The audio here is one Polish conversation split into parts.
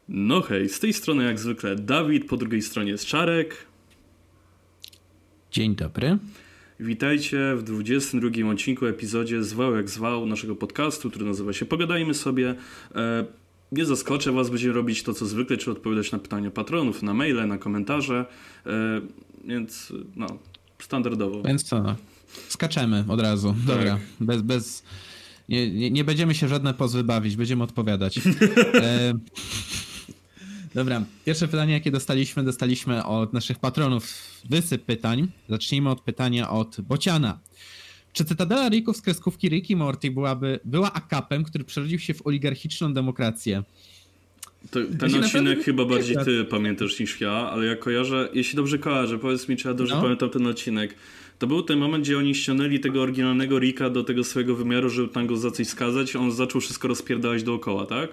No hej, z tej strony jak zwykle Dawid, po drugiej stronie jest Czarek. Dzień dobry. Witajcie w 22 odcinku, epizodzie Zwał jak zwał naszego podcastu, który nazywa się Pogadajmy sobie. Nie zaskoczę was, będziemy robić to co zwykle, czyli odpowiadać na pytania patronów, na maile, na komentarze, więc no, standardowo. Więc co, skaczemy od razu, dobra, bez nie będziemy się żadne pozwy bawić, będziemy odpowiadać. Dobra, pierwsze pytanie jakie dostaliśmy od naszych patronów, wysyp pytań. Zacznijmy od pytania od Bociana. Czy Cytadela Ricków z kreskówki Rick i Morty była akapem, który przerodził się w oligarchiczną demokrację? Ten odcinek chyba bardziej ty pamiętasz niż ja, ale ja kojarzę, jeśli dobrze kojarzę, powiedz mi, czy ja dobrze pamiętam ten odcinek. To był ten moment, gdzie oni ściągnęli tego oryginalnego Ricka do tego swojego wymiaru, żeby tam go za coś skazać, a on zaczął wszystko rozpierdalać dookoła, tak?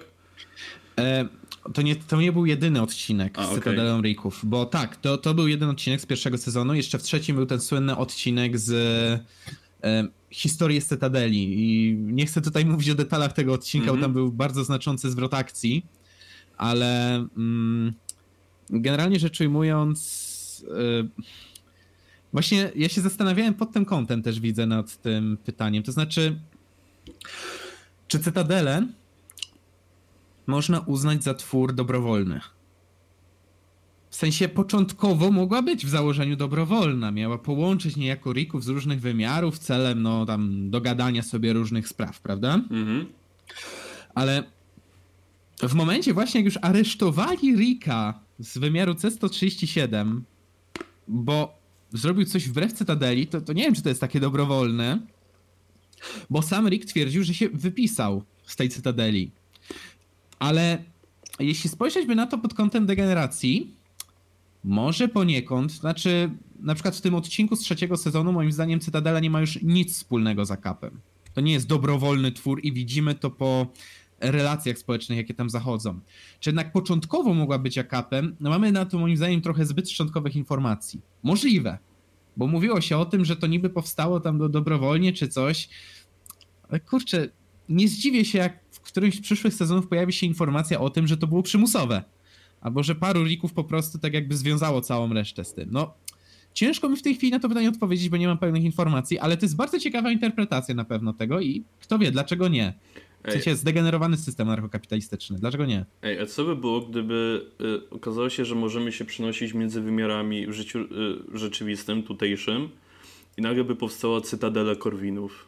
To nie był jedyny odcinek z Cytadelą Ricków, bo tak, to był jeden odcinek z pierwszego sezonu, jeszcze w trzecim był ten słynny odcinek z historii z Cytadeli i nie chcę tutaj mówić o detalach tego odcinka, bo tam był bardzo znaczący zwrot akcji, ale generalnie rzecz ujmując, właśnie ja się zastanawiałem pod tym kątem też widzę nad tym pytaniem, to znaczy czy Cytadelę można uznać za twór dobrowolny? W sensie początkowo mogła być w założeniu dobrowolna, miała połączyć niejako Ricków z różnych wymiarów celem tam dogadania sobie różnych spraw, prawda? Ale w momencie właśnie jak już aresztowali Ricka z wymiaru C-137, bo zrobił coś wbrew Cytadeli, to nie wiem, czy to jest takie dobrowolne, bo sam Rick twierdził, że się wypisał z tej Cytadeli. Ale jeśli spojrzeć by na to pod kątem degeneracji, może poniekąd, znaczy na przykład w tym odcinku z trzeciego sezonu moim zdaniem Cytadela nie ma już nic wspólnego z akapem. To nie jest dobrowolny twór i widzimy to po relacjach społecznych, jakie tam zachodzą. Czy jednak początkowo mogła być akapem? No mamy na to moim zdaniem trochę zbyt szczątkowych informacji. Możliwe, bo mówiło się o tym, że to niby powstało tam dobrowolnie czy coś, ale kurczę, nie zdziwię się, jak w którymś z przyszłych sezonów pojawi się informacja o tym, że to było przymusowe. Albo że paru Ricków po prostu tak jakby związało całą resztę z tym. No, ciężko mi w tej chwili na to pytanie odpowiedzieć, bo nie mam pełnych informacji, ale to jest bardzo ciekawa interpretacja na pewno tego i kto wie, dlaczego nie. W sensie zdegenerowany system anarchokapitalistyczny. Dlaczego nie? A co by było, gdyby okazało się, że możemy się przenosić między wymiarami w życiu rzeczywistym, tutejszym i nagle by powstała Cytadela Korwinów?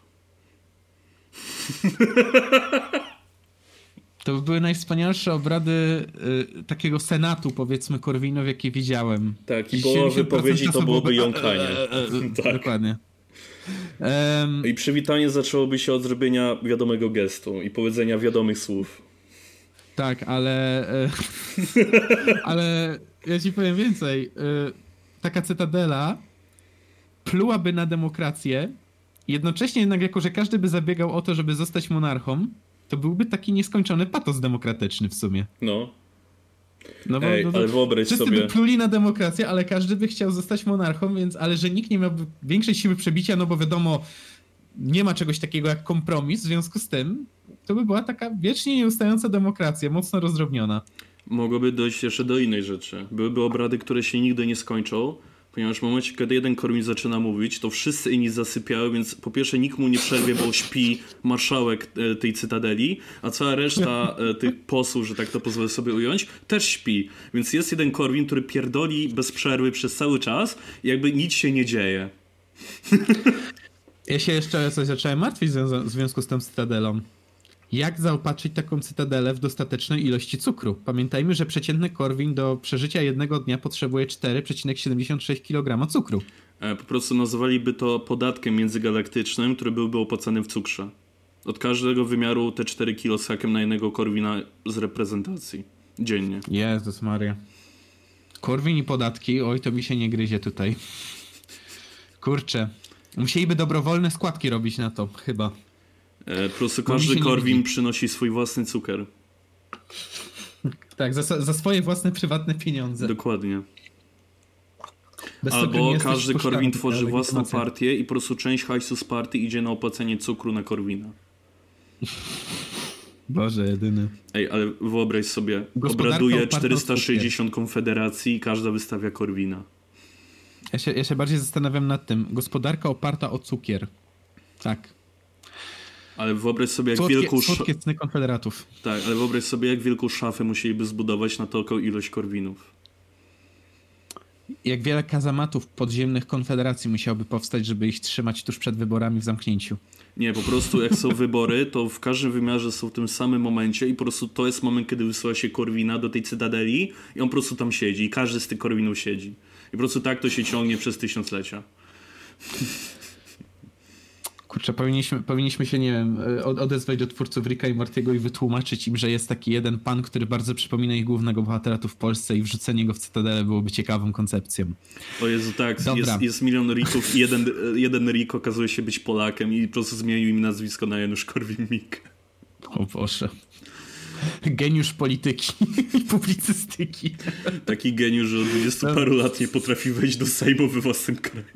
To by były najwspanialsze obrady takiego senatu, powiedzmy, Korwinów, jakie widziałem. Tak, i połowa wypowiedzi to byłoby jąkanie. Tak. Dokładnie. I przywitanie zaczęłoby się od zrobienia wiadomego gestu i powiedzenia wiadomych słów. Tak, ale ale ja ci powiem więcej. Taka Cytadela plułaby na demokrację, jednocześnie jednak jako, że każdy by zabiegał o to, żeby zostać monarchą, to byłby taki nieskończony patos demokratyczny w sumie. No bo, ale wyobraź wszyscy sobie. by pluli na demokrację, ale każdy by chciał zostać monarchą, ale że nikt nie miałby większej siły przebicia, no bo wiadomo, nie ma czegoś takiego jak kompromis, w związku z tym to by była taka wiecznie nieustająca demokracja, mocno rozdrobniona. Mogłoby dojść jeszcze do innej rzeczy. Byłyby obrady, które się nigdy nie skończą, ponieważ w momencie, kiedy jeden Korwin zaczyna mówić, to wszyscy inni zasypiają, więc po pierwsze nikt mu nie przerwie, bo śpi marszałek tej Cytadeli, a cała reszta tych posłów, że tak to pozwolę sobie ująć, też śpi. Więc jest jeden Korwin, który pierdoli bez przerwy przez cały czas i jakby nic się nie dzieje. Ja się jeszcze coś zacząłem martwić w związku z tą Cytadelą. Jak zaopatrzyć taką Cytadelę w dostatecznej ilości cukru? Pamiętajmy, że przeciętny Korwin do przeżycia jednego dnia potrzebuje 4,76 kg cukru. Po prostu nazwaliby to podatkiem międzygalaktycznym, który byłby opłacany w cukrze. Od każdego wymiaru te 4 kilo z hakiem na jednego Korwina z reprezentacji. Dziennie. Jezus Maria. Korwin i podatki, oj to mi się nie gryzie tutaj. Kurczę. Musieliby dobrowolne składki robić na to, chyba. Po prostu każdy Korwin przynosi swój własny cukier. Tak, za swoje własne prywatne pieniądze. Dokładnie. Albo każdy Korwin tworzy własną partię i po prostu część hajsu z partii idzie na opłacenie cukru na Korwina. Boże, jedyny. Ej, ale wyobraź sobie, Gospodarka obraduje oparta o 460 konfederacji i każda wystawia Korwina. Ja się bardziej zastanawiam nad tym. Gospodarka oparta o cukier. Tak. Ale wyobraź sobie, jak wielką... Słodkie cny konfederatów. Tak, ale wyobraź sobie, jak wielką szafę musieliby zbudować na taką ilość Korwinów. Jak wiele kazamatów podziemnych konfederacji musiałoby powstać, żeby ich trzymać tuż przed wyborami w zamknięciu. Nie, po prostu jak są wybory, to w każdym wymiarze są w tym samym momencie i po prostu to jest moment, kiedy wysyła się Korwina do tej cytadeli i on po prostu tam siedzi i każdy z tych Korwinów siedzi. I po prostu tak to się ciągnie przez tysiąclecia. Kurczę, powinniśmy się, nie wiem, odezwać do twórców Ricka i Mortiego i wytłumaczyć im, że jest taki jeden pan, który bardzo przypomina ich głównego bohatera tu w Polsce i wrzucenie go w cytadelę byłoby ciekawą koncepcją. O Jezu, tak, jest milion Ricków i jeden Rick okazuje się być Polakiem i po prostu zmienił im nazwisko na Janusz Korwin-Mikke. O Boże. Geniusz polityki i publicystyki. Taki geniusz, że od 20 paru lat nie potrafi wejść do Sejmu we własnym kraju.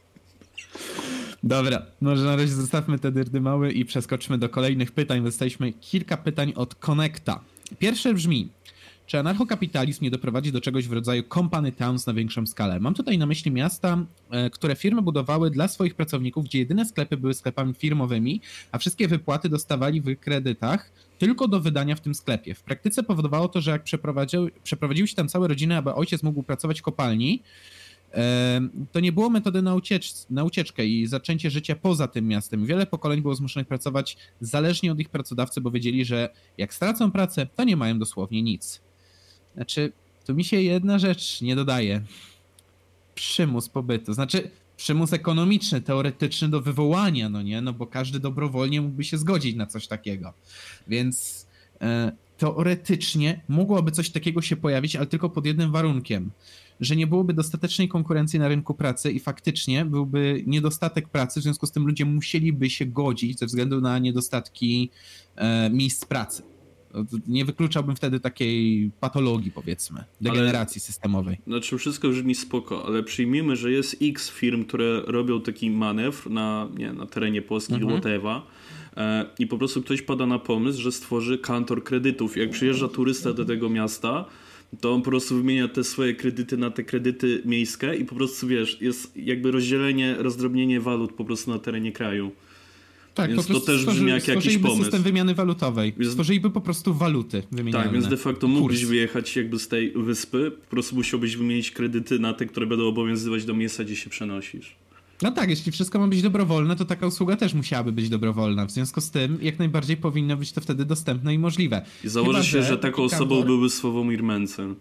Dobra, może na razie zostawmy te dyrdymały i przeskoczmy do kolejnych pytań. Dostaliśmy kilka pytań od Connecta. Pierwsze brzmi: czy anarchokapitalizm nie doprowadzi do czegoś w rodzaju company towns na większą skalę? Mam tutaj na myśli miasta, które firmy budowały dla swoich pracowników, gdzie jedyne sklepy były sklepami firmowymi, a wszystkie wypłaty dostawali w kredytach tylko do wydania w tym sklepie. W praktyce powodowało to, że jak przeprowadziły się tam całe rodziny, aby ojciec mógł pracować w kopalni, to nie było metody na ucieczkę i zaczęcie życia poza tym miastem. Wiele pokoleń było zmuszonych pracować zależnie od ich pracodawcy, bo wiedzieli, że jak stracą pracę, to nie mają dosłownie nic. Znaczy, tu mi się jedna rzecz nie dodaje. Przymus pobytu. Znaczy, przymus ekonomiczny, teoretyczny do wywołania, no nie? No bo każdy dobrowolnie mógłby się zgodzić na coś takiego. Więc teoretycznie mogłoby coś takiego się pojawić, ale tylko pod jednym warunkiem. Że nie byłoby dostatecznej konkurencji na rynku pracy i faktycznie byłby niedostatek pracy, w związku z tym ludzie musieliby się godzić ze względu na niedostatki miejsc pracy. Nie wykluczałbym wtedy takiej patologii, powiedzmy, degeneracji systemowej. Znaczy wszystko brzmi spoko, ale przyjmijmy, że jest X firm, które robią taki manewr na terenie Polski, whatever, i po prostu ktoś pada na pomysł, że stworzy kantor kredytów. Jak przyjeżdża turysta do tego miasta, to on po prostu wymienia te swoje kredyty na te kredyty miejskie i po prostu, wiesz, jest jakby rozdrobnienie walut po prostu na terenie kraju. Tak, więc to też brzmi jak jakiś pomysł. System wymiany walutowej. Stworzyliby po prostu waluty wymieniane. Tak, więc de facto mógłbyś wyjechać jakby z tej wyspy, po prostu musiałbyś wymienić kredyty na te, które będą obowiązywać do miejsca, gdzie się przenosisz. No tak, jeśli wszystko ma być dobrowolne, to taka usługa też musiałaby być dobrowolna. W związku z tym jak najbardziej powinno być to wtedy dostępne i możliwe. I założę się, że taką osobą byłby Sławomir Mencen.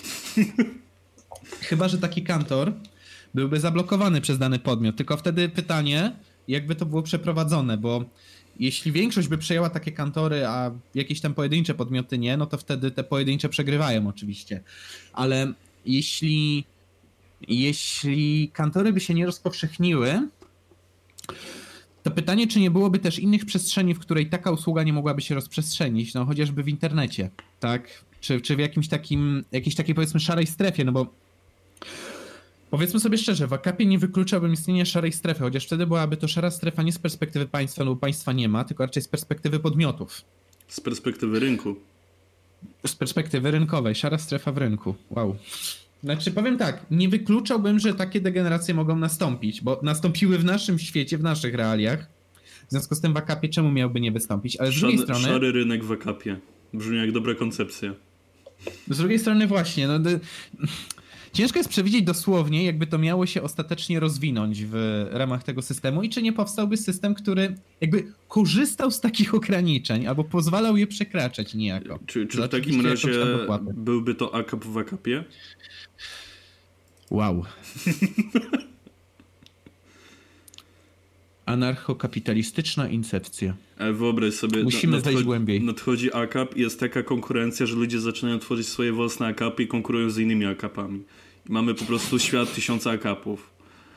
Chyba że taki kantor byłby zablokowany przez dany podmiot. Tylko wtedy pytanie, jakby to było przeprowadzone, bo jeśli większość by przejęła takie kantory, a jakieś tam pojedyncze podmioty nie, no to wtedy te pojedyncze przegrywają oczywiście. Ale jeśli kantory by się nie rozpowszechniły, to pytanie, czy nie byłoby też innych przestrzeni, w której taka usługa nie mogłaby się rozprzestrzenić, no chociażby w internecie, tak? Czy w jakiejś takiej powiedzmy szarej strefie, no bo powiedzmy sobie szczerze, w AKP nie wykluczałbym istnienia szarej strefy, chociaż wtedy byłaby to szara strefa nie z perspektywy państwa, no bo państwa nie ma, tylko raczej z perspektywy podmiotów. Z perspektywy rynku. Z perspektywy rynkowej, szara strefa w rynku, wow. Znaczy powiem tak, nie wykluczałbym, że takie degeneracje mogą nastąpić, bo nastąpiły w naszym świecie, w naszych realiach. W związku z tym w AKP czemu miałby nie wystąpić? Ale z drugiej strony... Szary rynek w AKP. Brzmi jak dobra koncepcja. Z drugiej strony właśnie, ciężko jest przewidzieć dosłownie, jakby to miało się ostatecznie rozwinąć w ramach tego systemu i czy nie powstałby system, który jakby korzystał z takich ograniczeń albo pozwalał je przekraczać niejako. Czy w takim razie byłby to AKP w AKP? Wow. Anarchokapitalistyczna incepcja. Wyobraź sobie, musimy wejść głębiej. Nadchodzi AKP i jest taka konkurencja, że ludzie zaczynają tworzyć swoje własne AKP i konkurują z innymi AKP-ami. I mamy po prostu świat 1000 AKP-ów.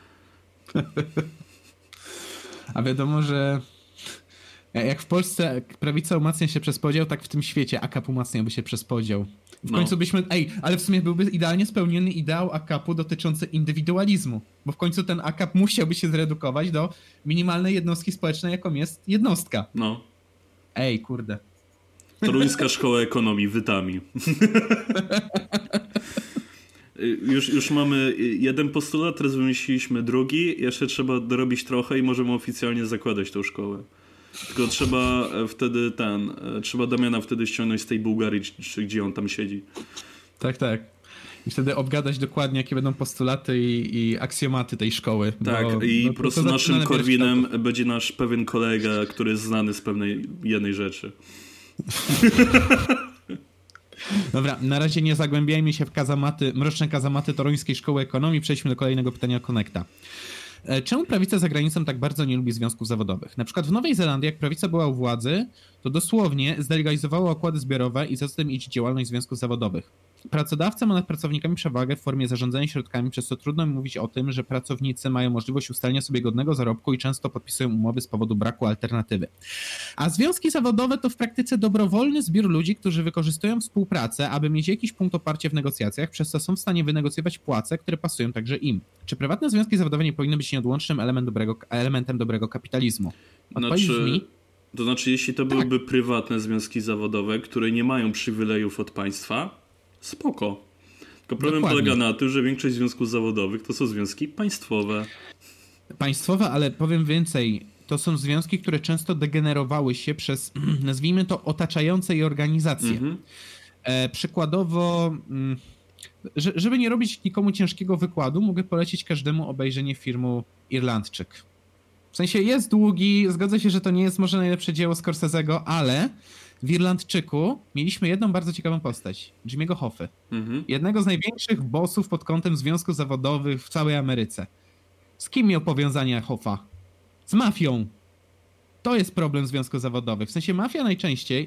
A wiadomo, że jak w Polsce prawica umacnia się przez podział, tak w tym świecie AKP umacniałby się przez podział. W końcu byśmy... ale w sumie byłby idealnie spełniony ideał AKP-u dotyczący indywidualizmu. Bo w końcu ten AKP musiałby się zredukować do minimalnej jednostki społecznej, jaką jest jednostka. No. Kurde. Toruńska Szkoła Ekonomii, witamy. Już mamy jeden postulat, teraz wymyśliliśmy drugi, jeszcze trzeba dorobić trochę i możemy oficjalnie zakładać tą szkołę. Tylko trzeba Damiana wtedy ściągnąć z tej Bułgarii, czy gdzie on tam siedzi. Tak. I wtedy obgadać dokładnie, jakie będą postulaty i aksjomaty tej szkoły. Tak, i po prostu naszym Korwinem będzie nasz pewien kolega, który jest znany z pewnej jednej rzeczy. Dobra, na razie nie zagłębiajmy się w mroczne kazamaty Toruńskiej Szkoły Ekonomii. Przejdźmy do kolejnego pytania Connecta. Czemu prawica za granicą tak bardzo nie lubi związków zawodowych? Na przykład w Nowej Zelandii, jak prawica była u władzy, to dosłownie zdelegalizowała okłady zbiorowe i za tym idzie działalność związków zawodowych. Pracodawca ma nad pracownikami przewagę w formie zarządzania środkami, przez co trudno mówić o tym, że pracownicy mają możliwość ustalenia sobie godnego zarobku i często podpisują umowy z powodu braku alternatywy. A związki zawodowe to w praktyce dobrowolny zbiór ludzi, którzy wykorzystują współpracę, aby mieć jakiś punkt oparcia w negocjacjach, przez co są w stanie wynegocjować płace, które pasują także im. Czy prywatne związki zawodowe nie powinny być nieodłącznym elementem dobrego kapitalizmu? Odpowiedź brzmi... To znaczy, jeśli to byłyby prywatne związki zawodowe, które nie mają przywilejów od państwa, spoko. Tylko problem polega na tym, że większość związków zawodowych to są związki państwowe. Państwowe, ale powiem więcej. To są związki, które często degenerowały się przez, nazwijmy to, otaczające je organizacje. Przykładowo, żeby nie robić nikomu ciężkiego wykładu, mogę polecić każdemu obejrzenie filmu Irlandczyk. W sensie jest długi, zgodzę się, że to nie jest może najlepsze dzieło Scorsese'ego, ale w Irlandczyku mieliśmy jedną bardzo ciekawą postać. Jimmy'ego Hoffy. Jednego z największych bossów pod kątem związków zawodowych w całej Ameryce. Z kim miał powiązania Hoffa? Z mafią. To jest problem związków zawodowych. W sensie mafia najczęściej,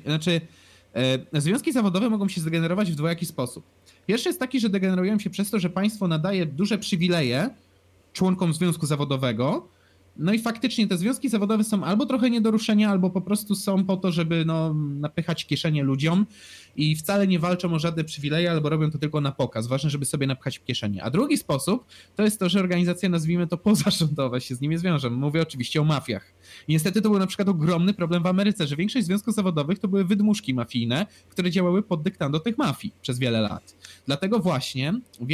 związki zawodowe mogą się zdegenerować w dwojaki sposób. Pierwszy jest taki, że degenerują się przez to, że państwo nadaje duże przywileje członkom związku zawodowego. No i faktycznie te związki zawodowe są albo trochę nie do ruszenia, albo po prostu są po to, żeby napychać kieszenie ludziom i wcale nie walczą o żadne przywileje, albo robią to tylko na pokaz. Ważne, żeby sobie napchać w kieszenie. A drugi sposób to jest to, że organizacje, nazwijmy to pozarządowe, się z nimi zwiążą. Mówię oczywiście o mafiach. I niestety to był na przykład ogromny problem w Ameryce, że większość związków zawodowych to były wydmuszki mafijne, które działały pod dyktando tych mafii przez wiele lat. Dlatego właśnie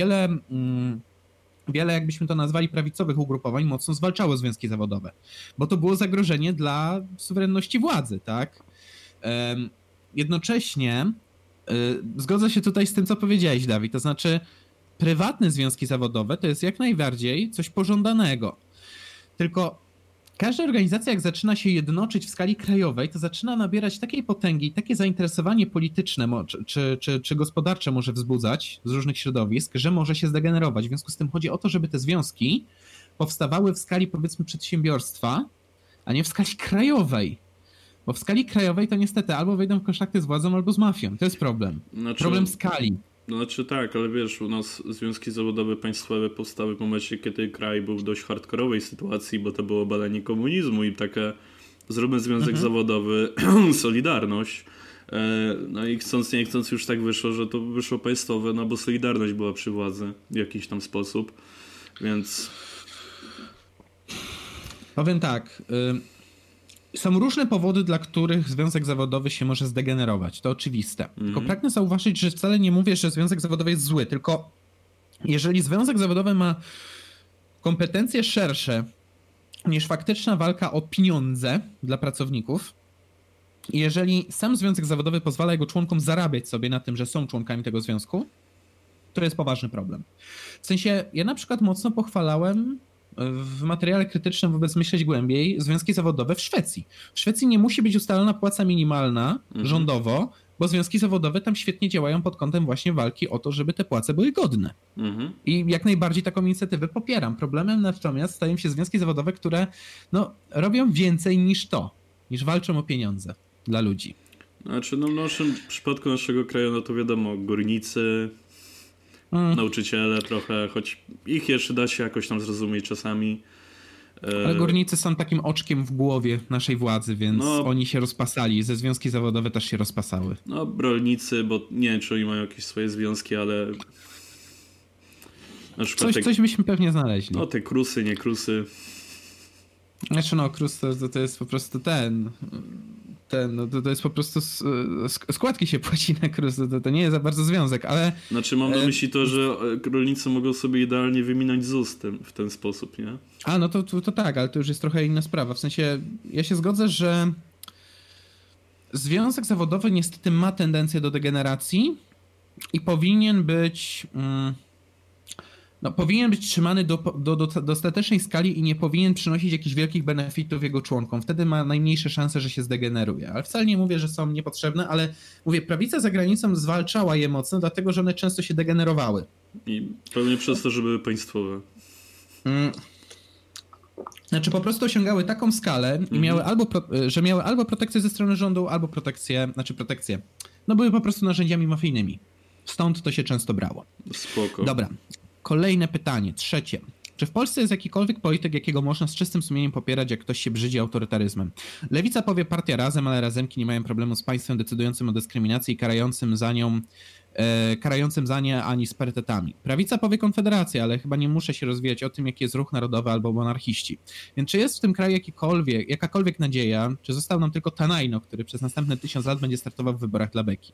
wiele, jakbyśmy to nazwali, prawicowych ugrupowań mocno zwalczało związki zawodowe, bo to było zagrożenie dla suwerenności władzy, tak? Jednocześnie zgodzę się tutaj z tym, co powiedziałeś, Dawid, to znaczy prywatne związki zawodowe to jest jak najbardziej coś pożądanego. Tylko każda organizacja, jak zaczyna się jednoczyć w skali krajowej, to zaczyna nabierać takiej potęgi i takie zainteresowanie polityczne czy gospodarcze może wzbudzać z różnych środowisk, że może się zdegenerować. W związku z tym chodzi o to, żeby te związki powstawały w skali, powiedzmy, przedsiębiorstwa, a nie w skali krajowej. Bo w skali krajowej to niestety albo wejdą w kontakty z władzą, albo z mafią. To jest problem. Problem skali. Tak, ale wiesz, u nas związki zawodowe państwowe powstały w momencie, kiedy kraj był w dość hardkorowej sytuacji, bo to było obalenie komunizmu i takie zróbmy związek zawodowy, Solidarność. No i chcąc nie chcąc już tak wyszło, że to wyszło państwowe, no bo Solidarność była przy władzy w jakiś tam sposób, więc... Powiem tak... Są różne powody, dla których związek zawodowy się może zdegenerować. To oczywiste. Tylko pragnę zauważyć, że wcale nie mówię, że związek zawodowy jest zły, tylko jeżeli związek zawodowy ma kompetencje szersze niż faktyczna walka o pieniądze dla pracowników, i jeżeli sam związek zawodowy pozwala jego członkom zarabiać sobie na tym, że są członkami tego związku, to jest poważny problem. W sensie, ja na przykład mocno pochwalałem w materiale krytycznym wobec Myśleć Głębiej związki zawodowe w Szwecji. W Szwecji nie musi być ustalona płaca minimalna rządowo, bo związki zawodowe tam świetnie działają pod kątem właśnie walki o to, żeby te płace były godne. I jak najbardziej taką inicjatywę popieram. Problemem natomiast stają się związki zawodowe, które robią więcej niż walczą o pieniądze dla ludzi. Znaczy, w naszym przypadku naszego kraju, to wiadomo, górnicy, nauczyciele trochę, choć ich jeszcze da się jakoś tam zrozumieć czasami. Ale górnicy są takim oczkiem w głowie naszej władzy, więc oni się rozpasali. Ze związki zawodowe też się rozpasały. Rolnicy, bo nie wiem, czy oni mają jakieś swoje związki, ale... Na przykład coś byśmy pewnie znaleźli. Te krusy, nie krusy. Znaczy krus to jest po prostu to jest po prostu składki się płaci na KRUS, to nie jest za bardzo związek, ale... Znaczy mam na myśli to, że rolnicy mogą sobie idealnie wyminąć ZUS w ten sposób, nie? A, no to tak, ale to już jest trochę inna sprawa. W sensie, ja się zgodzę, że związek zawodowy niestety ma tendencję do degeneracji i powinien być... powinien być trzymany do dostatecznej skali i nie powinien przynosić jakichś wielkich benefitów jego członkom. Wtedy ma najmniejsze szanse, że się zdegeneruje. Ale wcale nie mówię, że są niepotrzebne, ale mówię, prawica za granicą zwalczała je mocno, dlatego że one często się degenerowały. I pewnie przez to, że były państwowe. Znaczy po prostu osiągały taką skalę i miały albo protekcję ze strony rządu, albo protekcję. No były po prostu narzędziami mafijnymi. Stąd to się często brało. Spoko. Dobra. Kolejne pytanie, trzecie. Czy w Polsce jest jakikolwiek polityk, jakiego można z czystym sumieniem popierać, jak ktoś się brzydzi autorytaryzmem? Lewica powie partia Razem, ale Razemki nie mają problemu z państwem decydującym o dyskryminacji i karającym za nie ani z parytetami. Prawica powie Konfederacja, ale chyba nie muszę się rozwijać o tym, jaki jest ruch narodowy albo monarchiści. Więc czy jest w tym kraju jakakolwiek nadzieja, czy został nam tylko Tanajno, który przez następne 1000 lat będzie startował w wyborach dla beki?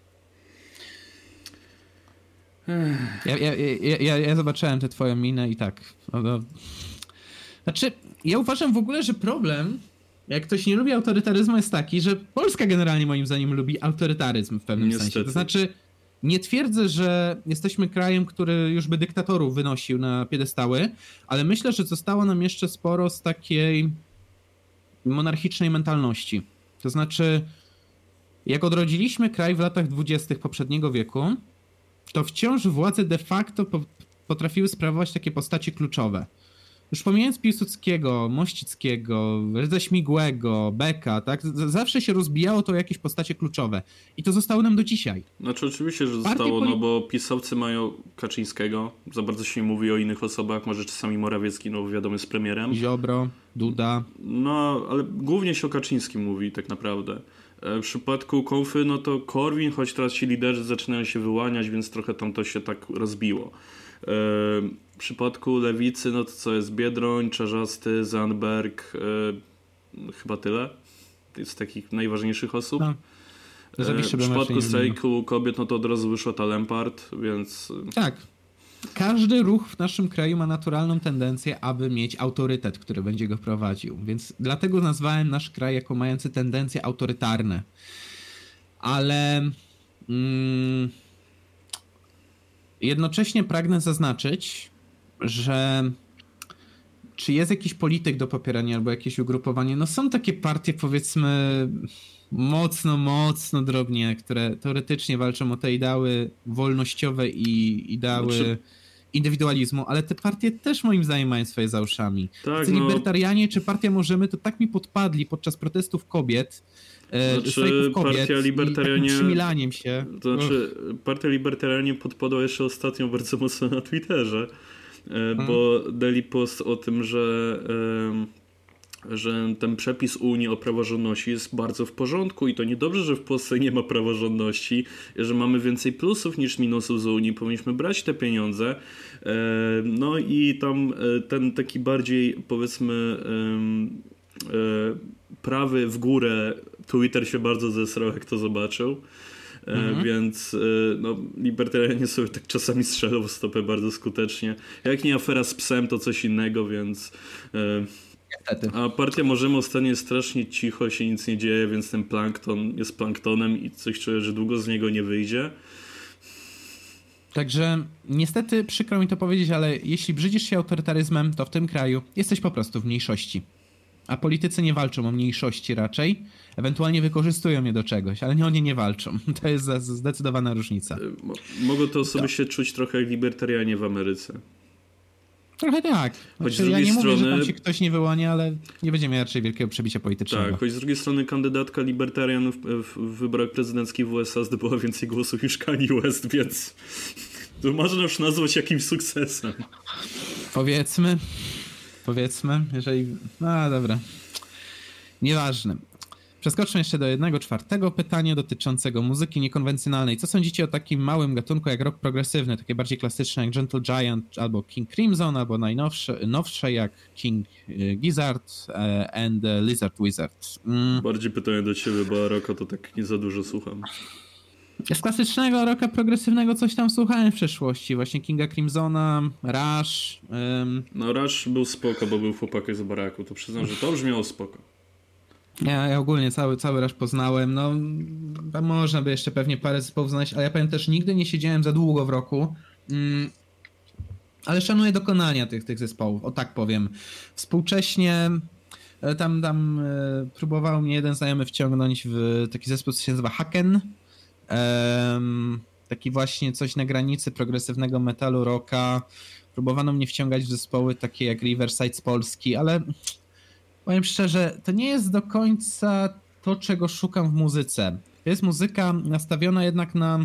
Ja zobaczyłem tę twoją minę i tak. Znaczy, ja uważam w ogóle, że problem, jak ktoś nie lubi autorytaryzmu, jest taki, że Polska generalnie moim zdaniem lubi autorytaryzm w pewnym sensie. To znaczy, nie twierdzę, że jesteśmy krajem, który już by dyktatorów wynosił na piedestały, ale myślę, że zostało nam jeszcze sporo z takiej monarchicznej mentalności. To znaczy, jak odrodziliśmy kraj w latach 20. poprzedniego wieku, to wciąż władze de facto potrafiły sprawować takie postacie kluczowe. Już pomijając Piłsudskiego, Mościckiego, Rydza Śmigłego, Beka, tak? Zawsze się rozbijało to o jakieś postacie kluczowe. I to zostało nam do dzisiaj. Znaczy oczywiście, że zostało, no bo pisowcy mają Kaczyńskiego, za bardzo się nie mówi o innych osobach, może czasami Morawiecki, no wiadomo, jest premierem. Ziobro, Duda. No, ale głównie się o Kaczyńskim mówi tak naprawdę. W przypadku Konfy, no to Korwin, choć teraz ci liderzy zaczynają się wyłaniać, więc trochę tam to się tak rozbiło. W przypadku Lewicy, no to co jest Biedroń, Czarzasty, Zandberg, chyba tyle. Z takich najważniejszych osób. No. W przypadku strajku kobiet, no to od razu wyszła ta Lempart, więc... Tak. Każdy ruch w naszym kraju ma naturalną tendencję, aby mieć autorytet, który będzie go prowadził. Więc dlatego nazwałem nasz kraj jako mający tendencje autorytarne. Ale jednocześnie pragnę zaznaczyć, że czy jest jakiś polityk do popierania albo jakieś ugrupowanie, no są takie partie, powiedzmy, mocno drobnie, które teoretycznie walczą o te ideały wolnościowe i ideały indywidualizmu, ale te partie też moim zdaniem mają swoje za uszami. Tak, libertarianie czy partia Możemy to tak mi podpadli podczas protestów kobiet, strajków kobiet partia libertarianie, i przymilaniem się. To znaczy, partia libertarianie podpadła jeszcze ostatnio bardzo mocno na Twitterze, bo dali post o tym, że ten przepis Unii o praworządności jest bardzo w porządku i to niedobrze, że w Polsce nie ma praworządności, że mamy więcej plusów niż minusów z Unii, powinniśmy brać te pieniądze. No i tam ten taki bardziej, powiedzmy, prawy w górę Twitter się bardzo zesrał, jak to zobaczył. Więc no, libertarianie sobie tak czasami strzelą w stopę bardzo skutecznie. Jak nie afera z psem, to coś innego, więc... A partia Możemy ostatnio jest strasznie cicho, się nic nie dzieje, więc ten plankton jest planktonem i coś czuję, że długo z niego nie wyjdzie. Także niestety przykro mi to powiedzieć, ale jeśli brzydzisz się autorytaryzmem, to w tym kraju jesteś po prostu w mniejszości. A politycy nie walczą o mniejszości raczej, ewentualnie wykorzystują je do czegoś, ale oni nie walczą. To jest zdecydowana różnica. Mogą te osoby się czuć trochę jak libertarianie w Ameryce. Trochę tak. Znaczy, ja nie mówię, że tam się ktoś nie wyłania, ale nie będzie miał raczej wielkiego przebicia politycznego. Tak, choć z drugiej strony kandydatka libertarianów w wyborach prezydenckich w USA zdobyła więcej głosów niż Kanye West, więc to można już nazwać jakimś sukcesem. Powiedzmy, jeżeli... No dobra. Nieważne. Przeskoczmy jeszcze do jednego czwartego pytania dotyczącego muzyki niekonwencjonalnej. Co sądzicie o takim małym gatunku jak rock progresywny, takie bardziej klasyczne jak Gentle Giant albo King Crimson, albo nowsze jak King Gizzard and Lizard Wizard? Bardziej pytanie do ciebie, bo rocka to tak nie za dużo słucham. Z klasycznego rocka progresywnego coś tam słuchałem w przeszłości. Właśnie Kinga Crimsona, Rush. No Rush był spoko, bo był chłopakiem z baraku. To przyznam, że to brzmiało spoko. Ja ogólnie cały Rush poznałem. No, można by jeszcze pewnie parę zespołów znaleźć, ale ja powiem też, nigdy nie siedziałem za długo w rocku. Ale szanuję dokonania tych zespołów, o tak powiem. Współcześnie tam próbował mnie jeden znajomy wciągnąć w taki zespół, co się nazywa Haken. Taki właśnie coś na granicy progresywnego metalu, rocka. Próbowano mnie wciągać w zespoły takie jak Riverside z Polski, ale powiem szczerze, to nie jest do końca to, czego szukam w muzyce. To jest muzyka nastawiona jednak na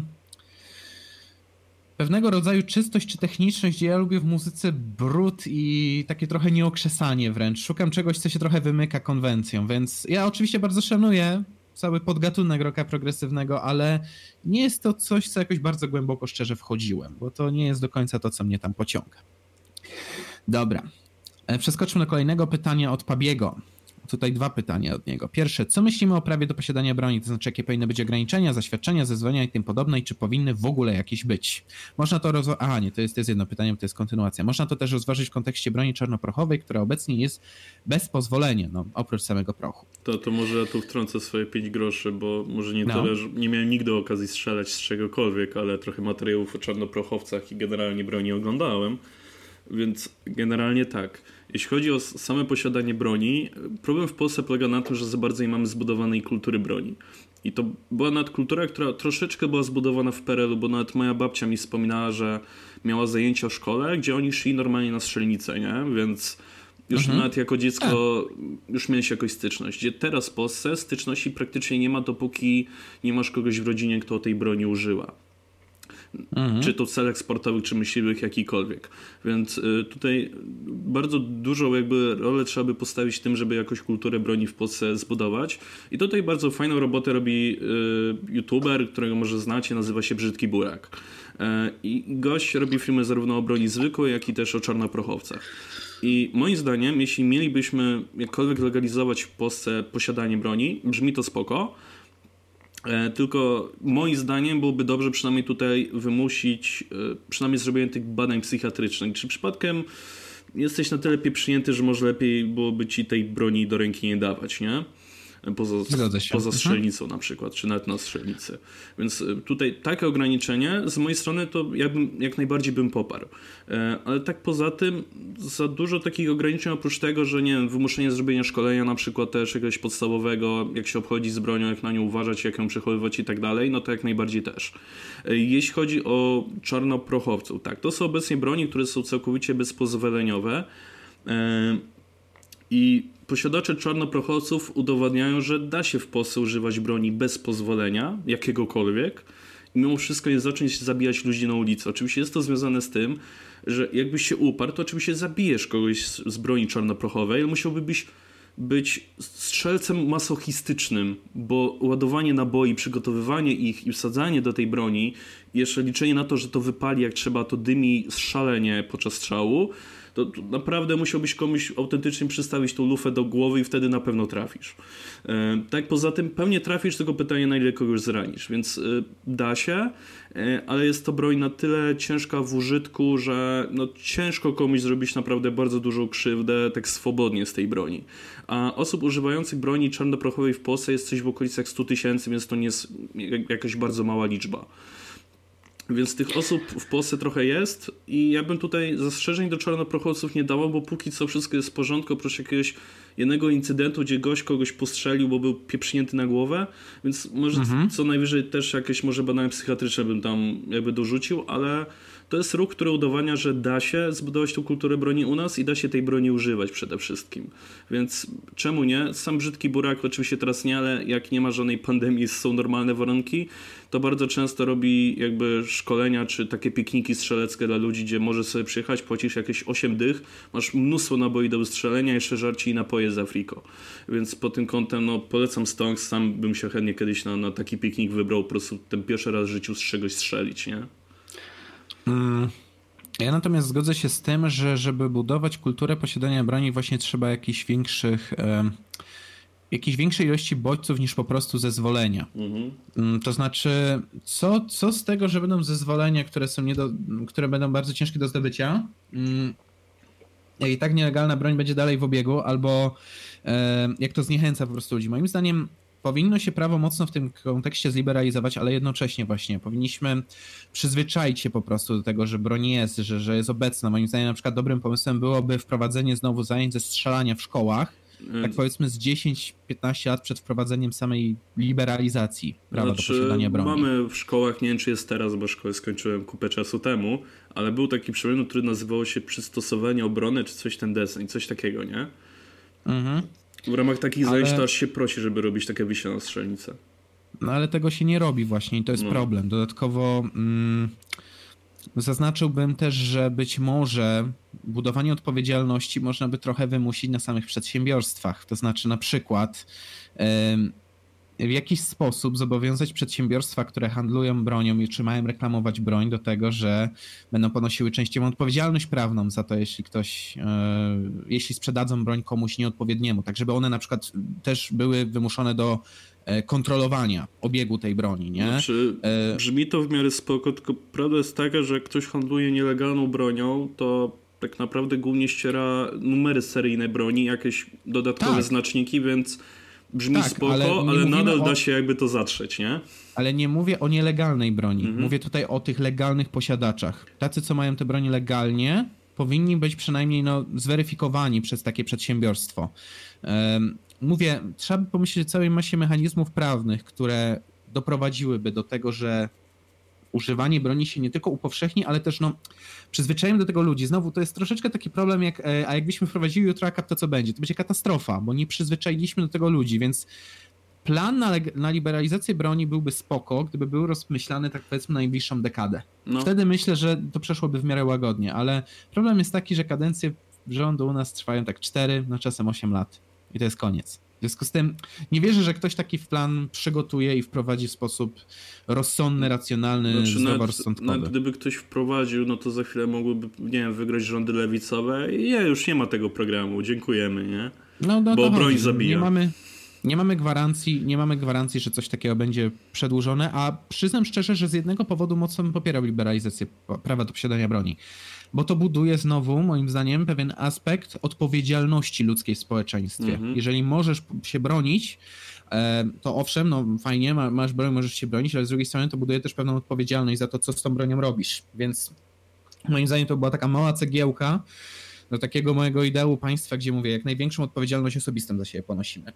pewnego rodzaju czystość czy techniczność, gdzie ja lubię w muzyce brud i takie trochę nieokrzesanie wręcz. Szukam czegoś, co się trochę wymyka konwencją, więc ja oczywiście bardzo szanuję cały podgatunek rocka progresywnego, ale nie jest to coś, co jakoś bardzo głęboko szczerze wchodziłem, bo to nie jest do końca to, co mnie tam pociąga. Dobra. Przeskoczmy do kolejnego pytania od Pabiego. Tutaj dwa pytania od niego. Pierwsze, co myślimy o prawie do posiadania broni? To znaczy, jakie powinny być ograniczenia, zaświadczenia, zezwolenia i tym podobne, i czy powinny w ogóle jakieś być? Można to to jest jedno pytanie, bo to jest kontynuacja. Można to też rozważyć w kontekście broni czarnoprochowej, która obecnie jest bez pozwolenia, no oprócz samego prochu. To może ja tu wtrącę swoje 5 groszy, bo może nie tyle, że nie miałem nigdy okazji strzelać z czegokolwiek, ale trochę materiałów o czarnoprochowcach i generalnie broni oglądałem. Więc generalnie tak. Jeśli chodzi o same posiadanie broni, problem w Polsce polega na tym, że za bardzo nie mamy zbudowanej kultury broni. I to była nawet kultura, która troszeczkę była zbudowana w PRL-u, bo nawet moja babcia mi wspominała, że miała zajęcia w szkole, gdzie oni szli normalnie na strzelnicę, nie? Więc już nawet jako dziecko już mieliście jakąś styczność. Gdzie teraz w Polsce styczności praktycznie nie ma, dopóki nie masz kogoś w rodzinie, kto tej broni używa. Czy to w celach sportowych, czy myśliwych, jakikolwiek. Więc tutaj bardzo dużą jakby rolę trzeba by postawić tym, żeby jakąś kulturę broni w Polsce zbudować. I tutaj bardzo fajną robotę robi youtuber, którego może znacie, nazywa się Brzydki Burak. I gość robi filmy zarówno o broni zwykłej, jak i też o czarnoprochowcach. I moim zdaniem, jeśli mielibyśmy jakkolwiek legalizować w Polsce posiadanie broni, brzmi to spoko. Tylko moim zdaniem byłoby dobrze przynajmniej tutaj wymusić przynajmniej zrobienie tych badań psychiatrycznych. Czy przypadkiem jesteś na tyle pieprznięty, że może lepiej byłoby ci tej broni do ręki nie dawać, nie? Poza strzelnicą na przykład, czy nawet na strzelnicy. Więc tutaj takie ograniczenie z mojej strony to ja jak najbardziej bym poparł. Ale tak poza tym za dużo takich ograniczeń oprócz tego, że nie wiem, wymuszenie zrobienia szkolenia na przykład też jakiegoś podstawowego, jak się obchodzi z bronią, jak na nią uważać, jak ją przechowywać i tak dalej, no to jak najbardziej też. Jeśli chodzi o czarnoprochowców, tak, to są obecnie broni, które są całkowicie bezpozwoleniowe i posiadacze czarnoprochowców udowadniają, że da się w Polsce używać broni bez pozwolenia, jakiegokolwiek, i mimo wszystko nie zacząć zabijać ludzi na ulicy. Oczywiście jest to związane z tym, że jakbyś się uparł, to oczywiście zabijesz kogoś z broni czarnoprochowej, ale musiałbyś być strzelcem masochistycznym, bo ładowanie naboi, przygotowywanie ich i wsadzanie do tej broni, i jeszcze liczenie na to, że to wypali jak trzeba, to dymi szalenie podczas strzału, to naprawdę musiałbyś komuś autentycznie przystawić tą lufę do głowy i wtedy na pewno trafisz. Tak poza tym pewnie trafisz, tylko pytanie, na ile kogoś zranisz, więc da się, ale jest to broń na tyle ciężka w użytku, że no ciężko komuś zrobić naprawdę bardzo dużą krzywdę tak swobodnie z tej broni. A osób używających broni czarnoprochowej w Polsce jest coś w okolicach 100 000, więc to nie jest jakaś bardzo mała liczba. Więc tych osób w Polsce trochę jest i ja bym tutaj zastrzeżeń do czarnoprochowców nie dawał, bo póki co wszystko jest w porządku, oprócz jakiegoś jednego incydentu, gdzie gość kogoś postrzelił, bo był pieprznięty na głowę, więc może co najwyżej też jakieś może badania psychiatryczne bym tam jakby dorzucił, ale to jest ruch, który udowadnia, że da się zbudować tą kulturę broni u nas i da się tej broni używać przede wszystkim. Więc czemu nie? Sam Brzydki Burak oczywiście teraz nie, ale jak nie ma żadnej pandemii, są normalne warunki, to bardzo często robi jakby szkolenia czy takie pikniki strzeleckie dla ludzi, gdzie możesz sobie przyjechać, płacisz jakieś 8 dych, masz mnóstwo naboi do wystrzelenia, jeszcze żarci i napoje naboje z Afriko. Więc pod tym kątem polecam Stonks, sam bym się chętnie kiedyś na taki piknik wybrał, po prostu ten pierwszy raz w życiu z czegoś strzelić, nie? Ja natomiast zgodzę się z tym, że żeby budować kulturę posiadania broni właśnie trzeba jakichś większej ilości bodźców niż po prostu zezwolenia. To znaczy, co z tego, że będą zezwolenia, które będą bardzo ciężkie do zdobycia, i tak nielegalna broń będzie dalej w obiegu, albo jak to zniechęca po prostu ludzi. Moim zdaniem powinno się prawo mocno w tym kontekście zliberalizować, ale jednocześnie właśnie powinniśmy przyzwyczaić się po prostu do tego, że broń jest, że jest obecna. Moim zdaniem na przykład dobrym pomysłem byłoby wprowadzenie znowu zajęć ze strzelania w szkołach, tak powiedzmy z 10-15 lat przed wprowadzeniem samej liberalizacji prawa do posiadania broni. Mamy w szkołach, nie wiem czy jest teraz, bo szkołę skończyłem kupę czasu temu, ale był taki przedmiot, który nazywało się przystosowanie obrony, czy coś ten deseń, coś takiego, nie? W ramach takich zajęć to aż się prosi, żeby robić takie wyjścia na strzelnicę. No ale tego się nie robi właśnie i to jest problem. Dodatkowo zaznaczyłbym też, że być może budowanie odpowiedzialności można by trochę wymusić na samych przedsiębiorstwach. To znaczy na przykład w jakiś sposób zobowiązać przedsiębiorstwa, które handlują bronią i czy mają reklamować broń do tego, że będą ponosiły częściową odpowiedzialność prawną za to, jeśli sprzedadzą broń komuś nieodpowiedniemu. Tak, żeby one na przykład też były wymuszone do kontrolowania obiegu tej broni, nie? Znaczy, brzmi to w miarę spoko, tylko prawda jest taka, że jak ktoś handluje nielegalną bronią, to tak naprawdę głównie ściera numery seryjne broni, jakieś dodatkowe znaczniki, więc brzmi spoko, ale nadal da się jakby to zatrzeć, nie? Ale nie mówię o nielegalnej broni. Mówię tutaj o tych legalnych posiadaczach. Tacy, co mają te broni legalnie, powinni być przynajmniej zweryfikowani przez takie przedsiębiorstwo. Mówię, trzeba by pomyśleć o całej masie mechanizmów prawnych, które doprowadziłyby do tego, że używanie broni się nie tylko upowszechni, ale też przyzwyczajemy do tego ludzi. Znowu, to jest troszeczkę taki problem, a jakbyśmy wprowadzili jutro AKAP, to co będzie? To będzie katastrofa, bo nie przyzwyczailiśmy do tego ludzi, więc plan na liberalizację broni byłby spoko, gdyby był rozmyślany tak powiedzmy na najbliższą dekadę. Wtedy myślę, że to przeszłoby w miarę łagodnie, ale problem jest taki, że kadencje rządu u nas trwają tak 4, czasem 8 lat i to jest koniec. W związku z tym nie wierzę, że ktoś taki plan przygotuje i wprowadzi w sposób rozsądny, racjonalny, zdroworozsądkowy. Nawet gdyby ktoś wprowadził, to za chwilę mogłyby, nie wiem, wygrać rządy lewicowe i już nie ma tego programu, dziękujemy, nie? Bo broń zabija. Nie mamy gwarancji, że coś takiego będzie przedłużone, a przyznam szczerze, że z jednego powodu mocno bym popierał liberalizację prawa do posiadania broni. Bo to buduje znowu, moim zdaniem, pewien aspekt odpowiedzialności ludzkiej w społeczeństwie. Jeżeli możesz się bronić, to owszem, fajnie, masz broń, możesz się bronić, ale z drugiej strony to buduje też pewną odpowiedzialność za to, co z tą bronią robisz. Więc moim zdaniem to była taka mała cegiełka do takiego mojego ideału państwa, gdzie mówię, jak największą odpowiedzialność osobistą za siebie ponosimy.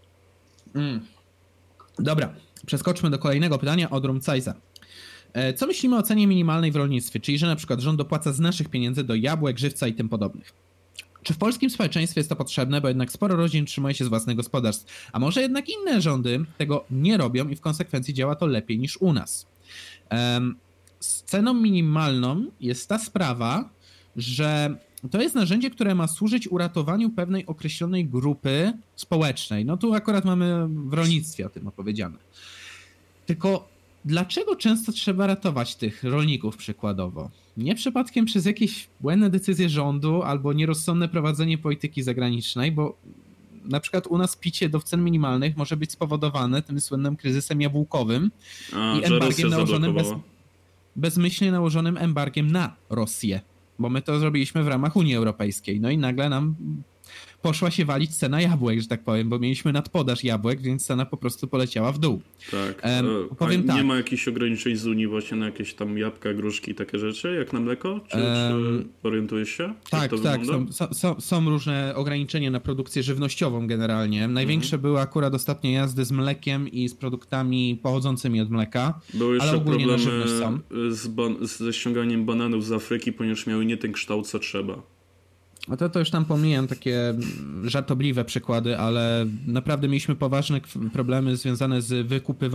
Dobra, przeskoczmy do kolejnego pytania od Rumcajza. Co myślimy o cenie minimalnej w rolnictwie? Czyli, że na przykład rząd dopłaca z naszych pieniędzy do jabłek, żywca i tym podobnych. Czy w polskim społeczeństwie jest to potrzebne, bo jednak sporo rodzin utrzymuje się z własnych gospodarstw? A może jednak inne rządy tego nie robią i w konsekwencji działa to lepiej niż u nas? Z ceną minimalną jest ta sprawa, że to jest narzędzie, które ma służyć uratowaniu pewnej określonej grupy społecznej. Tu akurat mamy w rolnictwie o tym opowiedziane. Tylko dlaczego często trzeba ratować tych rolników przykładowo? Nie przypadkiem przez jakieś błędne decyzje rządu albo nierozsądne prowadzenie polityki zagranicznej, bo na przykład u nas picie do cen minimalnych może być spowodowane tym słynnym kryzysem jabłkowym i embargiem nałożonym bezmyślnie nałożonym embargiem na Rosję. Bo my to zrobiliśmy w ramach Unii Europejskiej. I nagle nam poszła się walić cena jabłek, że tak powiem, bo mieliśmy nadpodaż jabłek, więc cena po prostu poleciała w dół. Tak. Nie ma jakichś ograniczeń z Unii właśnie na jakieś tam jabłka, gruszki i takie rzeczy, jak na mleko? Czy orientujesz się? Tak. Są różne ograniczenia na produkcję żywnościową generalnie. Największe były akurat ostatnie jazdy z mlekiem i z produktami pochodzącymi od mleka. Były jeszcze problemy ze ściąganiem bananów z Afryki, ponieważ miały nie ten kształt, co trzeba. No to już tam pomijam takie żartobliwe przykłady, ale naprawdę mieliśmy poważne problemy związane z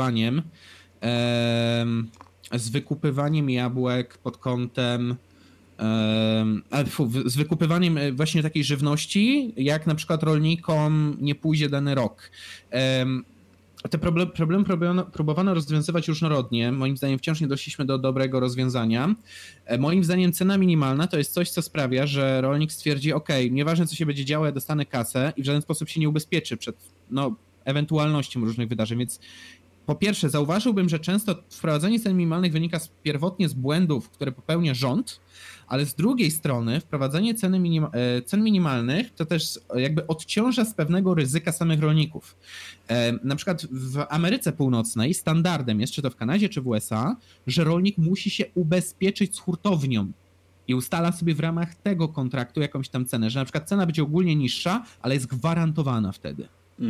wykupywaniem jabłek pod kątem z wykupywaniem właśnie takiej żywności, jak na przykład rolnikom nie pójdzie dany rok. Te problemy próbowano rozwiązywać różnorodnie. Moim zdaniem wciąż nie doszliśmy do dobrego rozwiązania. Moim zdaniem cena minimalna to jest coś, co sprawia, że rolnik stwierdzi, nieważne co się będzie działo, ja dostanę kasę i w żaden sposób się nie ubezpieczy przed ewentualnością różnych wydarzeń, więc po pierwsze zauważyłbym, że często wprowadzenie cen minimalnych wynika pierwotnie z błędów, które popełnia rząd, ale z drugiej strony wprowadzenie cen minimalnych to też jakby odciąża z pewnego ryzyka samych rolników. Na przykład w Ameryce Północnej standardem jest, czy to w Kanadzie, czy w USA, że rolnik musi się ubezpieczyć z hurtownią i ustala sobie w ramach tego kontraktu jakąś tam cenę, że na przykład cena będzie ogólnie niższa, ale jest gwarantowana wtedy.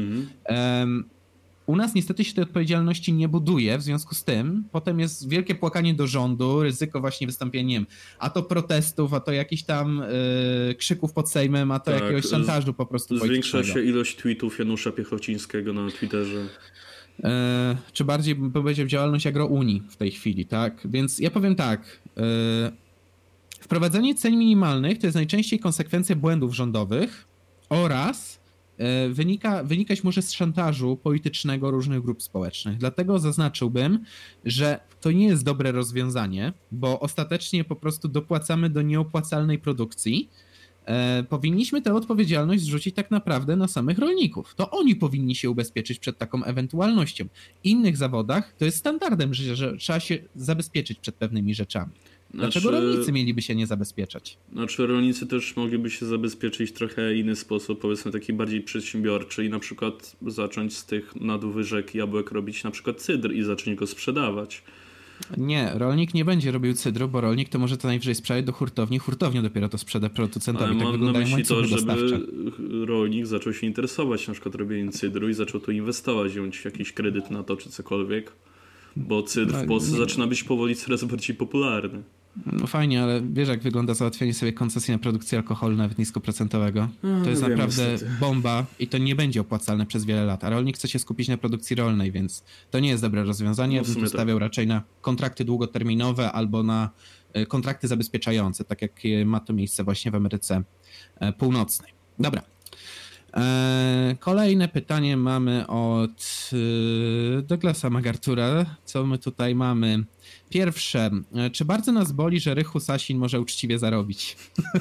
U nas niestety się tej odpowiedzialności nie buduje, w związku z tym potem jest wielkie płakanie do rządu, ryzyko właśnie wystąpienia, nie wiem, a to protestów, a to jakichś tam krzyków pod Sejmem, a to jakiegoś szantażu po prostu politycznego. Zwiększa się ilość tweetów Janusza Piechocińskiego na Twitterze. Czy bardziej bym powiedział działalność Agrounii w tej chwili, tak? Więc ja powiem tak, wprowadzenie cen minimalnych to jest najczęściej konsekwencja błędów rządowych oraz wynikać może z szantażu politycznego różnych grup społecznych. Dlatego zaznaczyłbym, że to nie jest dobre rozwiązanie, bo ostatecznie po prostu dopłacamy do nieopłacalnej produkcji. Powinniśmy tę odpowiedzialność zrzucić tak naprawdę na samych rolników. To oni powinni się ubezpieczyć przed taką ewentualnością. W innych zawodach to jest standardem, że trzeba się zabezpieczyć przed pewnymi rzeczami. Dlaczego rolnicy mieliby się nie zabezpieczać? Znaczy rolnicy też mogliby się zabezpieczyć w trochę inny sposób, powiedzmy taki bardziej przedsiębiorczy i na przykład zacząć z tych nadwyżek jabłek robić na przykład cydr i zacząć go sprzedawać. Nie, rolnik nie będzie robił cydru, bo rolnik to może to najwyżej sprzedać do hurtowni, hurtownia dopiero to sprzeda producentowi. Ale tak mam na myśli to, żeby dostawcze. rolnik zaczął się interesować na przykład robieniem cydru i zaczął tu inwestować, wziąć jakiś kredyt na to czy cokolwiek, bo cydr w Polsce zaczyna być powoli coraz bardziej popularny. No fajnie, ale wiesz jak wygląda załatwianie sobie koncesji na produkcję alkoholu nawet niskoprocentowego? To jest naprawdę bomba i to nie będzie opłacalne przez wiele lat, a rolnik chce się skupić na produkcji rolnej, więc to nie jest dobre rozwiązanie. Ja bym stawiał raczej na kontrakty długoterminowe albo na kontrakty zabezpieczające, tak jak ma to miejsce właśnie w Ameryce Północnej. Dobra. Kolejne pytanie mamy od Douglasa MacArthura. Co my tutaj mamy? Pierwsze, czy bardzo nas boli, że Rychu Sasin może uczciwie zarobić?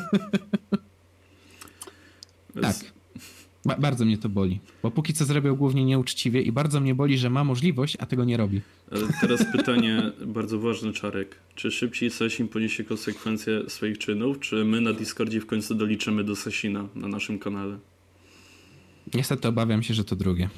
Tak. Bardzo mnie to boli, bo póki co zrobił głównie nieuczciwie i bardzo mnie boli, że ma możliwość, a tego nie robi. Ale teraz pytanie bardzo ważne, Czarek. Czy szybciej Sasin poniesie konsekwencje swoich czynów, czy my na Discordzie w końcu doliczymy do Sasina na naszym kanale? Niestety obawiam się, że to drugie.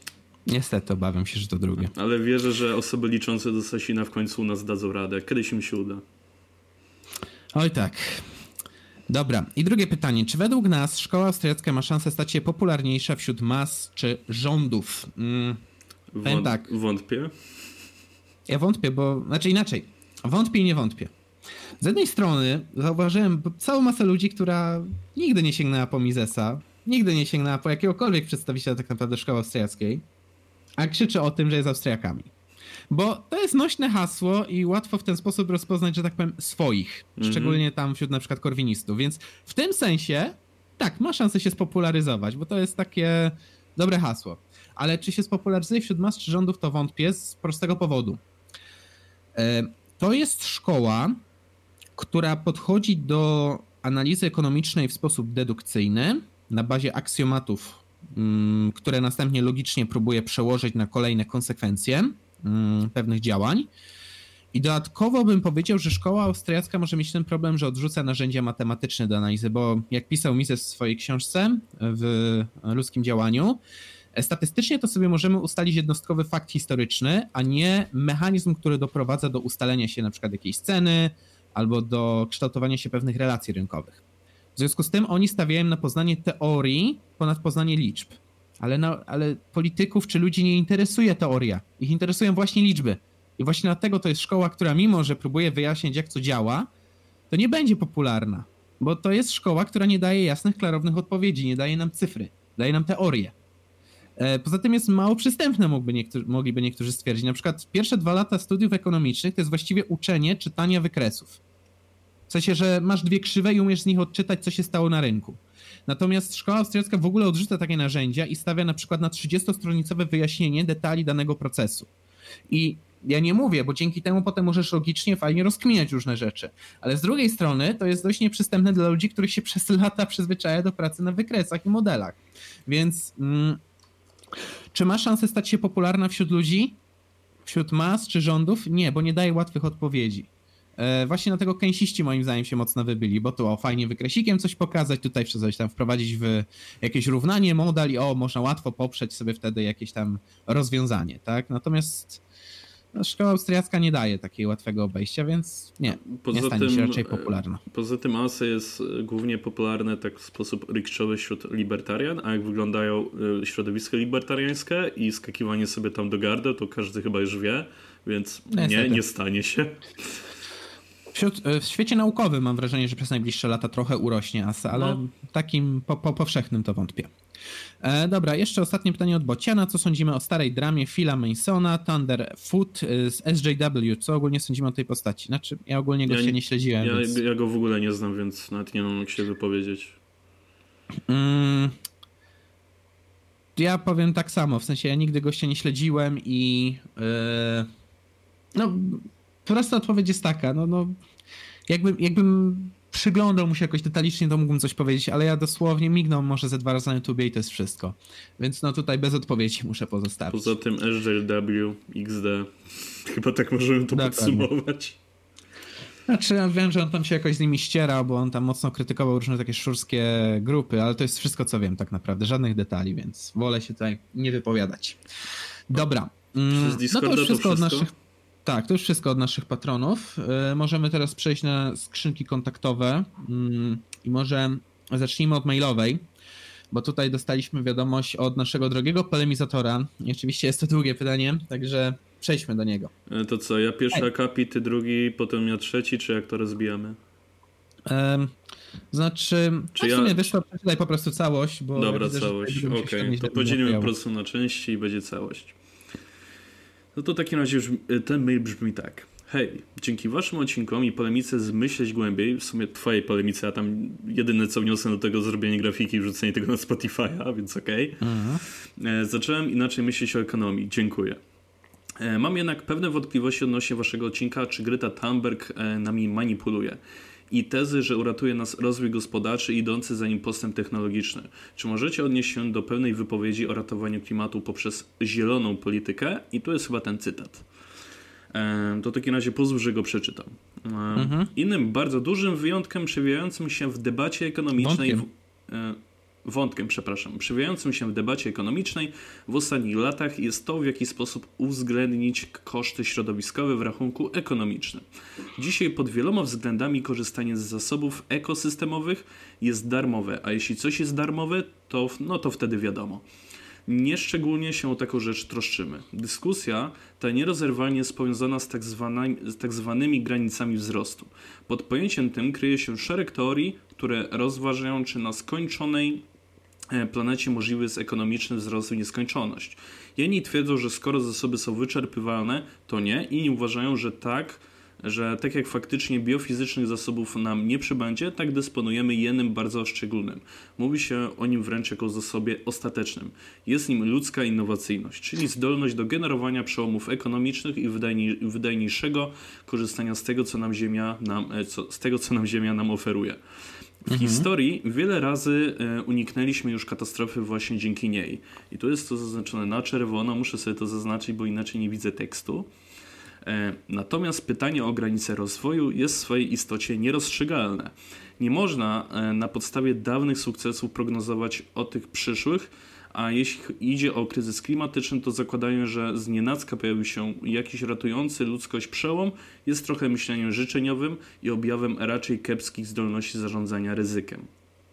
Ale wierzę, że osoby liczące do Sasina w końcu u nas dadzą radę. Kiedyś im się uda. Oj tak. Dobra. I drugie pytanie. Czy według nas szkoła austriacka ma szansę stać się popularniejsza wśród mas czy rządów? Tak. Wątpię. Ja wątpię, znaczy inaczej. Wątpię i nie wątpię. Z jednej strony zauważyłem całą masę ludzi, która nigdy nie sięgnęła po Misesa, nigdy nie sięgnęła po jakiegokolwiek przedstawiciela tak naprawdę szkoły austriackiej, a krzyczy o tym, że jest Austriakami. Bo to jest nośne hasło i łatwo w ten sposób rozpoznać, że tak powiem, swoich. Szczególnie tam wśród na przykład korwinistów. Więc w tym sensie, tak, ma szansę się spopularyzować, bo to jest takie dobre hasło. Ale czy się spopularyzuje wśród mas czy rządów, to wątpię z prostego powodu. To jest szkoła, która podchodzi do analizy ekonomicznej w sposób dedukcyjny, na bazie aksjomatów, które następnie logicznie próbuje przełożyć na kolejne konsekwencje pewnych działań. I dodatkowo bym powiedział, że szkoła austriacka może mieć ten problem, że odrzuca narzędzia matematyczne do analizy, bo jak pisał Mises w swojej książce w ludzkim działaniu, statystycznie to sobie możemy ustalić jednostkowy fakt historyczny, a nie mechanizm, który doprowadza do ustalenia się na przykład jakiejś ceny albo do kształtowania się pewnych relacji rynkowych. W związku z tym oni stawiają na poznanie teorii ponad poznanie liczb. Ale polityków czy ludzi nie interesuje teoria. Ich interesują właśnie liczby. I właśnie dlatego to jest szkoła, która mimo, że próbuje wyjaśnić, jak co działa, to nie będzie popularna. Bo to jest szkoła, która nie daje jasnych, klarownych odpowiedzi, nie daje nam cyfry, daje nam teorię. Poza tym jest mało przystępne, mogliby niektórzy stwierdzić. Na przykład pierwsze 2 lata studiów ekonomicznych to jest właściwie uczenie czytania wykresów. W sensie, że masz dwie krzywe i umiesz z nich odczytać, co się stało na rynku. Natomiast szkoła austriacka w ogóle odrzuca takie narzędzia i stawia na przykład na 30-stronicowe wyjaśnienie detali danego procesu. I ja nie mówię, bo dzięki temu potem możesz logicznie, fajnie rozkminiać różne rzeczy. Ale z drugiej strony to jest dość nieprzystępne dla ludzi, których się przez lata przyzwyczaja do pracy na wykresach i modelach. Więc czy ma szansę stać się popularna wśród ludzi? Wśród mas czy rządów? Nie, bo nie daje łatwych odpowiedzi. Właśnie dlatego keysiści moim zdaniem się mocno wybyli, bo tu fajnie wykresikiem coś pokazać, tutaj coś tam wprowadzić w jakieś równanie, model i można łatwo poprzeć sobie wtedy jakieś tam rozwiązanie, tak? Natomiast szkoła austriacka nie daje takiego łatwego obejścia, więc nie stanie się raczej popularna. Poza tym ASE jest głównie popularne tak w sposób rikszowy wśród libertarian, a jak wyglądają środowiska libertariańskie i skakiwanie sobie tam do garda, to każdy chyba już wie, więc nie stanie się. W świecie naukowym mam wrażenie, że przez najbliższe lata trochę urośnie ASE, ale takim powszechnym to wątpię. Dobra, jeszcze ostatnie pytanie od Bociana. Co sądzimy o starej dramie Phila Masona, Thunderfoot z SJW? Co ogólnie sądzimy o tej postaci? Znaczy, ja ogólnie go nie śledziłem. Ja go w ogóle nie znam, więc nawet nie mam jak się wypowiedzieć. Ja powiem tak samo, w sensie ja nigdy gościa nie śledziłem i prosta odpowiedź jest taka, jakbym przyglądał mu się jakoś detalicznie, to mógłbym coś powiedzieć, ale ja dosłownie mignął może ze 2 razy na YouTubie i to jest wszystko. Więc tutaj bez odpowiedzi muszę pozostawić. Poza tym SJW, XD, chyba tak możemy to podsumować. Znaczy, ja wiem, że on tam się jakoś z nimi ścierał, bo on tam mocno krytykował różne takie szurskie grupy, ale to jest wszystko, co wiem tak naprawdę, żadnych detali, więc wolę się tutaj nie wypowiadać. Dobra. To już wszystko od naszych... Tak, to już wszystko od naszych patronów. Możemy teraz przejść na skrzynki kontaktowe i może zacznijmy od mailowej, bo tutaj dostaliśmy wiadomość od naszego drogiego polemizatora. I oczywiście jest to długie pytanie, także przejdźmy do niego. To co, ja pierwszy akapit, ty drugi, potem ja trzeci, czy jak to rozbijamy? Znaczy, w sumie wiesz, to przeczytaj po prostu całość, bo... Dobra, ja widzę, całość, okej. To podzielimy po prostu na części i będzie całość. No to w takim razie już ten mail brzmi tak. Hej, dzięki waszym odcinkom i polemice z Myśleć Głębiej, w sumie twojej polemice, a tam jedyne co wniosę do tego zrobienie grafiki i wrzucenie tego na Spotify'a, więc okej. Zacząłem inaczej myśleć o ekonomii. Dziękuję. Mam jednak pewne wątpliwości odnośnie waszego odcinka, czy Greta Thunberg nami manipuluje. I tezy, że uratuje nas rozwój gospodarczy idący za nim postęp technologiczny. Czy możecie odnieść się do pełnej wypowiedzi o ratowaniu klimatu poprzez zieloną politykę? I tu jest chyba ten cytat. To w takim razie pozwól, że go przeczytam. Innym bardzo dużym wyjątkiem przewijającym się w debacie ekonomicznej... Przewijającym się w debacie ekonomicznej w ostatnich latach jest to, w jaki sposób uwzględnić koszty środowiskowe w rachunku ekonomicznym. Dzisiaj pod wieloma względami korzystanie z zasobów ekosystemowych jest darmowe, a jeśli coś jest darmowe, to wtedy wiadomo. Nieszczególnie się o taką rzecz troszczymy. Dyskusja ta nierozerwalnie jest powiązana z tak zwanymi granicami wzrostu. Pod pojęciem tym kryje się szereg teorii, które rozważają, czy na skończonej planecie możliwy jest ekonomiczny wzrost w nieskończoność. Jedni twierdzą, że skoro zasoby są wyczerpywalne, to nie. Inni uważają, że tak jak faktycznie biofizycznych zasobów nam nie przybędzie, tak dysponujemy jednym bardzo szczególnym. Mówi się o nim wręcz jako zasobie ostatecznym. Jest nim ludzka innowacyjność, czyli zdolność do generowania przełomów ekonomicznych i wydajniejszego korzystania z tego, co nam Ziemia nam oferuje. W historii wiele razy uniknęliśmy już katastrofy właśnie dzięki niej. I tu jest to zaznaczone na czerwono, muszę sobie to zaznaczyć, bo inaczej nie widzę tekstu. Natomiast pytanie o granice rozwoju jest w swojej istocie nierozstrzygalne. Nie można na podstawie dawnych sukcesów prognozować o tych przyszłych, a jeśli idzie o kryzys klimatyczny, to zakładają, że znienacka pojawił się jakiś ratujący ludzkość przełom, jest trochę myśleniem życzeniowym i objawem raczej kiepskich zdolności zarządzania ryzykiem.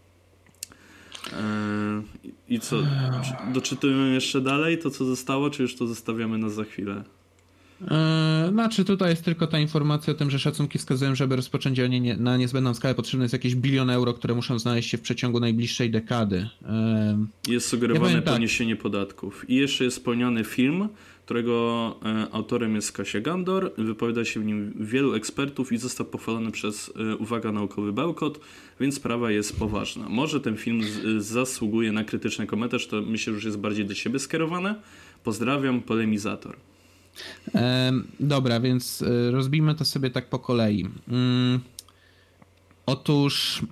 I co? Doczytujemy jeszcze dalej to, co zostało, czy już to zostawiamy na za chwilę? Znaczy tutaj jest tylko ta informacja o tym, że szacunki wskazują, żeby rozpocząć działanie na niezbędną skalę potrzebne jest jakieś 1 bilion euro, które muszą znaleźć się w przeciągu najbliższej dekady. Jest sugerowane podniesienie podatków. I jeszcze jest wspomniany film, którego autorem jest Kasia Gandor. Wypowiada się w nim wielu ekspertów i został pochwalony przez, uwaga, naukowy bełkot, więc sprawa jest poważna. Może ten film zasługuje na krytyczny komentarz, to myślę, że już jest bardziej do siebie skierowane. Pozdrawiam, polemizator. Dobra, więc rozbijmy to sobie tak po kolei. Otóż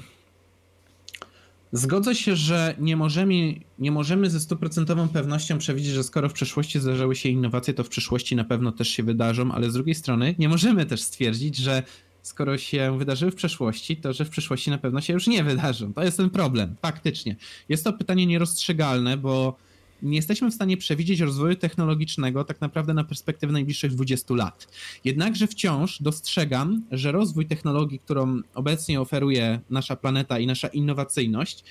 zgodzę się, że nie możemy ze 100% pewnością przewidzieć, że skoro w przeszłości zdarzały się innowacje, to w przyszłości na pewno też się wydarzą, ale z drugiej strony nie możemy też stwierdzić, że skoro się wydarzyły w przeszłości, to że w przyszłości na pewno się już nie wydarzą. To jest ten problem, faktycznie. Jest to pytanie nierozstrzygalne, bo nie jesteśmy w stanie przewidzieć rozwoju technologicznego tak naprawdę na perspektywę najbliższych 20 lat. Jednakże wciąż dostrzegam, że rozwój technologii, którą obecnie oferuje nasza planeta i nasza innowacyjność,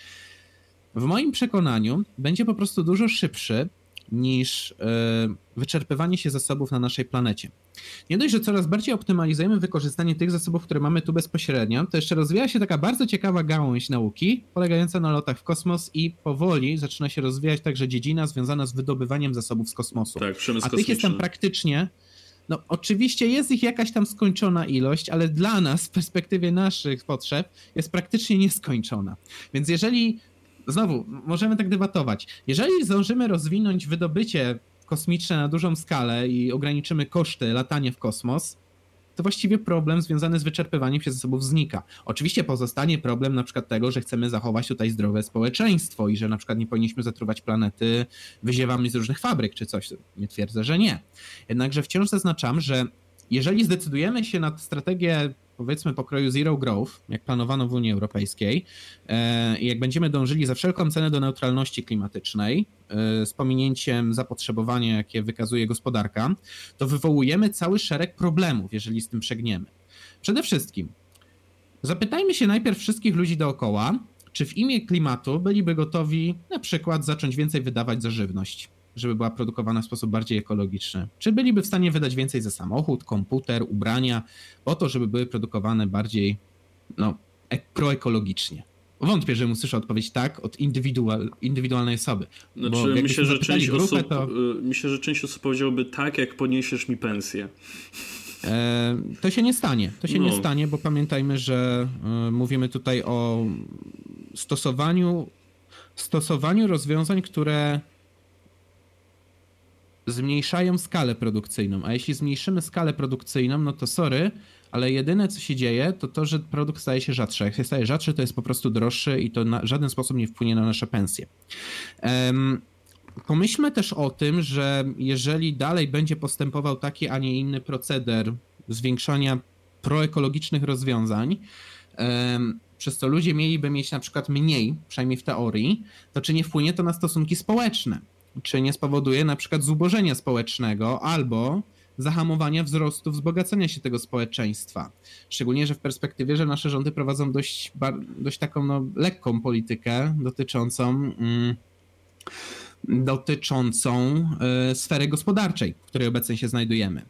w moim przekonaniu będzie po prostu dużo szybszy niż wyczerpywanie się zasobów na naszej planecie. Nie dość, że coraz bardziej optymalizujemy wykorzystanie tych zasobów, które mamy tu bezpośrednio, to jeszcze rozwija się taka bardzo ciekawa gałąź nauki polegająca na lotach w kosmos i powoli zaczyna się rozwijać także dziedzina związana z wydobywaniem zasobów z kosmosu. Tak, przemysł A tych jest tam praktycznie, no oczywiście jest ich jakaś tam skończona ilość, ale dla nas w perspektywie naszych potrzeb jest praktycznie nieskończona. Więc jeżeli znowu, możemy tak debatować. Jeżeli zdążymy rozwinąć wydobycie kosmiczne na dużą skalę i ograniczymy koszty latania w kosmos, to właściwie problem związany z wyczerpywaniem się zasobów znika. Oczywiście pozostanie problem na przykład tego, że chcemy zachować tutaj zdrowe społeczeństwo i że na przykład nie powinniśmy zatruwać planety wyziewami z różnych fabryk czy coś. Nie twierdzę, że nie. Jednakże wciąż zaznaczam, że jeżeli zdecydujemy się na strategię powiedzmy pokroju zero growth, jak planowano w Unii Europejskiej i jak będziemy dążyli za wszelką cenę do neutralności klimatycznej z pominięciem zapotrzebowania, jakie wykazuje gospodarka, to wywołujemy cały szereg problemów, jeżeli z tym przegniemy. Przede wszystkim zapytajmy się najpierw wszystkich ludzi dookoła, czy w imię klimatu byliby gotowi na przykład zacząć więcej wydawać za żywność, żeby była produkowana w sposób bardziej ekologiczny. Czy byliby w stanie wydać więcej za samochód, komputer, ubrania, po to, żeby były produkowane bardziej proekologicznie? Wątpię, że usłyszę odpowiedź tak od indywidualnej osoby. Znaczy, myślę, że część osób powiedziałoby tak, jak podniesiesz mi pensję. To się nie stanie. Nie stanie, bo pamiętajmy, że mówimy tutaj o stosowaniu rozwiązań, które zmniejszają skalę produkcyjną, a jeśli zmniejszymy skalę produkcyjną, no to sorry, ale jedyne co się dzieje, to to, że produkt staje się rzadszy. Jak się staje rzadszy, to jest po prostu droższy i to w żaden sposób nie wpłynie na nasze pensje. Pomyślmy też o tym, że jeżeli dalej będzie postępował taki, a nie inny proceder zwiększania proekologicznych rozwiązań, przez co ludzie mieliby mieć na przykład mniej, przynajmniej w teorii, to czy nie wpłynie to na stosunki społeczne? Czy nie spowoduje na przykład zubożenia społecznego albo zahamowania wzrostu wzbogacenia się tego społeczeństwa? Szczególnie, że w perspektywie, że nasze rządy prowadzą dość taką lekką politykę dotyczącą sfery gospodarczej, w której obecnie się znajdujemy.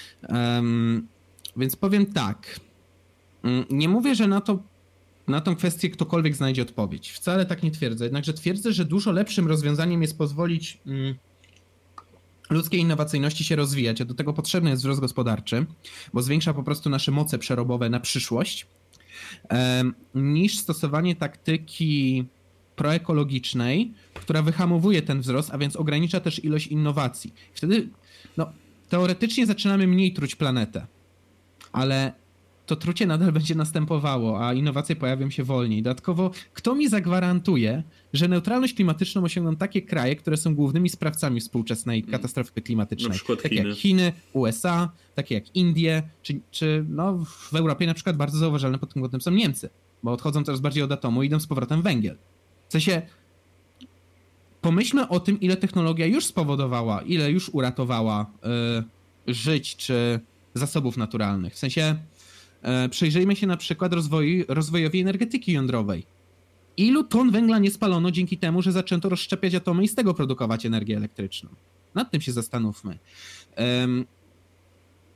Więc powiem tak, nie mówię, że na tą kwestię ktokolwiek znajdzie odpowiedź. Wcale tak nie twierdzę. Jednakże twierdzę, że dużo lepszym rozwiązaniem jest pozwolić ludzkiej innowacyjności się rozwijać, a do tego potrzebny jest wzrost gospodarczy, bo zwiększa po prostu nasze moce przerobowe na przyszłość, niż stosowanie taktyki proekologicznej, która wyhamowuje ten wzrost, a więc ogranicza też ilość innowacji. Wtedy teoretycznie zaczynamy mniej truć planetę, ale to trucie nadal będzie następowało, a innowacje pojawią się wolniej. Dodatkowo, kto mi zagwarantuje, że neutralność klimatyczną osiągną takie kraje, które są głównymi sprawcami współczesnej katastrofy klimatycznej? Na przykład takie Chiny. Jak Chiny, USA, takie jak Indie, czy w Europie na przykład bardzo zauważalne pod tym kątem są Niemcy, bo odchodzą coraz bardziej od atomu i idą z powrotem węgiel. W sensie, pomyślmy o tym, ile technologia już spowodowała, ile już uratowała żyć czy zasobów naturalnych. W sensie, przyjrzyjmy się na przykład rozwojowi energetyki jądrowej. Ilu ton węgla nie spalono dzięki temu, że zaczęto rozszczepiać atomy i z tego produkować energię elektryczną? Nad tym się zastanówmy.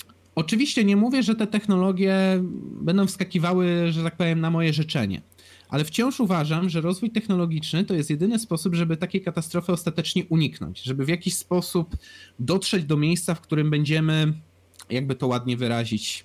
Oczywiście nie mówię, że te technologie będą wskakiwały, że tak powiem, na moje życzenie, ale wciąż uważam, że rozwój technologiczny to jest jedyny sposób, żeby takiej katastrofy ostatecznie uniknąć, żeby w jakiś sposób dotrzeć do miejsca, w którym będziemy, jakby to ładnie wyrazić,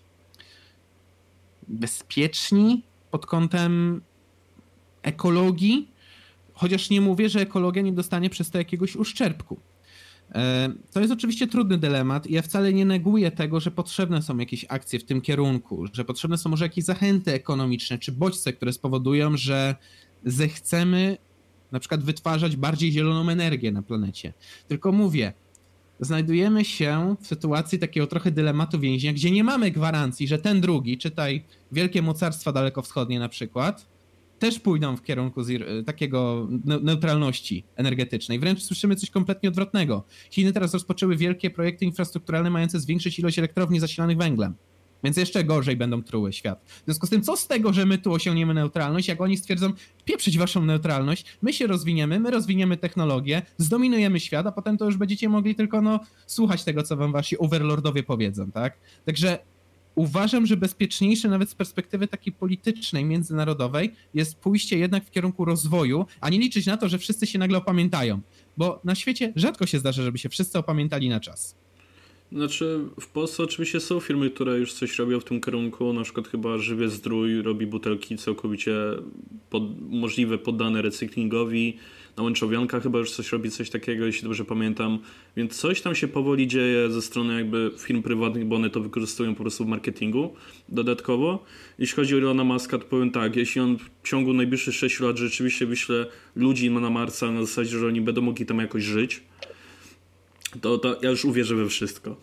bezpieczni pod kątem ekologii, chociaż nie mówię, że ekologia nie dostanie przez to jakiegoś uszczerbku. To jest oczywiście trudny dylemat i ja wcale nie neguję tego, że potrzebne są jakieś akcje w tym kierunku, że potrzebne są może jakieś zachęty ekonomiczne czy bodźce, które spowodują, że zechcemy na przykład wytwarzać bardziej zieloną energię na planecie. Tylko mówię, znajdujemy się w sytuacji takiego trochę dylematu więźnia, gdzie nie mamy gwarancji, że ten drugi, czytaj wielkie mocarstwa dalekowschodnie na przykład, też pójdą w kierunku takiego neutralności energetycznej. Wręcz słyszymy coś kompletnie odwrotnego. Chiny teraz rozpoczęły wielkie projekty infrastrukturalne mające zwiększyć ilość elektrowni zasilanych węglem. Więc jeszcze gorzej będą truły świat. W związku z tym, co z tego, że my tu osiągniemy neutralność, jak oni stwierdzą, pieprzyć waszą neutralność, my się rozwiniemy, my rozwiniemy technologię, zdominujemy świat, a potem to już będziecie mogli tylko słuchać tego, co wam wasi overlordowie powiedzą, tak? Także uważam, że bezpieczniejsze nawet z perspektywy takiej politycznej, międzynarodowej jest pójście jednak w kierunku rozwoju, a nie liczyć na to, że wszyscy się nagle opamiętają. Bo na świecie rzadko się zdarza, żeby się wszyscy opamiętali na czas. Znaczy, w Polsce oczywiście są firmy, które już coś robią w tym kierunku, na przykład chyba Żywie Zdrój robi butelki całkowicie możliwe, poddane recyklingowi. Na Łęczowiankach chyba już robi coś takiego, jeśli dobrze pamiętam. Więc coś tam się powoli dzieje ze strony jakby firm prywatnych, bo one to wykorzystują po prostu w marketingu dodatkowo. Jeśli chodzi o Elona Muska, to powiem tak, jeśli on w ciągu najbliższych 6 lat rzeczywiście wyśle ludzi na Marsa na zasadzie, że oni będą mogli tam jakoś żyć, to ja już uwierzę we wszystko.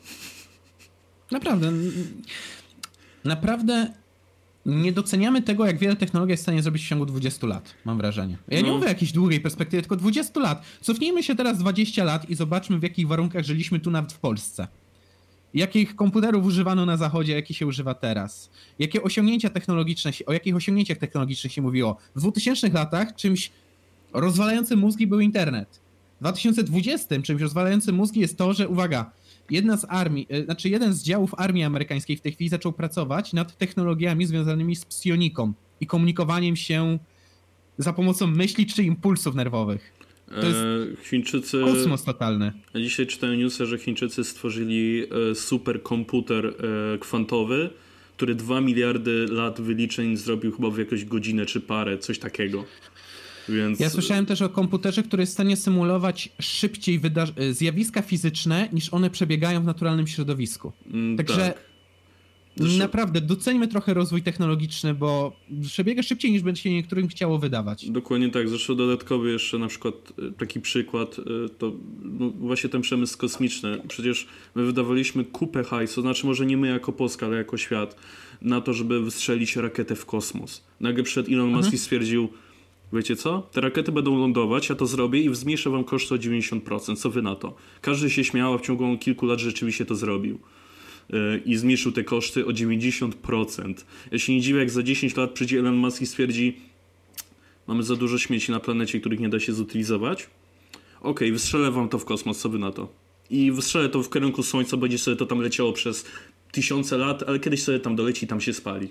Naprawdę nie doceniamy tego, jak wiele technologii jest w stanie zrobić w ciągu 20 lat, mam wrażenie. Ja nie mówię o jakiejś długiej perspektywie, tylko 20 lat. Cofnijmy się teraz 20 lat i zobaczmy, w jakich warunkach żyliśmy tu nawet w Polsce. Jakich komputerów używano na zachodzie, jakie się używa teraz. Jakie osiągnięcia technologiczne, o jakich osiągnięciach technologicznych się mówiło. W 2000 latach czymś rozwalającym mózgi był internet. W 2020 czymś rozwalającym mózgi jest to, że uwaga, jeden z działów armii amerykańskiej w tej chwili zaczął pracować nad technologiami związanymi z psioniką i komunikowaniem się za pomocą myśli czy impulsów nerwowych. To jest Chińczycy, kosmos totalny. Ja dzisiaj czytałem newsy, że Chińczycy stworzyli superkomputer kwantowy, który 2 miliardy lat wyliczeń zrobił chyba w jakąś godzinę czy parę, coś takiego. Więc... Ja słyszałem też o komputerze, który jest w stanie symulować szybciej zjawiska fizyczne, niż one przebiegają w naturalnym środowisku. Także naprawdę doceńmy trochę rozwój technologiczny, bo przebiega szybciej, niż będzie się niektórym chciało wydawać. Dokładnie tak. Zresztą dodatkowy jeszcze na przykład taki przykład to właśnie ten przemysł kosmiczny. Przecież my wydawaliśmy kupę hajsu, znaczy może nie my jako Polska, ale jako świat, na to, żeby wystrzelić rakietę w kosmos. Nagle przed Elon Musk stwierdził: wiecie co? Te rakiety będą lądować, ja to zrobię i zmniejszę wam koszty o 90%. Co wy na to? Każdy się śmiał, a w ciągu kilku lat rzeczywiście to zrobił. I zmniejszył te koszty o 90%. Ja się nie dziwię, jak za 10 lat przyjdzie Elon Musk i stwierdzi: mamy za dużo śmieci na planecie, których nie da się zutylizować. Okej, wystrzelę wam to w kosmos, co wy na to? I wystrzelę to w kierunku Słońca, będzie sobie to tam leciało przez tysiące lat, ale kiedyś sobie tam doleci i tam się spali.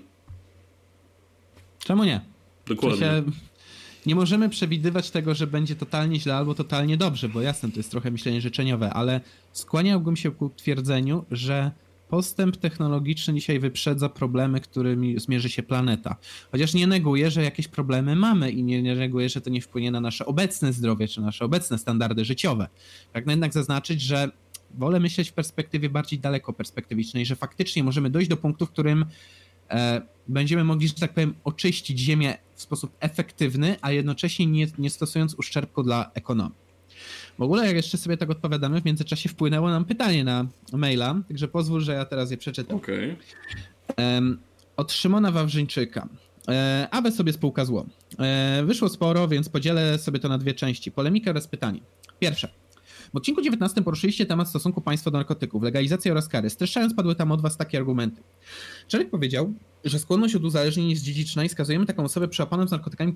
Czemu nie? Dokładnie. Nie możemy przewidywać tego, że będzie totalnie źle albo totalnie dobrze, bo jasne, to jest trochę myślenie życzeniowe, ale skłaniałbym się ku twierdzeniu, że postęp technologiczny dzisiaj wyprzedza problemy, którymi zmierzy się planeta. Chociaż nie neguję, że jakieś problemy mamy i nie neguję, że to nie wpłynie na nasze obecne zdrowie czy nasze obecne standardy życiowe. Pragnę jednak zaznaczyć, że wolę myśleć w perspektywie bardziej daleko perspektywicznej, że faktycznie możemy dojść do punktu, w którym będziemy mogli, że tak powiem, oczyścić Ziemię w sposób efektywny, a jednocześnie nie stosując uszczerbku dla ekonomii. W ogóle, jak jeszcze sobie tak odpowiadamy, w międzyczasie wpłynęło nam pytanie na maila, także pozwól, że ja teraz je przeczytam. Okay. Od Szymona Wawrzyńczyka. Awe sobie spółka zło. Wyszło sporo, więc podzielę sobie to na dwie części. Polemika oraz pytanie. Pierwsze. W odcinku 19 poruszyliście temat stosunku państwa do narkotyków, legalizacji oraz kary. Streszczając, padły tam od was takie argumenty. Człowiek powiedział, że skłonność od uzależnień jest dziedziczna i skazujemy taką osobę przełapaną z narkotykami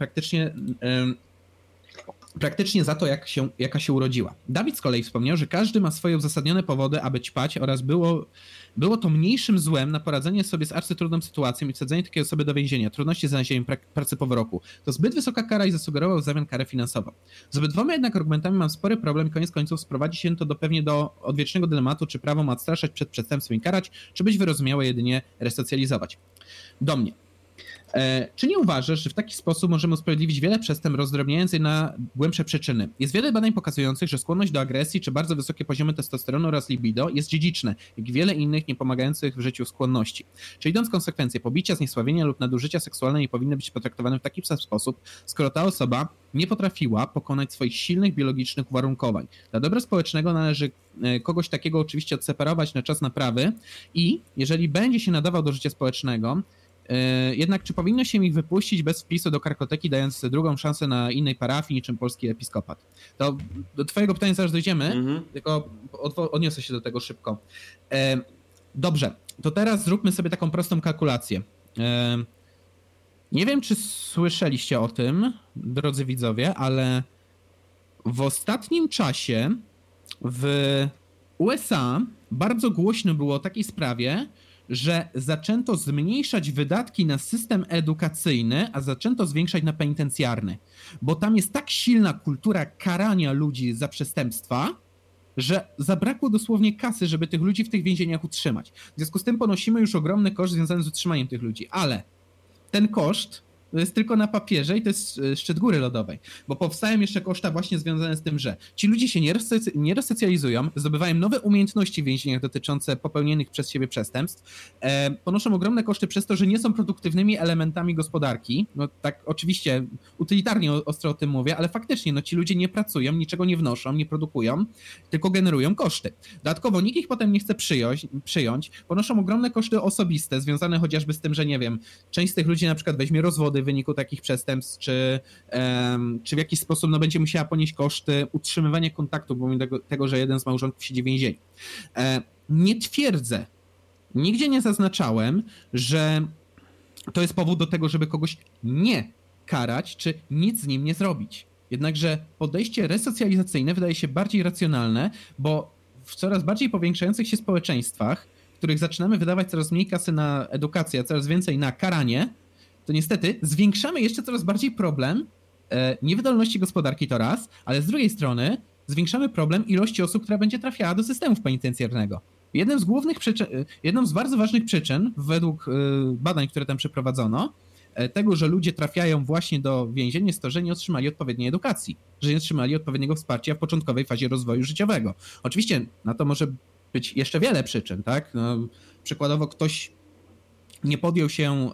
praktycznie za to, jaka się urodziła. Dawid z kolei wspomniał, że każdy ma swoje uzasadnione powody, aby ćpać oraz było było to mniejszym złem na poradzenie sobie z arcytrudną sytuacją i wsadzenie takiej osoby do więzienia, trudności z znalezieniem pracy po wyroku. To zbyt wysoka kara i zasugerował w zamian karę finansową. Z obydwoma jednak argumentami mam spory problem i koniec końców sprowadzi się to pewnie do odwiecznego dylematu, czy prawo ma odstraszać przed przestępstwem i karać, czy być wyrozumiałe jedynie resocjalizować. Do mnie. Czy nie uważasz, że w taki sposób możemy usprawiedliwić wiele przestępstw, rozdrobniając je na głębsze przyczyny? Jest wiele badań pokazujących, że skłonność do agresji czy bardzo wysokie poziomy testosteronu oraz libido jest dziedziczne, jak i wiele innych niepomagających w życiu skłonności. Czy idąc w konsekwencje, pobicia, zniesławienia lub nadużycia seksualne nie powinny być potraktowane w taki sam sposób, skoro ta osoba nie potrafiła pokonać swoich silnych biologicznych uwarunkowań. Dla dobra społecznego należy kogoś takiego oczywiście odseparować na czas naprawy i jeżeli będzie się nadawał do życia społecznego, jednak czy powinno się ich wypuścić bez wpisu do kartoteki, dając drugą szansę na innej parafii, niczym polski episkopat? To do twojego pytania zaraz dojdziemy, tylko odniosę się do tego szybko. Dobrze, to teraz zróbmy sobie taką prostą kalkulację. Nie wiem, czy słyszeliście o tym, drodzy widzowie, ale w ostatnim czasie w USA bardzo głośno było o takiej sprawie, że zaczęto zmniejszać wydatki na system edukacyjny, a zaczęto zwiększać na penitencjarny. Bo tam jest tak silna kultura karania ludzi za przestępstwa, że zabrakło dosłownie kasy, żeby tych ludzi w tych więzieniach utrzymać. W związku z tym ponosimy już ogromny koszt związany z utrzymaniem tych ludzi, ale ten koszt to jest tylko na papierze i to jest szczyt góry lodowej, bo powstają jeszcze koszta właśnie związane z tym, że ci ludzie się nie resocjalizują, zdobywają nowe umiejętności w więzieniach dotyczące popełnionych przez siebie przestępstw, ponoszą ogromne koszty przez to, że nie są produktywnymi elementami gospodarki. No tak oczywiście utylitarnie ostro o tym mówię, ale faktycznie no ci ludzie nie pracują, niczego nie wnoszą, nie produkują, tylko generują koszty. Dodatkowo nikt ich potem nie chce przyjąć, ponoszą ogromne koszty osobiste związane chociażby z tym, że nie wiem, część z tych ludzi na przykład weźmie rozwody w wyniku takich przestępstw, czy w jakiś sposób no, będzie musiała ponieść koszty utrzymywania kontaktu, pomimo tego, że jeden z małżonków siedzi w więzieniu. Nie twierdzę, nigdzie nie zaznaczałem, że to jest powód do tego, żeby kogoś nie karać, czy nic z nim nie zrobić. Jednakże podejście resocjalizacyjne wydaje się bardziej racjonalne, bo w coraz bardziej powiększających się społeczeństwach, w których zaczynamy wydawać coraz mniej kasy na edukację, a coraz więcej na karanie, to niestety zwiększamy jeszcze coraz bardziej problem niewydolności gospodarki to raz, ale z drugiej strony zwiększamy problem ilości osób, która będzie trafiała do systemu penitencjarnego. Jedną z bardzo ważnych przyczyn, według badań, które tam przeprowadzono, tego, że ludzie trafiają właśnie do więzień, jest to, że nie otrzymali odpowiedniej edukacji, że nie otrzymali odpowiedniego wsparcia w początkowej fazie rozwoju życiowego. Oczywiście na to może być jeszcze wiele przyczyn, tak? No, przykładowo ktoś nie podjął się...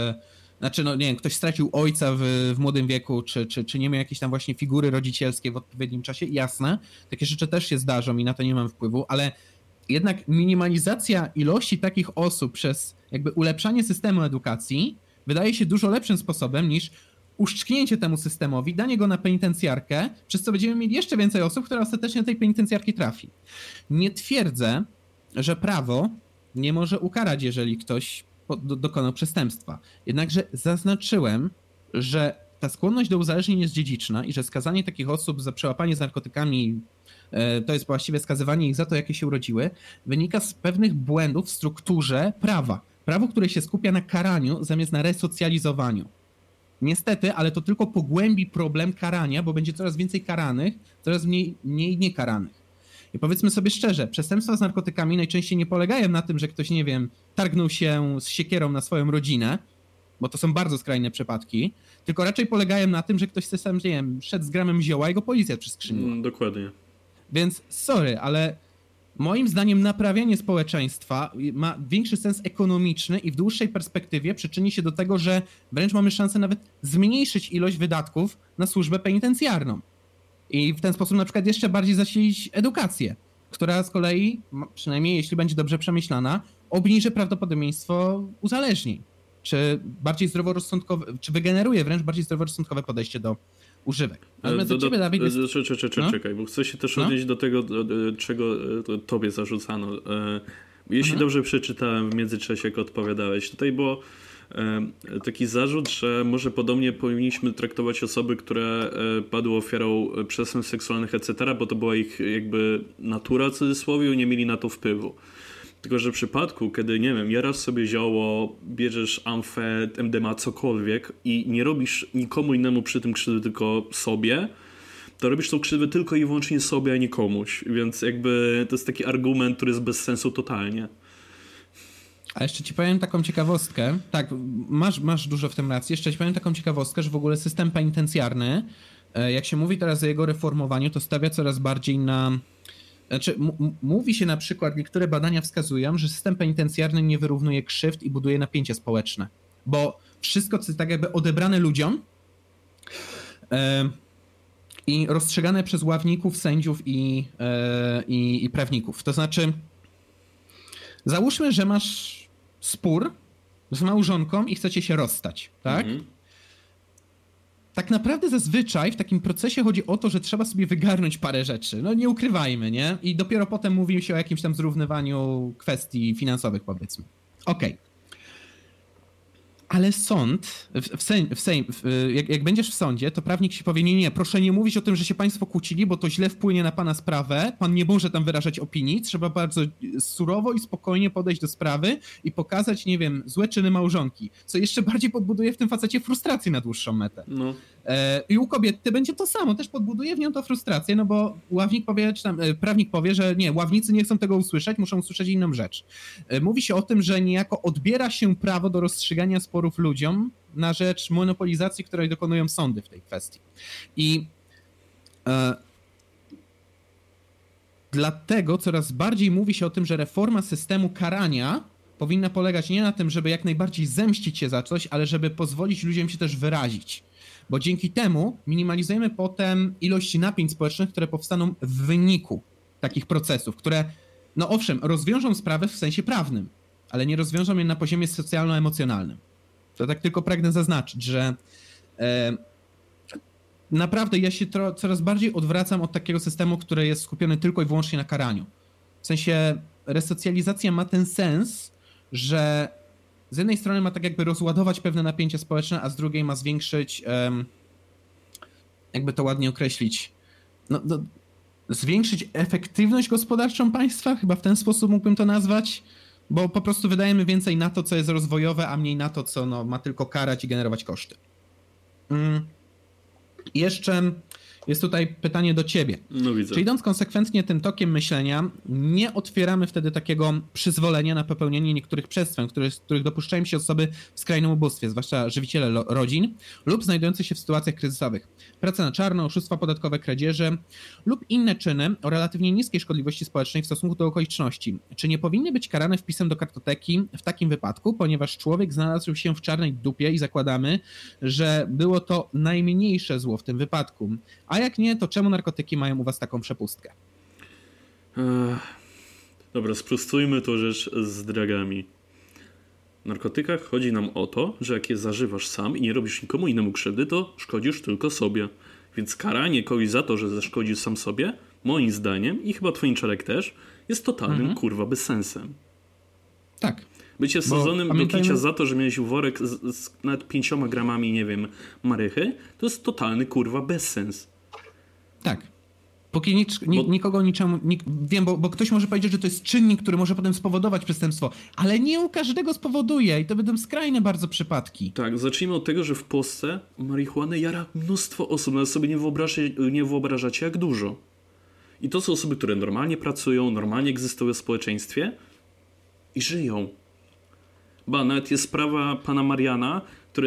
ktoś stracił ojca w młodym wieku, czy nie miał jakiejś tam właśnie figury rodzicielskiej w odpowiednim czasie, jasne, takie rzeczy też się zdarzą i na to nie mam wpływu, ale jednak minimalizacja ilości takich osób przez jakby ulepszanie systemu edukacji wydaje się dużo lepszym sposobem niż uszczknięcie temu systemowi, danie go na penitencjarkę, przez co będziemy mieli jeszcze więcej osób, które ostatecznie do tej penitencjarki trafi. Nie twierdzę, że prawo nie może ukarać, jeżeli ktoś dokonał przestępstwa. Jednakże zaznaczyłem, że ta skłonność do uzależnień jest dziedziczna i że skazanie takich osób za przełapanie z narkotykami, to jest właściwie skazywanie ich za to, jakie się urodziły, wynika z pewnych błędów w strukturze prawa. Prawo, które się skupia na karaniu zamiast na resocjalizowaniu. Niestety, ale to tylko pogłębi problem karania, bo będzie coraz więcej karanych, coraz mniej niekaranych. I powiedzmy sobie szczerze, przestępstwa z narkotykami najczęściej nie polegają na tym, że ktoś, nie wiem, targnął się z siekierą na swoją rodzinę, bo to są bardzo skrajne przypadki, tylko raczej polegają na tym, że ktoś chce sam, nie wiem, szedł z gramem zioła i go policja przyskrzyniła. Dokładnie. Więc sorry, ale moim zdaniem naprawianie społeczeństwa ma większy sens ekonomiczny i w dłuższej perspektywie przyczyni się do tego, że wręcz mamy szansę nawet zmniejszyć ilość wydatków na służbę penitencjarną. I w ten sposób na przykład jeszcze bardziej zasilić edukację, która z kolei, przynajmniej jeśli będzie dobrze przemyślana, obniży prawdopodobieństwo uzależnień, czy bardziej zdroworozsądkowe, czy wygeneruje wręcz bardziej zdroworozsądkowe podejście do używek. Ale do ciebie, Dawid, jest... Czekaj, bo chcę się też odnieść do tego, czego tobie zarzucano. Jeśli dobrze przeczytałem w międzyczasie, jak odpowiadałeś, tutaj było taki zarzut, że może podobnie powinniśmy traktować osoby, które padły ofiarą przestępstw seksualnych, etc., bo to była ich jakby natura, w cudzysłowie, i nie mieli na to wpływu. Tylko, że w przypadku, kiedy, nie wiem, jarasz sobie zioło, bierzesz amfet, MDMA, cokolwiek i nie robisz nikomu innemu przy tym krzywdy, tylko sobie, to robisz tą krzywdę tylko i wyłącznie sobie, a nie komuś. Więc jakby to jest taki argument, który jest bez sensu totalnie. A jeszcze ci powiem taką ciekawostkę. Tak, masz dużo w tym racji. Jeszcze ci powiem taką ciekawostkę, że w ogóle system penitencjarny, jak się mówi teraz o jego reformowaniu, to stawia coraz bardziej na... Znaczy, mówi się na przykład, niektóre badania wskazują, że system penitencjarny nie wyrównuje krzywd i buduje napięcie społeczne. Bo wszystko, co jest tak jakby odebrane ludziom i rozstrzygane przez ławników, sędziów i prawników. To znaczy, załóżmy, że masz spór z małżonką i chcecie się rozstać, tak? Tak naprawdę zazwyczaj w takim procesie chodzi o to, że trzeba sobie wygarnąć parę rzeczy. No nie ukrywajmy, nie? I dopiero potem mówi się o jakimś tam zrównywaniu kwestii finansowych, powiedzmy. Okej. Ale sąd, jak będziesz w sądzie, to prawnik ci powie, nie, proszę nie mówić o tym, że się państwo kłócili, bo to źle wpłynie na pana sprawę, pan nie może tam wyrażać opinii, trzeba bardzo surowo i spokojnie podejść do sprawy i pokazać, nie wiem, złe czyny małżonki, co jeszcze bardziej podbuduje w tym facecie frustrację na dłuższą metę. No. I u kobiety będzie to samo, też podbuduje w nią to frustrację, no bo ławnik powie, czy tam prawnik powie, że nie, ławnicy nie chcą tego usłyszeć, muszą usłyszeć inną rzecz. Mówi się o tym, że niejako odbiera się prawo do rozstrzygania sporów ludziom na rzecz monopolizacji, której dokonują sądy w tej kwestii. I dlatego coraz bardziej mówi się o tym, że reforma systemu karania powinna polegać nie na tym, żeby jak najbardziej zemścić się za coś, ale żeby pozwolić ludziom się też wyrazić. Bo dzięki temu minimalizujemy potem ilość napięć społecznych, które powstaną w wyniku takich procesów, które, no owszem, rozwiążą sprawę w sensie prawnym, ale nie rozwiążą je na poziomie socjalno-emocjonalnym. To tak tylko pragnę zaznaczyć, że naprawdę ja się coraz bardziej odwracam od takiego systemu, który jest skupiony tylko i wyłącznie na karaniu. W sensie resocjalizacja ma ten sens, że z jednej strony ma tak jakby rozładować pewne napięcie społeczne, a z drugiej ma zwiększyć, jakby to ładnie określić, zwiększyć efektywność gospodarczą państwa, chyba w ten sposób mógłbym to nazwać, bo po prostu wydajemy więcej na to, co jest rozwojowe, a mniej na to, co ma tylko karać i generować koszty. Jeszcze jest tutaj pytanie do ciebie. No widzę. Czy idąc konsekwentnie tym tokiem myślenia, nie otwieramy wtedy takiego przyzwolenia na popełnienie niektórych przestępstw, których dopuszczają się osoby w skrajnym ubóstwie, zwłaszcza żywiciele rodzin lub znajdujące się w sytuacjach kryzysowych. Praca na czarno, oszustwa podatkowe, kradzieże lub inne czyny o relatywnie niskiej szkodliwości społecznej w stosunku do okoliczności. Czy nie powinny być karane wpisem do kartoteki w takim wypadku, ponieważ człowiek znalazł się w czarnej dupie i zakładamy, że było to najmniejsze zło w tym wypadku. A jak nie, to czemu narkotyki mają u was taką przepustkę? Dobra, sprostujmy to rzecz z dragami. W narkotykach chodzi nam o to, że jak je zażywasz sam i nie robisz nikomu innemu krzywdy, to szkodzisz tylko sobie. Więc karanie kogoś za to, że zaszkodzisz sam sobie, moim zdaniem i chyba twoim czarek też, jest totalnym kurwa bezsensem. Tak. Bycie sadzonym do kicia za to, że miałeś worek z nawet 5 gramami, nie wiem, marychy, to jest totalny kurwa bezsens. Tak. Póki nikogo niczemu... Wiem, bo ktoś może powiedzieć, że to jest czynnik, który może potem spowodować przestępstwo, ale nie u każdego spowoduje i to będą skrajne bardzo przypadki. Tak, zacznijmy od tego, że w Polsce marihuanę jara mnóstwo osób, nawet sobie nie wyobrażacie jak dużo. I to są osoby, które normalnie pracują, normalnie egzystują w społeczeństwie i żyją. Nawet jest sprawa pana Mariana,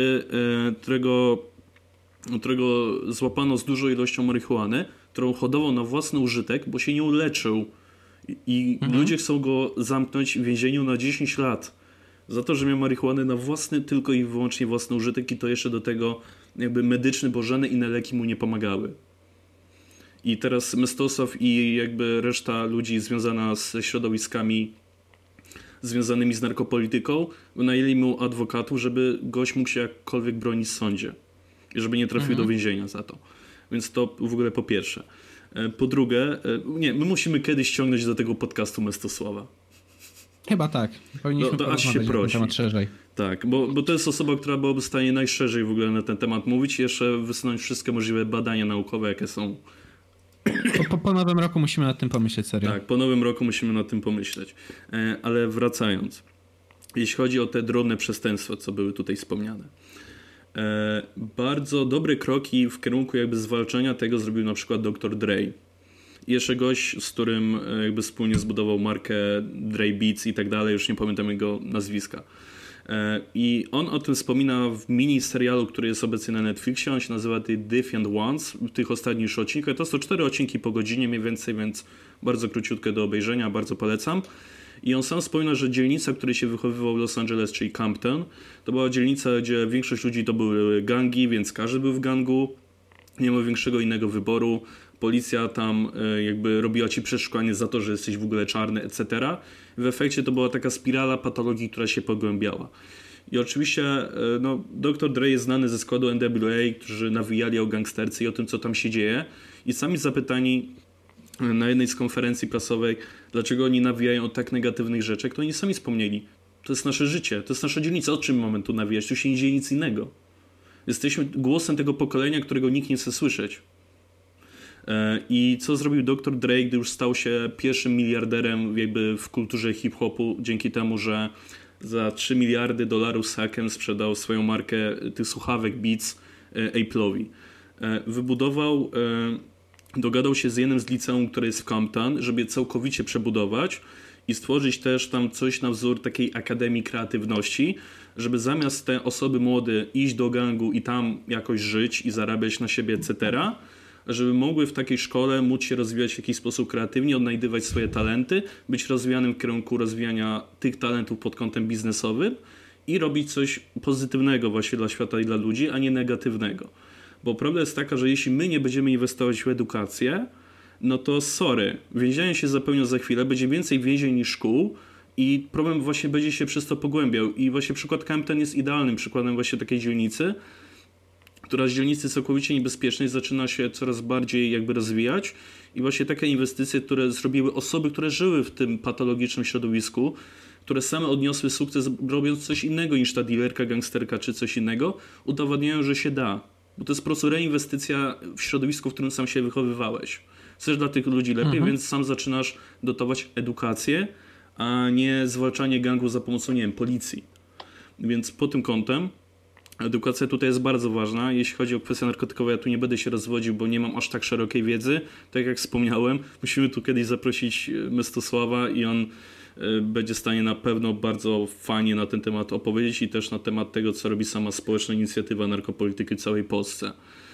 którego złapano z dużą ilością marihuany, którą hodował na własny użytek, bo się nią leczył. I ludzie chcą go zamknąć w więzieniu na 10 lat. Za to, że miał marihuanę na własny, tylko i wyłącznie własny użytek i to jeszcze do tego jakby medyczny, bo żadne inne leki mu nie pomagały. I teraz Mestosław i jakby reszta ludzi związana ze środowiskami związanymi z narkopolityką najęli mu adwokatów, żeby gość mógł się jakkolwiek bronić w sądzie. I żeby nie trafił do więzienia za to. Więc to w ogóle po pierwsze. Po drugie, my musimy kiedyś ściągnąć do tego podcastu Mestosława. Chyba tak. Powinniśmy aż się prosi. Na temat szerzej. Tak, bo to jest osoba, która byłaby w stanie najszerzej w ogóle na ten temat mówić i jeszcze wysunąć wszystkie możliwe badania naukowe, jakie są Po nowym roku musimy nad tym pomyśleć, serio. Tak, po nowym roku musimy nad tym pomyśleć. Ale wracając, jeśli chodzi o te drobne przestępstwa, co były tutaj wspomniane. Bardzo dobre kroki w kierunku jakby zwalczania tego zrobił na przykład Dr. Dre. Jeszcze gość, z którym jakby wspólnie zbudował markę Dre Beats i tak dalej, już nie pamiętam jego nazwiska. I on o tym wspomina w mini serialu, który jest obecnie na Netflixie. On się nazywa The Defiant Ones. W tych ostatnich odcinkach to są 4 odcinki po godzinie mniej więcej, więc bardzo króciutkie do obejrzenia, bardzo polecam. I on sam wspomina, że dzielnica, w której się wychowywał w Los Angeles, czyli Compton, to była dzielnica, gdzie większość ludzi to były gangi, więc każdy był w gangu. Nie ma większego innego wyboru. Policja tam jakby robiła ci przeszukanie za to, że jesteś w ogóle czarny, etc. W efekcie to była taka spirala patologii, która się pogłębiała. I oczywiście no, Dr. Dre jest znany ze składu NWA, którzy nawijali o gangsterce i o tym, co tam się dzieje. I sami zapytani na jednej z konferencji prasowej, dlaczego oni nawijają o tak negatywnych rzeczach, to oni sami wspomnieli. To jest nasze życie, to jest nasza dzielnica. O czym mamy tu nawijać? Tu się nie dzieje nic innego. Jesteśmy głosem tego pokolenia, którego nikt nie chce słyszeć. I co zrobił Dr. Dre, gdy już stał się pierwszym miliarderem jakby w kulturze hip-hopu, dzięki temu, że za $3 miliardy z hakiem sprzedał swoją markę tych słuchawek Beats Apple'owi. Dogadał się z jednym z liceum, które jest w Compton, żeby je całkowicie przebudować i stworzyć też tam coś na wzór takiej akademii kreatywności, żeby zamiast te osoby młode iść do gangu i tam jakoś żyć i zarabiać na siebie, etc., żeby mogły w takiej szkole móc się rozwijać w jakiś sposób kreatywnie, odnajdywać swoje talenty, być rozwijanym w kierunku rozwijania tych talentów pod kątem biznesowym i robić coś pozytywnego właśnie dla świata i dla ludzi, a nie negatywnego. Bo problem jest taka, że jeśli my nie będziemy inwestować w edukację, no to sorry, więzienie się zapełnią za chwilę, będzie więcej więzień niż szkół i problem właśnie będzie się przez to pogłębiał. I właśnie przykład Compton jest idealnym przykładem właśnie takiej dzielnicy, która z dzielnicy całkowicie niebezpiecznej zaczyna się coraz bardziej jakby rozwijać i właśnie takie inwestycje, które zrobiły osoby, które żyły w tym patologicznym środowisku, które same odniosły sukces robiąc coś innego niż ta dealerka, gangsterka czy coś innego, udowadniają, że się da. Bo to jest po prostu reinwestycja w środowisku, w którym sam się wychowywałeś. Chcesz dla tych ludzi lepiej, więc sam zaczynasz dotować edukację, a nie zwalczanie gangu za pomocą, nie wiem, policji. Więc pod tym kątem edukacja tutaj jest bardzo ważna. Jeśli chodzi o kwestie narkotykowe, ja tu nie będę się rozwodził, bo nie mam aż tak szerokiej wiedzy. Tak jak wspomniałem, musimy tu kiedyś zaprosić Mestosława i on będzie w stanie na pewno bardzo fajnie na ten temat opowiedzieć i też na temat tego, co robi sama społeczna inicjatywa narkopolityki w całej Polsce.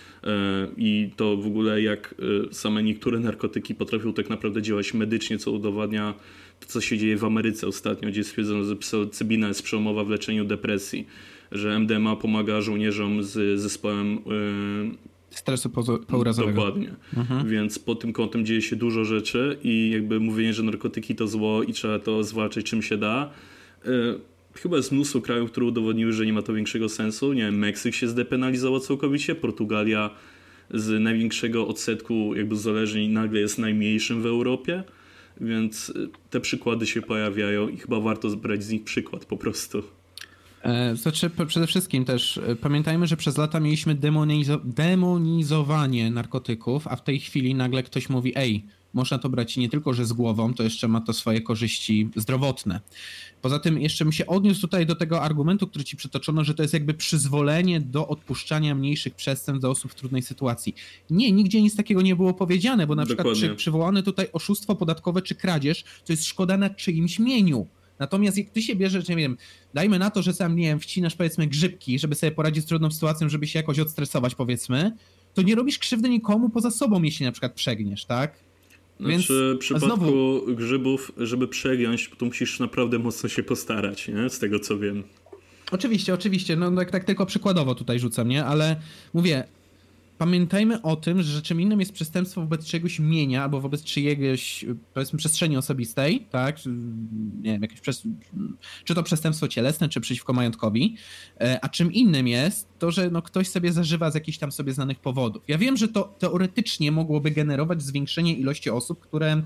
I to w ogóle jak same niektóre narkotyki potrafią tak naprawdę działać medycznie, co udowadnia to, co się dzieje w Ameryce ostatnio, gdzie stwierdzono, że psylocybina jest przełomowa w leczeniu depresji, że MDMA pomaga żołnierzom z zespołem stresu pourazowego. Dokładnie. Więc pod tym kątem dzieje się dużo rzeczy i jakby mówienie, że narkotyki to zło i trzeba to zwalczać czym się da. Chyba jest mnóstwo krajów, które udowodniły, że nie ma to większego sensu. Nie wiem, Meksyk się zdepenalizował całkowicie, Portugalia z największego odsetku jakby uzależnień nagle jest najmniejszym w Europie, więc te przykłady się pojawiają i chyba warto brać z nich przykład po prostu. Znaczy przede wszystkim też pamiętajmy, że przez lata mieliśmy demonizowanie narkotyków, a w tej chwili nagle ktoś mówi, ej, można to brać nie tylko, że z głową, to jeszcze ma to swoje korzyści zdrowotne. Poza tym jeszcze bym się odniósł tutaj do tego argumentu, który ci przytoczono, że to jest jakby przyzwolenie do odpuszczania mniejszych przestępstw do osób w trudnej sytuacji. Nie, nigdzie nic takiego nie było powiedziane, bo na przykład przywołane tutaj oszustwo podatkowe czy kradzież, to jest szkoda na czyimś mieniu. Natomiast jak ty się bierzesz, nie wiem, dajmy na to, że sam, nie wiem, wcinasz powiedzmy grzybki, żeby sobie poradzić z trudną sytuacją, żeby się jakoś odstresować powiedzmy, to nie robisz krzywdy nikomu poza sobą, jeśli na przykład przegniesz, tak? Więc w przypadku grzybów, żeby przegiąć, to musisz naprawdę mocno się postarać, nie? Z tego co wiem. Oczywiście, no tak tylko przykładowo tutaj rzucam, nie? Ale mówię, pamiętajmy o tym, że czym innym jest przestępstwo wobec czegoś mienia albo wobec czyjegoś, powiedzmy, przestrzeni osobistej, tak? Nie wiem, czy to przestępstwo cielesne, czy przeciwko majątkowi, a czym innym jest to, że no ktoś sobie zażywa z jakichś tam sobie znanych powodów. Ja wiem, że to teoretycznie mogłoby generować zwiększenie ilości osób, które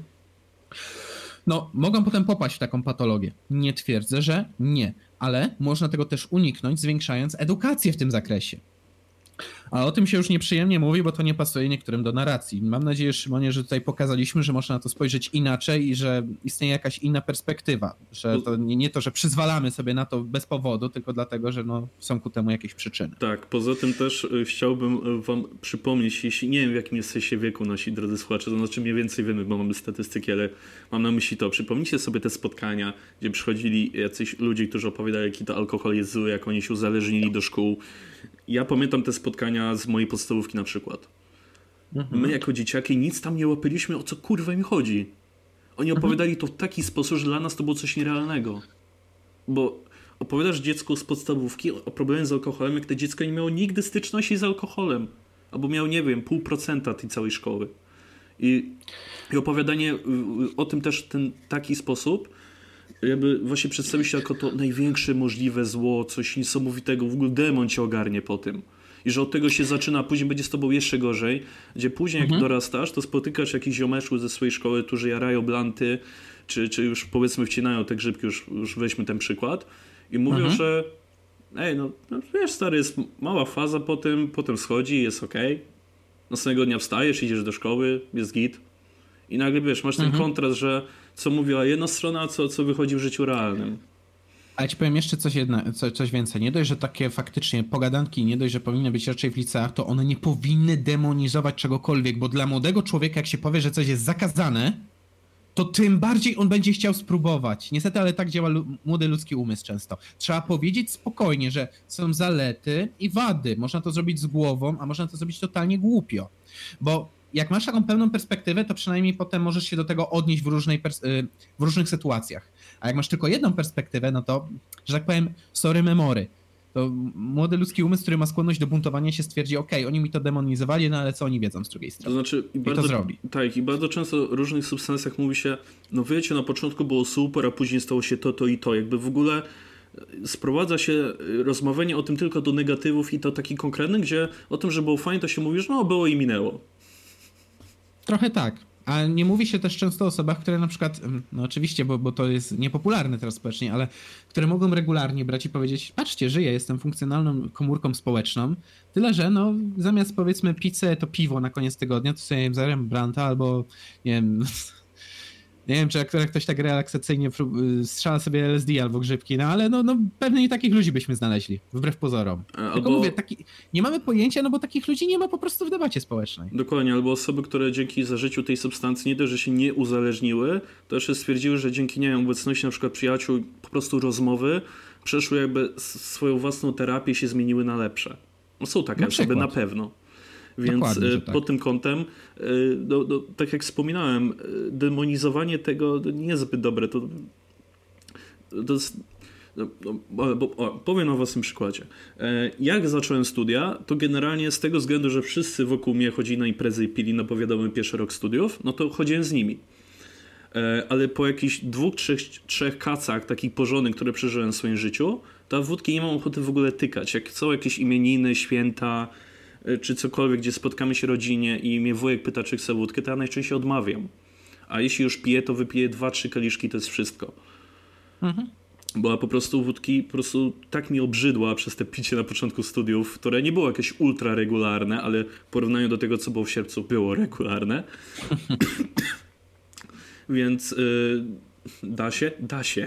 no, mogą potem popaść w taką patologię. Nie twierdzę, że nie, ale można tego też uniknąć, zwiększając edukację w tym zakresie. A o tym się już nieprzyjemnie mówi, bo to nie pasuje niektórym do narracji. Mam nadzieję, Szymonie, że tutaj pokazaliśmy, że można na to spojrzeć inaczej i że istnieje jakaś inna perspektywa. Że to nie to, że przyzwalamy sobie na to bez powodu, tylko dlatego, że są ku temu jakieś przyczyny. Tak, poza tym też chciałbym wam przypomnieć, jeśli nie wiem w jakim jesteście wieku nasi drodzy słuchacze, to znaczy mniej więcej wiemy, bo mamy statystyki, ale mam na myśli to. Przypomnijcie sobie te spotkania, gdzie przychodzili jacyś ludzie, którzy opowiadali, jaki to alkohol jest zły, jak oni się uzależnili do szkół. Ja pamiętam te spotkania z mojej podstawówki na przykład. My jako dzieciaki nic tam nie łapiliśmy, o co kurwa mi chodzi. Oni opowiadali to w taki sposób, że dla nas to było coś nierealnego. Bo opowiadasz dziecku z podstawówki o problemie z alkoholem, jak to dziecko nie miało nigdy styczności z alkoholem. Albo miało, nie wiem, 0,5% tej całej szkoły. I opowiadanie o tym też w ten taki sposób, jakby właśnie przedstawić się jako to największe możliwe zło, coś niesamowitego, w ogóle demon cię ogarnie po tym. I że od tego się zaczyna, a później będzie z tobą jeszcze gorzej, gdzie później jak dorastasz, to spotykasz jakichś ziomeczków ze swojej szkoły, którzy jarają blanty, czy już powiedzmy wcinają te grzybki, już weźmy ten przykład, i mówią, że no wiesz stary, jest mała faza potem schodzi, jest okej. Następnego dnia wstajesz, idziesz do szkoły, jest git. I nagle wiesz, masz ten kontrast, że co mówiła jedna strona, a co wychodzi w życiu realnym. Ale ci powiem jeszcze coś więcej. Nie dość, że takie faktycznie pogadanki, nie dość, że powinny być raczej w liceach, to one nie powinny demonizować czegokolwiek, bo dla młodego człowieka, jak się powie, że coś jest zakazane, to tym bardziej on będzie chciał spróbować. Niestety, ale tak działa młody ludzki umysł często. Trzeba powiedzieć spokojnie, że są zalety i wady. Można to zrobić z głową, a można to zrobić totalnie głupio. Bo jak masz taką pełną perspektywę, to przynajmniej potem możesz się do tego odnieść w różnych sytuacjach. A jak masz tylko jedną perspektywę, no to, że tak powiem, sorry memory. To młody ludzki umysł, który ma skłonność do buntowania się, stwierdzi, okej, oni mi to demonizowali, no ale co oni wiedzą z drugiej strony? To znaczy, to zrobi. Tak, i bardzo często w różnych substancjach mówi się, no wiecie, na początku było super, a później stało się to i to. Jakby w ogóle sprowadza się rozmawianie o tym tylko do negatywów i to taki konkretny, gdzie o tym, że było fajnie, to się mówi, że no było i minęło. Trochę tak. A nie mówi się też często o osobach, które na przykład, no oczywiście, bo to jest niepopularne teraz społecznie, ale które mogą regularnie brać i powiedzieć, patrzcie, żyję, jestem funkcjonalną komórką społeczną, tyle że no zamiast powiedzmy pizzę, to piwo na koniec tygodnia, to sobie za Rembrandta albo nie wiem, czy jak ktoś tak relaksacyjnie strzela sobie LSD albo grzybki, no ale no pewnie i takich ludzi byśmy znaleźli, wbrew pozorom. Tylko mówię, nie mamy pojęcia, no bo takich ludzi nie ma po prostu w debacie społecznej. Dokładnie, albo osoby, które dzięki zażyciu tej substancji nie dość, że się nie uzależniły, to jeszcze stwierdziły, że dzięki, nie wiem, obecności na przykład przyjaciół, po prostu rozmowy, przeszły jakby swoją własną terapię, się zmieniły na lepsze. No są takie osoby na pewno. Więc tak. Pod tym kątem, tak jak wspominałem, demonizowanie tego nie jest zbyt dobre. To jest, powiem na własnym przykładzie. Jak zacząłem studia, to generalnie z tego względu, że wszyscy wokół mnie chodzili na imprezy i pili, no bo wiadomo, pierwszy rok studiów, no to chodziłem z nimi. Ale po jakichś 2, 3 kacach takich porządnych, które przeżyłem w swoim życiu, to wódki nie mam ochoty w ogóle tykać. Jak są jakieś imieniny, święta, czy cokolwiek, gdzie spotkamy się rodzinie i mnie wujek pyta, czy chce wódkę, to ja najczęściej odmawiam. A jeśli już piję, to wypiję 2-3 kieliszki, to jest wszystko. Bo po prostu wódki tak mi obrzydła przez te picie na początku studiów, które nie było jakieś ultra regularne, ale w porównaniu do tego, co było w sierpcu, było regularne. Więc da się.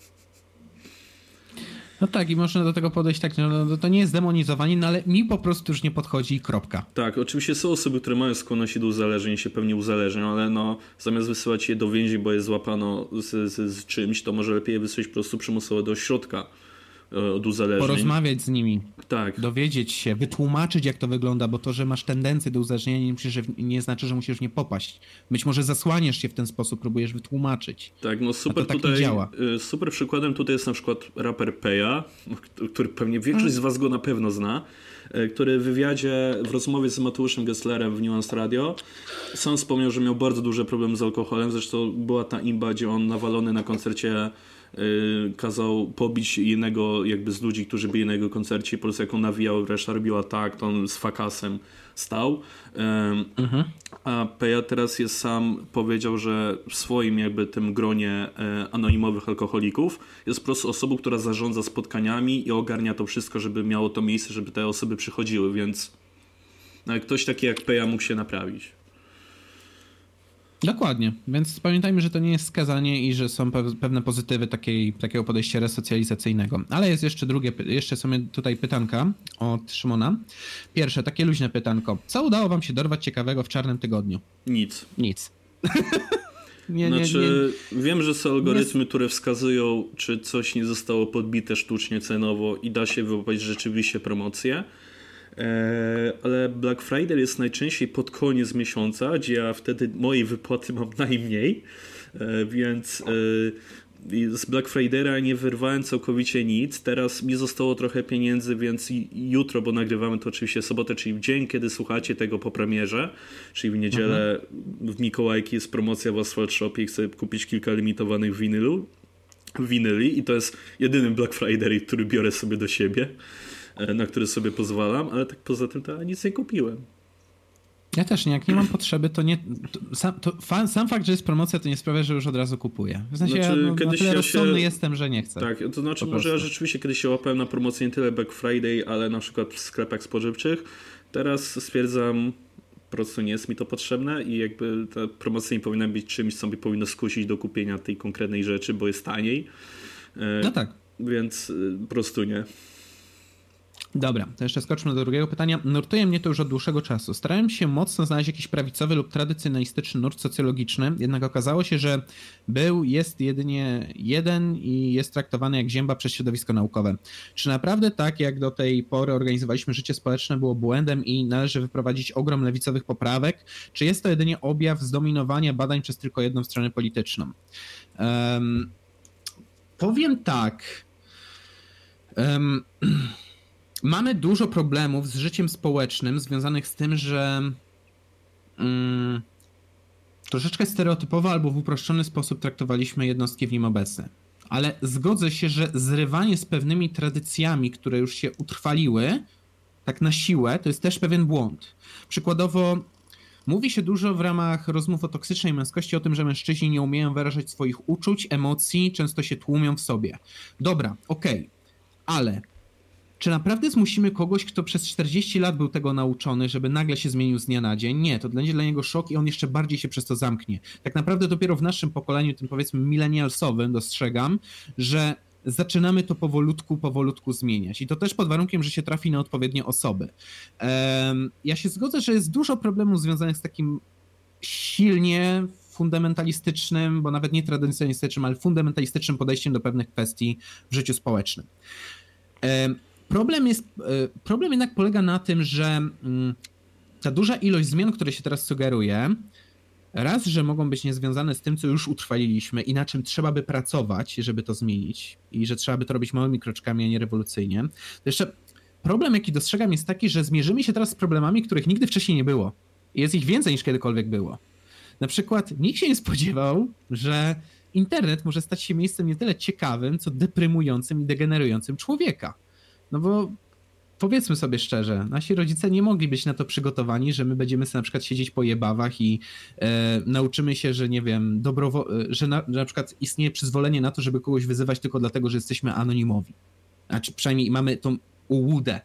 No tak, i można do tego podejść tak, no to nie jest demonizowanie, no ale mi po prostu już nie podchodzi i kropka. Tak, oczywiście są osoby, które mają skłonność do uzależnień, się pewnie uzależnią, ale no zamiast wysyłać je do więzień, bo je złapano z czymś, to może lepiej je wysłać po prostu przymusowo do ośrodka od uzależnień. Porozmawiać z nimi, tak. Dowiedzieć się, wytłumaczyć jak to wygląda, bo to, że masz tendencję do uzależnienia nie znaczy, że musisz w nie popaść. Być może zasłaniasz się w ten sposób, próbujesz wytłumaczyć. Tak, no super tak tutaj, działa. Super przykładem tutaj jest na przykład raper Peja, który pewnie większość z was go na pewno zna, który w wywiadzie, w rozmowie z Mateuszem Gesslerem w Nuance Radio sam wspomniał, że miał bardzo duże problemy z alkoholem, zresztą była ta imba, gdzie on nawalony na koncercie kazał pobić jednego jakby z ludzi, którzy byli na jego koncercie, po prostu jak on nawijał, reszta robiła tak, to on z fakasem stał. A Peja teraz sam powiedział, że w swoim jakby tym gronie anonimowych alkoholików jest po prostu osobą, która zarządza spotkaniami i ogarnia to wszystko, żeby miało to miejsce, żeby te osoby przychodziły, więc ale ktoś taki jak Peja mógł się naprawić. Dokładnie, więc pamiętajmy, że to nie jest skazanie i że są pewne pozytywy takiego podejścia resocjalizacyjnego. Ale jest jeszcze są tutaj pytanka od Szymona. Pierwsze, takie luźne pytanko. Co udało wam się dorwać ciekawego w czarnym tygodniu? Nic. Nie. Wiem, że są algorytmy, które wskazują, czy coś nie zostało podbite sztucznie cenowo i da się wyłapać rzeczywiście promocję. Ale Black Friday jest najczęściej pod koniec miesiąca, gdzie ja wtedy mojej wypłaty mam najmniej, więc z Black Friday'a nie wyrwałem całkowicie nic. Teraz mi zostało trochę pieniędzy, więc jutro, bo nagrywamy to oczywiście sobotę, czyli w dzień, kiedy słuchacie tego po premierze, czyli w niedzielę w Mikołajki jest promocja w Asphalt Shopie i chcę kupić kilka limitowanych winyli i to jest jedyny Black Friday, który biorę sobie do siebie, na który sobie pozwalam, ale tak poza tym to nic nie kupiłem. Ja też nie, jak nie mam potrzeby, to nie. Sam fakt, że jest promocja, to nie sprawia, że już od razu kupuję. W sensie na tyle rozsądny jestem, że nie chcę. Tak, to znaczy może ja rzeczywiście kiedyś się łapałem na promocję nie tyle Black Friday, ale na przykład w sklepach spożywczych. Teraz stwierdzam, po prostu nie jest mi to potrzebne i jakby ta promocja nie powinna być czymś, co mnie powinno skusić do kupienia tej konkretnej rzeczy, bo jest taniej. No tak. Więc po prostu nie. Dobra, to jeszcze skoczmy do drugiego pytania. Nurtuje mnie to już od dłuższego czasu. Starałem się mocno znaleźć jakiś prawicowy lub tradycjonalistyczny nurt socjologiczny, jednak okazało się, że jest jedynie jeden i jest traktowany jak zięba przez środowisko naukowe. Czy naprawdę tak, jak do tej pory organizowaliśmy życie społeczne, było błędem i należy wyprowadzić ogrom lewicowych poprawek? Czy jest to jedynie objaw zdominowania badań przez tylko jedną stronę polityczną? Powiem tak. Mamy dużo problemów z życiem społecznym związanych z tym, że troszeczkę stereotypowo albo w uproszczony sposób traktowaliśmy jednostki w nim obecne. Ale zgodzę się, że zrywanie z pewnymi tradycjami, które już się utrwaliły, tak na siłę, to jest też pewien błąd. Przykładowo mówi się dużo w ramach rozmów o toksycznej męskości o tym, że mężczyźni nie umieją wyrażać swoich uczuć, emocji, często się tłumią w sobie. Dobra, okej, ale czy naprawdę zmusimy kogoś, kto przez 40 lat był tego nauczony, żeby nagle się zmienił z dnia na dzień? Nie, to będzie dla niego szok i on jeszcze bardziej się przez to zamknie. Tak naprawdę dopiero w naszym pokoleniu, tym powiedzmy millennialsowym, dostrzegam, że zaczynamy to powolutku zmieniać. I to też pod warunkiem, że się trafi na odpowiednie osoby. Ja się zgodzę, że jest dużo problemów związanych z takim silnie fundamentalistycznym, bo nawet nie tradycjonalistycznym, ale fundamentalistycznym podejściem do pewnych kwestii w życiu społecznym. Problem jednak polega na tym, że ta duża ilość zmian, które się teraz sugeruje, raz, że mogą być niezwiązane z tym, co już utrwaliliśmy i na czym trzeba by pracować, żeby to zmienić i że trzeba by to robić małymi kroczkami, a nie rewolucyjnie. To jeszcze problem, jaki dostrzegam, jest taki, że zmierzymy się teraz z problemami, których nigdy wcześniej nie było. I jest ich więcej niż kiedykolwiek było. Na przykład nikt się nie spodziewał, że internet może stać się miejscem nie tyle ciekawym, co deprymującym i degenerującym człowieka. No bo powiedzmy sobie szczerze, nasi rodzice nie mogli być na to przygotowani, że my będziemy sobie na przykład siedzieć po jebawach i nauczymy się, że nie wiem, że na przykład istnieje przyzwolenie na to, żeby kogoś wyzywać tylko dlatego, że jesteśmy anonimowi. Znaczy przynajmniej mamy tą ułudę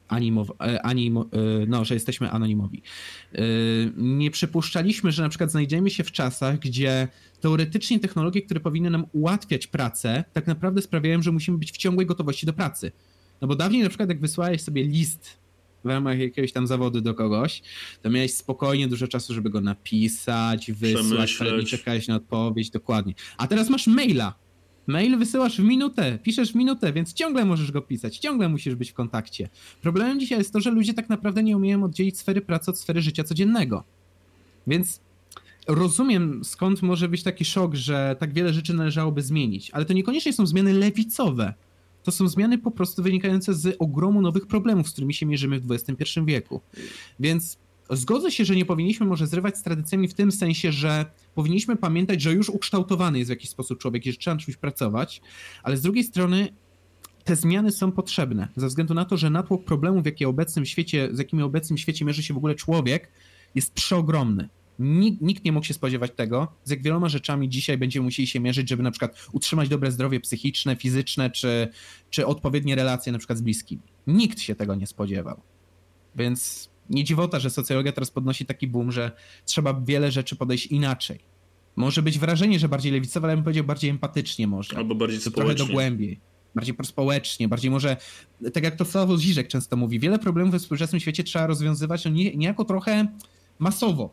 że jesteśmy anonimowi. Nie przypuszczaliśmy, że na przykład znajdziemy się w czasach, gdzie teoretycznie technologie, które powinny nam ułatwiać pracę, tak naprawdę sprawiają, że musimy być w ciągłej gotowości do pracy. No bo dawniej na przykład jak wysłałeś sobie list w ramach jakiegoś tam zawodu do kogoś, to miałeś spokojnie dużo czasu, żeby go napisać, wysłać, nie czekałeś na odpowiedź, dokładnie. A teraz masz maila. Mail wysyłasz w minutę, piszesz w minutę, więc ciągle możesz go pisać, ciągle musisz być w kontakcie. Problemem dzisiaj jest to, że ludzie tak naprawdę nie umieją oddzielić sfery pracy od sfery życia codziennego. Więc rozumiem, skąd może być taki szok, że tak wiele rzeczy należałoby zmienić, ale to niekoniecznie są zmiany lewicowe. To są zmiany po prostu wynikające z ogromu nowych problemów, z którymi się mierzymy w XXI wieku. Więc zgodzę się, że nie powinniśmy może zrywać z tradycjami w tym sensie, że powinniśmy pamiętać, że już ukształtowany jest w jakiś sposób człowiek i że trzeba na czymś pracować, ale z drugiej strony te zmiany są potrzebne, ze względu na to, że natłok problemów, z jakimi w obecnym świecie mierzy się w ogóle człowiek, jest przeogromny. Nikt nie mógł się spodziewać tego, z jak wieloma rzeczami dzisiaj będziemy musieli się mierzyć, żeby na przykład utrzymać dobre zdrowie psychiczne, fizyczne, czy odpowiednie relacje na przykład z bliskimi. Nikt się tego nie spodziewał. Więc nie dziwota, że socjologia teraz podnosi taki boom, że trzeba wiele rzeczy podejść inaczej. Może być wrażenie, że bardziej lewicowe, ale ja bym powiedział bardziej empatycznie może. Albo bardziej to społecznie. Trochę dogłębiej. Bardziej prospołecznie, bardziej może, tak jak to Sławomir Žižek często mówi, wiele problemów we współczesnym świecie trzeba rozwiązywać niejako trochę masowo.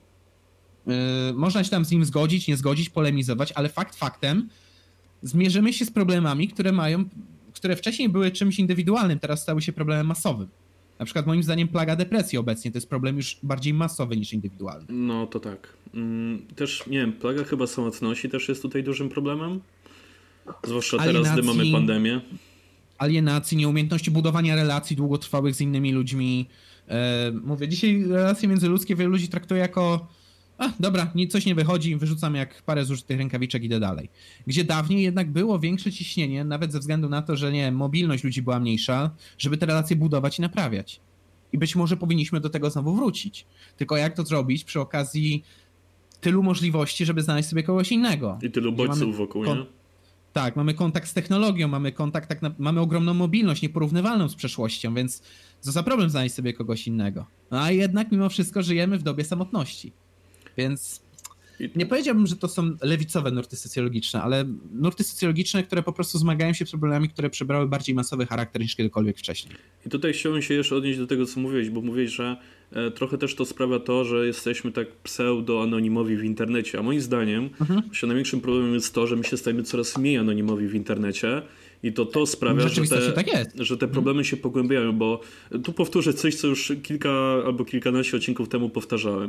Można się tam z nim zgodzić, nie zgodzić, polemizować, ale fakt faktem zmierzymy się z problemami, które wcześniej były czymś indywidualnym, teraz stały się problemem masowym. Na przykład moim zdaniem plaga depresji obecnie to jest problem już bardziej masowy niż indywidualny. No to tak. Też, nie wiem, plaga chyba samotności też jest tutaj dużym problemem. Zwłaszcza teraz, gdy mamy pandemię. Alienacji, nieumiejętności budowania relacji długotrwałych z innymi ludźmi. Mówię, dzisiaj relacje międzyludzkie wielu ludzi traktuje jako dobra, coś nie wychodzi, wyrzucam jak parę zużytych rękawiczek, idę dalej. Gdzie dawniej jednak było większe ciśnienie, nawet ze względu na to, że mobilność ludzi była mniejsza, żeby te relacje budować i naprawiać. I być może powinniśmy do tego znowu wrócić. Tylko jak to zrobić przy okazji tylu możliwości, żeby znaleźć sobie kogoś innego. I tylu bodźców wokół, nie? Tak, mamy kontakt z technologią, mamy ogromną mobilność, nieporównywalną z przeszłością, więc co za problem znaleźć sobie kogoś innego. A jednak mimo wszystko żyjemy w dobie samotności. Więc nie powiedziałbym, że to są lewicowe nurty socjologiczne, ale nurty socjologiczne, które po prostu zmagają się z problemami, które przybrały bardziej masowy charakter niż kiedykolwiek wcześniej. I tutaj chciałbym się jeszcze odnieść do tego, co mówiłeś, bo mówiłeś, że trochę też to sprawia to, że jesteśmy tak pseudo-anonimowi w internecie, a moim zdaniem największym problemem jest to, że my się stajemy coraz mniej anonimowi w internecie. I to sprawia, że te problemy się pogłębiają, bo tu powtórzę coś, co już kilka albo kilkanaście odcinków temu powtarzałem.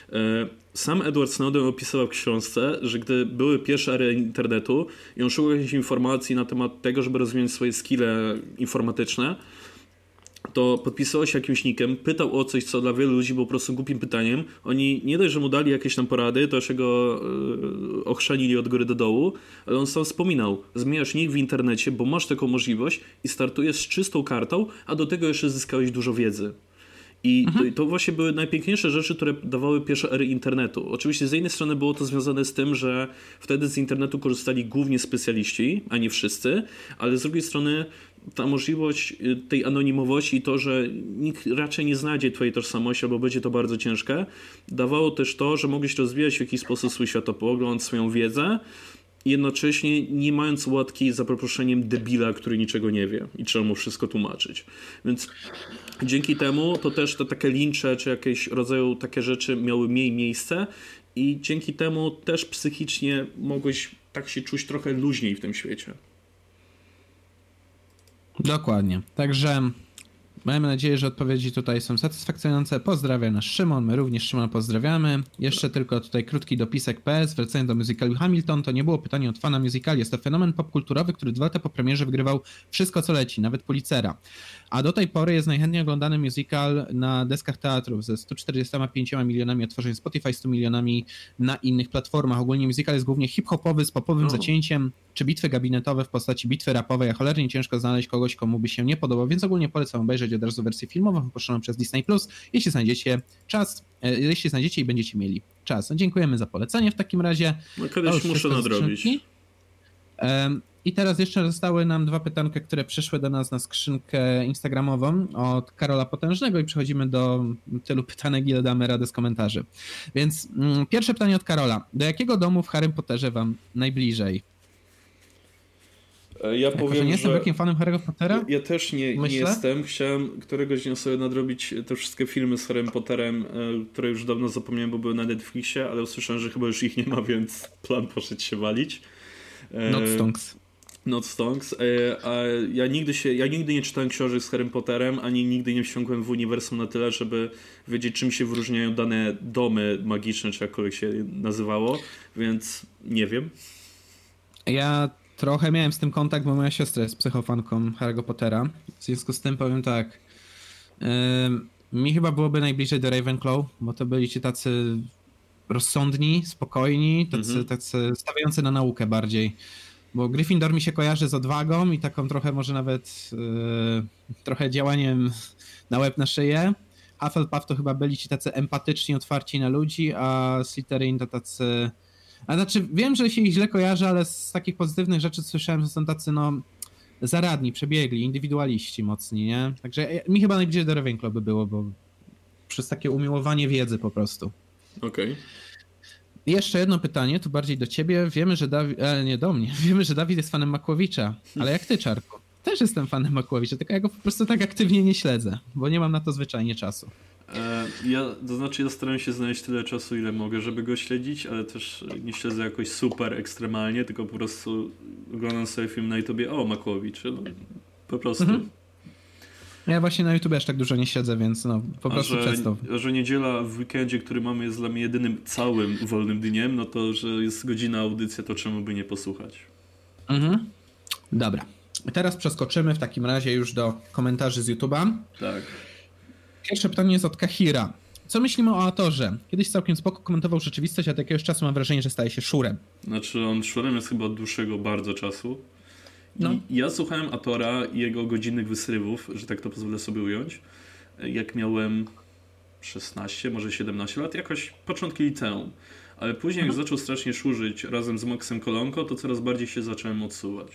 Sam Edward Snowden opisał w książce, że gdy były pierwsze ery internetu i on szukał jakichś informacji na temat tego, żeby rozwijać swoje skille informatyczne, to podpisywał się jakimś nickiem, pytał o coś, co dla wielu ludzi było po prostu głupim pytaniem. Oni nie dość, że mu dali jakieś tam porady, to jeszcze go ochrzanili od góry do dołu, ale on sam wspominał, zmieniasz nick w internecie, bo masz taką możliwość i startujesz z czystą kartą, a do tego jeszcze zyskałeś dużo wiedzy. I to właśnie były najpiękniejsze rzeczy, które dawały pierwsze ery internetu. Oczywiście z jednej strony było to związane z tym, że wtedy z internetu korzystali głównie specjaliści, a nie wszyscy, ale z drugiej strony ta możliwość tej anonimowości i to, że nikt raczej nie znajdzie twojej tożsamości albo będzie to bardzo ciężkie, dawało też to, że mogłeś rozwijać w jakiś sposób swój światopogląd, swoją wiedzę, jednocześnie nie mając łatki za przeproszeniem debila, który niczego nie wie i trzeba mu wszystko tłumaczyć. Więc dzięki temu to też te takie lincze czy jakieś rodzaju takie rzeczy miały mniej miejsce i dzięki temu też psychicznie mogłeś tak się czuć trochę luźniej w tym świecie. Dokładnie. Także mamy nadzieję, że odpowiedzi tutaj są satysfakcjonujące. Pozdrawiam nas Szymon, my również Szymon pozdrawiamy. Jeszcze tylko tutaj krótki dopisek PS, wracając do musicalu Hamilton, to nie było pytanie od fana musicali, jest to fenomen popkulturowy, który 2 lata po premierze wygrywał wszystko co leci, nawet Pulitzera. A do tej pory jest najchętniej oglądany musical na deskach teatrów ze 145 milionami odtworzeń Spotify, 100 milionami na innych platformach. Ogólnie musical jest głównie hip-hopowy z popowym zacięciem, czy bitwy gabinetowe w postaci bitwy rapowej, a cholernie ciężko znaleźć kogoś, komu by się nie podobał, więc ogólnie polecam obejrzeć od razu wersję filmową wypuszczoną przez Disney+, jeśli znajdziecie i będziecie mieli czas. No, dziękujemy za polecenie w takim razie. No kiedyś muszę nadrobić. I teraz jeszcze zostały nam 2 pytanka, które przyszły do nas na skrzynkę instagramową od Karola Potężnego i przechodzimy do tylu pytanek, ile damy radę z komentarzy. Więc pierwsze pytanie od Karola. Do jakiego domu w Harrym Potterze wam najbliżej? Ja powiem, nie jestem wielkim fanem Harry'ego Pottera? Ja też nie jestem. Chciałem któregoś dnia sobie nadrobić te wszystkie filmy z Harrym Potterem, które już dawno zapomniałem, bo były na Netflixie, ale usłyszałem, że chyba już ich nie ma, więc plan poszedł się walić. Not Stonks. A ja nigdy nie czytałem książek z Harrym Potterem, ani nigdy nie wsiąkłem w uniwersum na tyle, żeby wiedzieć, czym się wyróżniają dane domy magiczne, czy jakkolwiek się nazywało, więc nie wiem. Ja trochę miałem z tym kontakt, bo moja siostra jest psychofanką Harry'ego Pottera. W związku z tym powiem tak. Mi chyba byłoby najbliżej do Ravenclaw, bo to byli ci tacy rozsądni, spokojni, tacy stawiający na naukę bardziej. Bo Gryffindor mi się kojarzy z odwagą i taką trochę może nawet trochę działaniem na łeb na szyję. Hufflepuff to chyba byli ci tacy empatyczni, otwarci na ludzi, a Slytherin to tacy... A znaczy wiem, że się ich źle kojarzy, ale z takich pozytywnych rzeczy słyszałem, że są tacy zaradni, przebiegli, indywidualiści mocni, nie? Także mi chyba najbliżej do Ravenclaw by było, bo przez takie umiłowanie wiedzy po prostu. Okej. I jeszcze jedno pytanie, tu bardziej do ciebie. Wiemy, że Dawid, nie do mnie, wiemy, że Dawid jest fanem Makłowicza, ale jak ty, Czarku? Też jestem fanem Makłowicza, tylko ja go po prostu tak aktywnie nie śledzę, bo nie mam na to zwyczajnie czasu. Ja staram się znaleźć tyle czasu, ile mogę, żeby go śledzić, ale też nie śledzę jakoś super ekstremalnie, tylko po prostu oglądam sobie film na YouTubie, Makłowicz, no, po prostu. Ja właśnie na YouTube aż tak dużo nie siedzę, więc no po prostu przez to. Że niedziela w weekendzie, który mamy, jest dla mnie jedynym całym wolnym dniem, no to, że jest godzina audycja, to czemu by nie posłuchać? Dobra. Teraz przeskoczymy w takim razie już do komentarzy z YouTube'a. Tak. Pierwsze pytanie jest od Kahira. Co myślimy o Atorze? Kiedyś całkiem spoko komentował rzeczywistość, a od jakiegoś czasu mam wrażenie, że staje się szurem. Znaczy on szurem jest chyba od dłuższego bardzo czasu. No. I ja słuchałem Atora i jego godzinnych wysrywów, że tak to pozwolę sobie ująć, jak miałem 16, może 17 lat, jakoś początki liceum. Ale później jak zaczął strasznie szurzyć razem z Maxem Kolonko, to coraz bardziej się zacząłem odsuwać.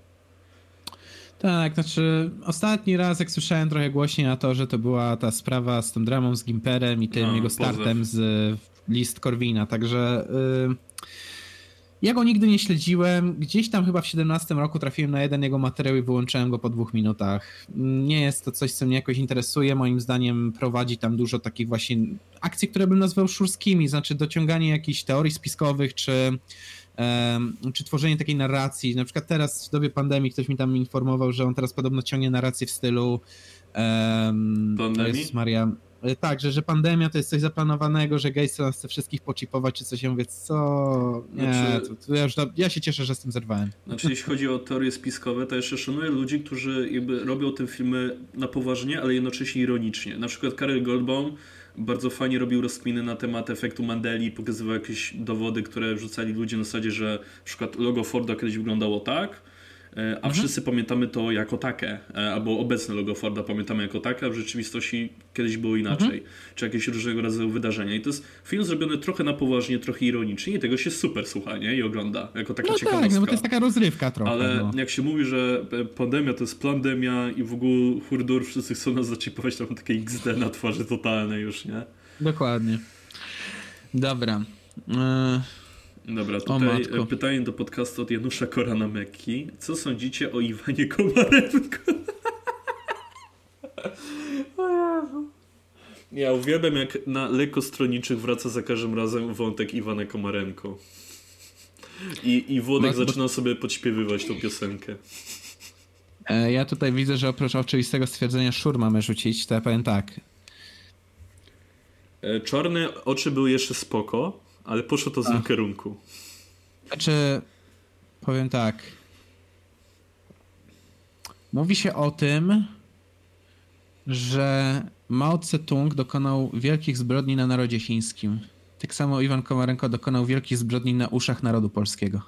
Tak, znaczy ostatni raz jak słyszałem trochę głośniej na to, że to była ta sprawa z tą dramą z Gimperem i tym jego startem z list Korwina, także ja go nigdy nie śledziłem, gdzieś tam chyba w 17 roku trafiłem na jeden jego materiał i wyłączyłem go po 2 minutach. Nie jest to coś, co mnie jakoś interesuje, moim zdaniem prowadzi tam dużo takich właśnie akcji, które bym nazwał szurskimi, znaczy dociąganie jakichś teorii spiskowych, czy tworzenie takiej narracji. Na przykład teraz w dobie pandemii ktoś mi tam informował, że on teraz podobno ciągnie narrację w stylu Jezus Maria. Tak, że pandemia to jest coś zaplanowanego, że Geisel chce wszystkich poczipować czy coś. Ja mówię, co? Nie, ja się cieszę, że z tym zerwałem. Znaczy jeśli chodzi o teorie spiskowe, to jeszcze szanuję ludzi, którzy jakby robią te filmy na poważnie, ale jednocześnie ironicznie. Na przykład Karel Goldbaum bardzo fajnie robił rozkminy na temat efektu Mandeli, pokazywał jakieś dowody, które wrzucali ludzie na zasadzie, że na przykład logo Forda kiedyś wyglądało tak, a wszyscy pamiętamy to jako takie, albo obecne logo Forda pamiętamy jako takie, a w rzeczywistości kiedyś było inaczej, czy jakieś różnego rodzaju wydarzenia. I to jest film zrobiony trochę na poważnie, trochę ironicznie i tego się super słucha, nie? I ogląda, jako taka ciekawostka. Tak, no bo to jest taka rozrywka trochę. Ale jak się mówi, że pandemia to jest plandemia i w ogóle hurdur, wszyscy chcą nas zaczipować, tam takie XD na twarzy totalne już, nie? Dokładnie. Dobra. Dobra, tutaj pytanie do podcastu od Janusza Korana-Mekki. Co sądzicie o Iwanie Komarenko? O Jezu. Ja uwielbiam, jak na lekkostronniczych wraca za każdym razem wątek Iwana Komarenko. I Włodek zaczyna sobie podśpiewywać tą piosenkę. Ja tutaj widzę, że oprócz oczywistego stwierdzenia szur mamy rzucić, to ja powiem tak. Czarne oczy były jeszcze spoko, ale poszło to w złym kierunku. Znaczy, powiem tak. Mówi się o tym, że Mao Tse-tung dokonał wielkich zbrodni na narodzie chińskim. Tak samo Iwan Komarenko dokonał wielkich zbrodni na uszach narodu polskiego.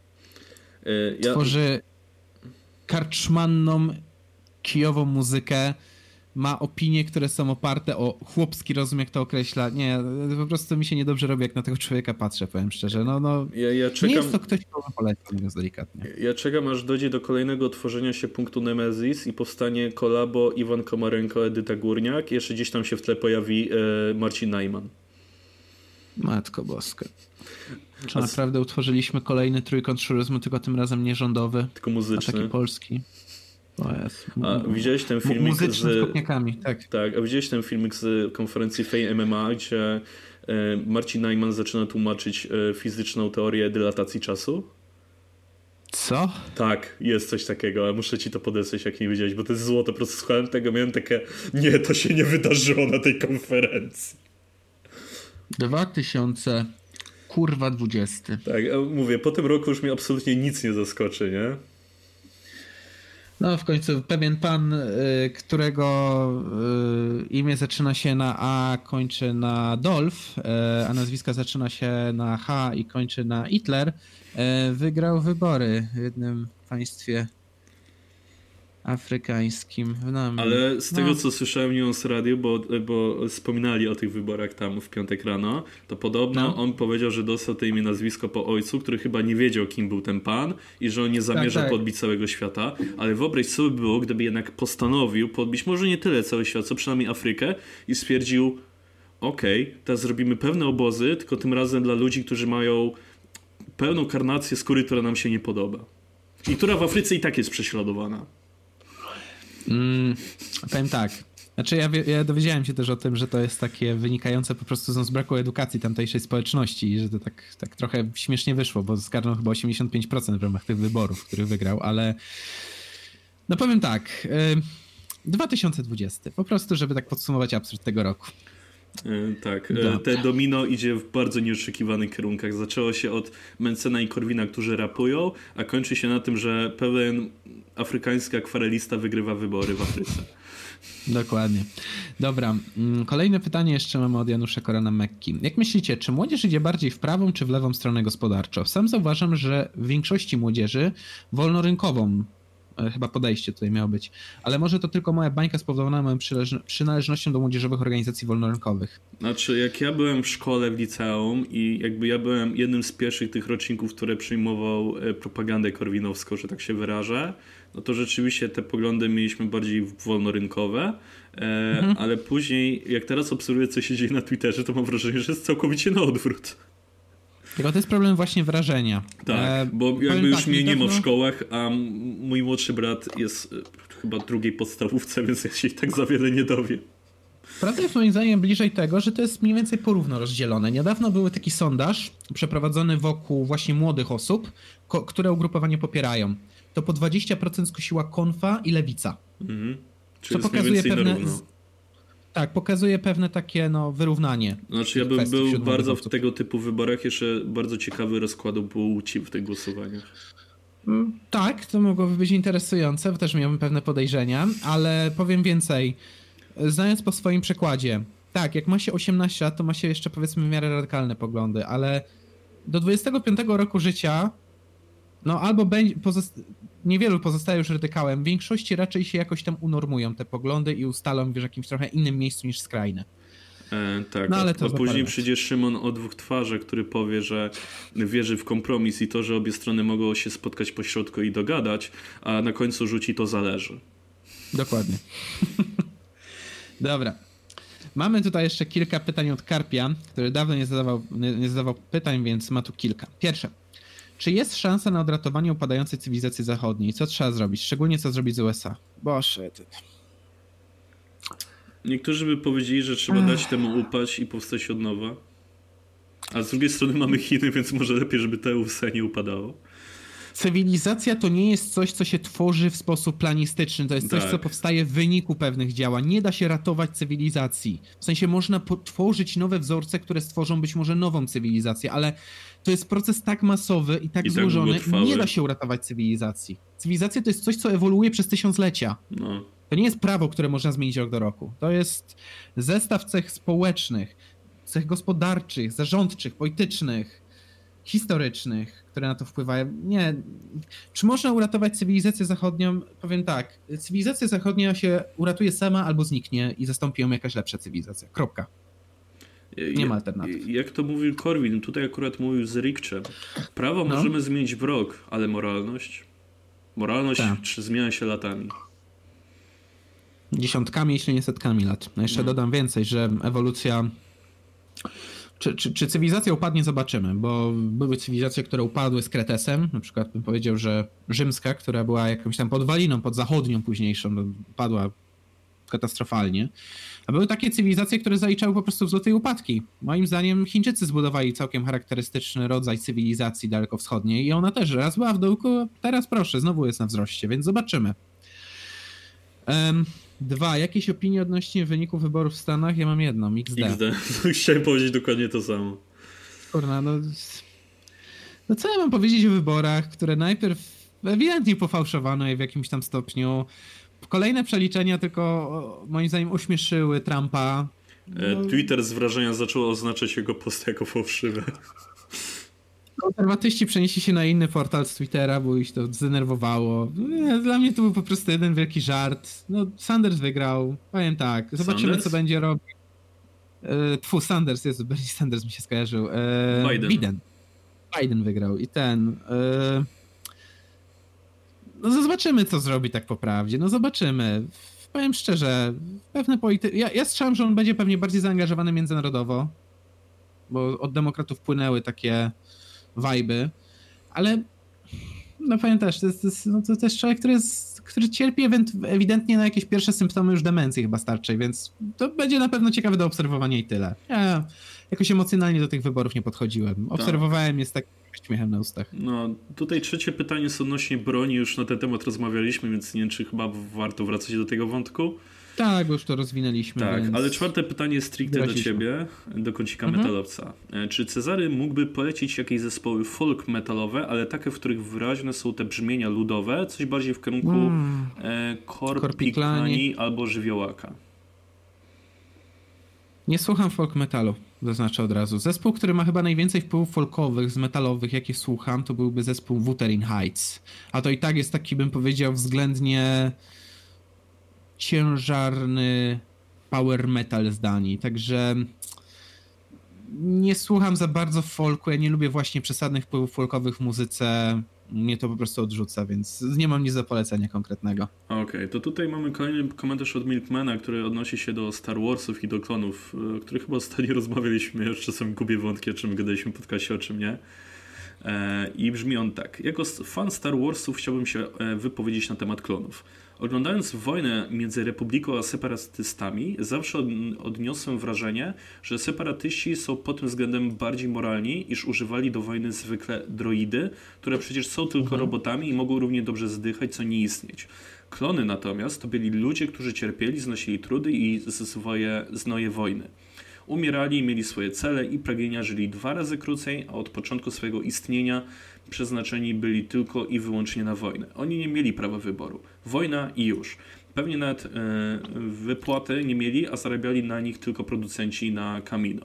Tworzy karczmanną, kijową muzykę, ma opinie, które są oparte o chłopski rozum, jak to określa. Nie, po prostu mi się niedobrze robi, jak na tego człowieka patrzę, powiem szczerze. Ja czekam, nie jest to ktoś, kto poleca, mówiąc delikatnie. Ja czekam, aż dojdzie do kolejnego tworzenia się punktu Nemesis i powstanie kolabo Iwan Komarenko, Edyta Górniak i jeszcze gdzieś tam się w tle pojawi Marcin Najman. Matko boska. Czy naprawdę utworzyliśmy kolejny trójkąt szuryzmu, tylko tym razem nie rządowy, tylko muzyczny, a taki polski? A widziałeś ten filmik z kopniakami, tak. Tak, a widziałeś ten filmik z konferencji Fame MMA, gdzie Marcin Najman zaczyna tłumaczyć fizyczną teorię dylatacji czasu? Co? Tak, jest coś takiego, ale muszę ci to podesłać, jak nie widziałeś, bo to jest złoto. Po prostu słuchałem tego, miałem takie, nie, to się nie wydarzyło na tej konferencji. 2020. Tak, mówię, po tym roku już mnie absolutnie nic nie zaskoczy, nie? No w końcu pewien pan, którego imię zaczyna się na A, kończy na Dolf, a nazwiska zaczyna się na H i kończy na Hitler, wygrał wybory w jednym państwie afrykańskim. Ale z tego, co słyszałem News Radio, bo wspominali o tych wyborach tam w piątek rano, to podobno on powiedział, że dostał to imię, nazwisko po ojcu, który chyba nie wiedział, kim był ten pan i że on nie zamierza podbić całego świata. Ale wyobraź, co by było, gdyby jednak postanowił podbić może nie tyle cały świat, co przynajmniej Afrykę i stwierdził, okej, teraz zrobimy pewne obozy, tylko tym razem dla ludzi, którzy mają pełną karnację skóry, która nam się nie podoba. I która w Afryce i tak jest prześladowana. Powiem tak. Znaczy ja dowiedziałem się też o tym, że to jest takie wynikające po prostu z braku edukacji tamtejszej społeczności i że to tak trochę śmiesznie wyszło, bo zgarnął chyba 85% w ramach tych wyborów, których wygrał, ale no powiem tak, 2020, po prostu żeby tak podsumować absurd tego roku. Tak, te domino idzie w bardzo nieoczekiwanych kierunkach. Zaczęło się od Mencena i Korwina, którzy rapują, a kończy się na tym, że pewien afrykański akwarelista wygrywa wybory w Afryce. Dokładnie. Dobra, kolejne pytanie jeszcze mamy od Janusza Korona-Mekki. Jak myślicie, czy młodzież idzie bardziej w prawą czy w lewą stronę gospodarczo? Sam zauważam, że w większości młodzieży wolnorynkową chyba podejście tutaj miało być, ale może to tylko moja bańka spowodowana moją przynależnością do młodzieżowych organizacji wolnorynkowych. Znaczy, jak ja byłem w szkole, w liceum i jakby ja byłem jednym z pierwszych tych roczników, który przyjmował propagandę korwinowską, że tak się wyrażę, no to rzeczywiście te poglądy mieliśmy bardziej wolnorynkowe, ale później, jak teraz obserwuję, co się dzieje na Twitterze, to mam wrażenie, że jest całkowicie na odwrót. Tylko to jest problem właśnie wrażenia. Tak, bo jakby już mnie nie ma w szkołach, a mój młodszy brat jest chyba drugiej podstawówce, więc ja się i tak za wiele nie dowiem. Prawda jest moim zdaniem bliżej tego, że to jest mniej więcej porówno rozdzielone. Niedawno był taki sondaż przeprowadzony wokół właśnie młodych osób, które ugrupowanie popierają. To po 20% skusiła Konfa i Lewica. Czyli co pokazuje pewne... Tak, pokazuje pewne takie wyrównanie. Znaczy ja bym był bardzo w tego typu wyborach jeszcze bardzo ciekawy rozkładu płci w tych głosowaniach. Tak, to mogłoby być interesujące, bo też miałbym pewne podejrzenia, ale powiem więcej. Znając po swoim przykładzie, tak, jak ma się 18 lat, to ma się jeszcze powiedzmy w miarę radykalne poglądy, ale do 25 roku życia albo niewielu pozostaje już radykałem, w większości raczej się jakoś tam unormują te poglądy i ustalą w jakimś trochę innym miejscu niż skrajne. Tak, ale a później przyjdzie Szymon o dwóch twarzach, który powie, że wierzy w kompromis i to, że obie strony mogą się spotkać po środku i dogadać, a na końcu rzuci to zależy. Dokładnie. Dobra. Mamy tutaj jeszcze kilka pytań od Karpia, który dawno nie zadawał pytań, więc ma tu kilka. Pierwsze. Czy jest szansa na odratowanie upadającej cywilizacji zachodniej? Co trzeba zrobić? Szczególnie co zrobić z USA? Boże, ty... Niektórzy by powiedzieli, że trzeba dać temu upaść i powstać od nowa. A z drugiej strony mamy Chiny, więc może lepiej, żeby te USA nie upadało. Cywilizacja to nie jest coś, co się tworzy w sposób planistyczny. To jest coś, co powstaje w wyniku pewnych działań. Nie da się ratować cywilizacji. W sensie można tworzyć nowe wzorce, które stworzą być może nową cywilizację, ale to jest proces tak masowy i tak złożony, nie da się uratować cywilizacji. Cywilizacja to jest coś, co ewoluuje przez tysiąclecia. To nie jest prawo, które można zmienić rok do roku. To jest zestaw cech społecznych, cech gospodarczych, zarządczych, politycznych, historycznych, które na to wpływają. Nie. Czy można uratować cywilizację zachodnią? Powiem tak. Cywilizacja zachodnia się uratuje sama albo zniknie i zastąpi ją jakaś lepsza cywilizacja. Kropka. Nie ma alternatyw. Jak to mówił Korwin, tutaj akurat mówił z Rikczem. Prawo możemy zmienić w rok, ale moralność? Moralność zmienia się latami. Dziesiątkami, jeśli nie setkami lat. Jeszcze dodam więcej, że ewolucja... Czy cywilizacja upadnie? Zobaczymy, bo były cywilizacje, które upadły z Kretesem, na przykład bym powiedział, że rzymska, która była jakąś tam podwaliną, pod zachodnią późniejszą, upadła katastrofalnie. A były takie cywilizacje, które zaliczały po prostu wzloty i upadki. Moim zdaniem Chińczycy zbudowali całkiem charakterystyczny rodzaj cywilizacji dalekowschodniej i ona też raz była w dołku, teraz proszę, znowu jest na wzroście, więc zobaczymy. 2. Jakieś opinie odnośnie wyników wyborów w Stanach? Ja mam jedną, XD. Chciałem powiedzieć dokładnie to samo. Kurna, no co ja mam powiedzieć o wyborach, które najpierw ewidentnie pofałszowano je w jakimś tam stopniu. Kolejne przeliczenia tylko moim zdaniem ośmieszyły Trumpa. Twitter z wrażenia zaczął oznaczać jego posty jako fałszywe. Konserwatyści przenieśli się na inny portal z Twittera, bo ich to zdenerwowało. Dla mnie to był po prostu jeden wielki żart. Sanders wygrał. Powiem tak. Zobaczymy, co będzie robił. Sanders, Bernie Sanders mi się skojarzył. Biden wygrał i zobaczymy, co zrobi tak po prawdzie. Zobaczymy. powiem szczerze, pewne ja strzelam, że on będzie pewnie bardziej zaangażowany międzynarodowo, bo od demokratów płynęły takie wajby, ale no pamiętasz, to jest człowiek, który cierpi ewidentnie na jakieś pierwsze symptomy już demencji chyba starczej, więc to będzie na pewno ciekawe do obserwowania i tyle. Ja jakoś emocjonalnie do tych wyborów nie podchodziłem. Obserwowałem, jest tak śmiechem na ustach. No, tutaj trzecie pytanie jest odnośnie broni, już na ten temat rozmawialiśmy, więc nie wiem, czy chyba warto wracać do tego wątku. Tak, bo już to rozwinęliśmy. Tak, więc... ale czwarte pytanie jest stricte do ciebie, do kącika metalowca. Czy Cezary mógłby polecić jakieś zespoły folk metalowe, ale takie, w których wyraźne są te brzmienia ludowe, coś bardziej w kierunku Korpiklani albo Żywiołaka? Nie słucham folk metalu, zaznaczę od razu. Zespół, który ma chyba najwięcej wpływów folkowych, z metalowych, jakie słucham, to byłby zespół Wuthering Heights. A to i tak jest taki, bym powiedział, względnie ciężarny power metal z Danii, także nie słucham za bardzo folku, ja nie lubię właśnie przesadnych wpływów folkowych w muzyce, mnie to po prostu odrzuca, więc nie mam nic do polecenia konkretnego. Okej, to tutaj mamy kolejny komentarz od Milkmana, który odnosi się do Star Warsów i do klonów, o których chyba ostatnio rozmawialiśmy, już czasem gubię wątki, o czym gadaliśmy w podcaście, o czym nie. I brzmi on tak. Jako fan Star Warsów chciałbym się wypowiedzieć na temat klonów. Oglądając wojnę między Republiką a separatystami, zawsze odniosłem wrażenie, że separatyści są pod tym względem bardziej moralni, iż używali do wojny zwykle droidy, które przecież są tylko robotami i mogą równie dobrze zdychać, co nie istnieć. Klony natomiast to byli ludzie, którzy cierpieli, znosili trudy i swoje znoje wojny. Umierali, mieli swoje cele i pragnienia, żyli 2 razy krócej, a od początku swojego istnienia przeznaczeni byli tylko i wyłącznie na wojnę. Oni nie mieli prawa wyboru. Wojna i już. Pewnie nawet wypłaty nie mieli, a zarabiali na nich tylko producenci na Camino.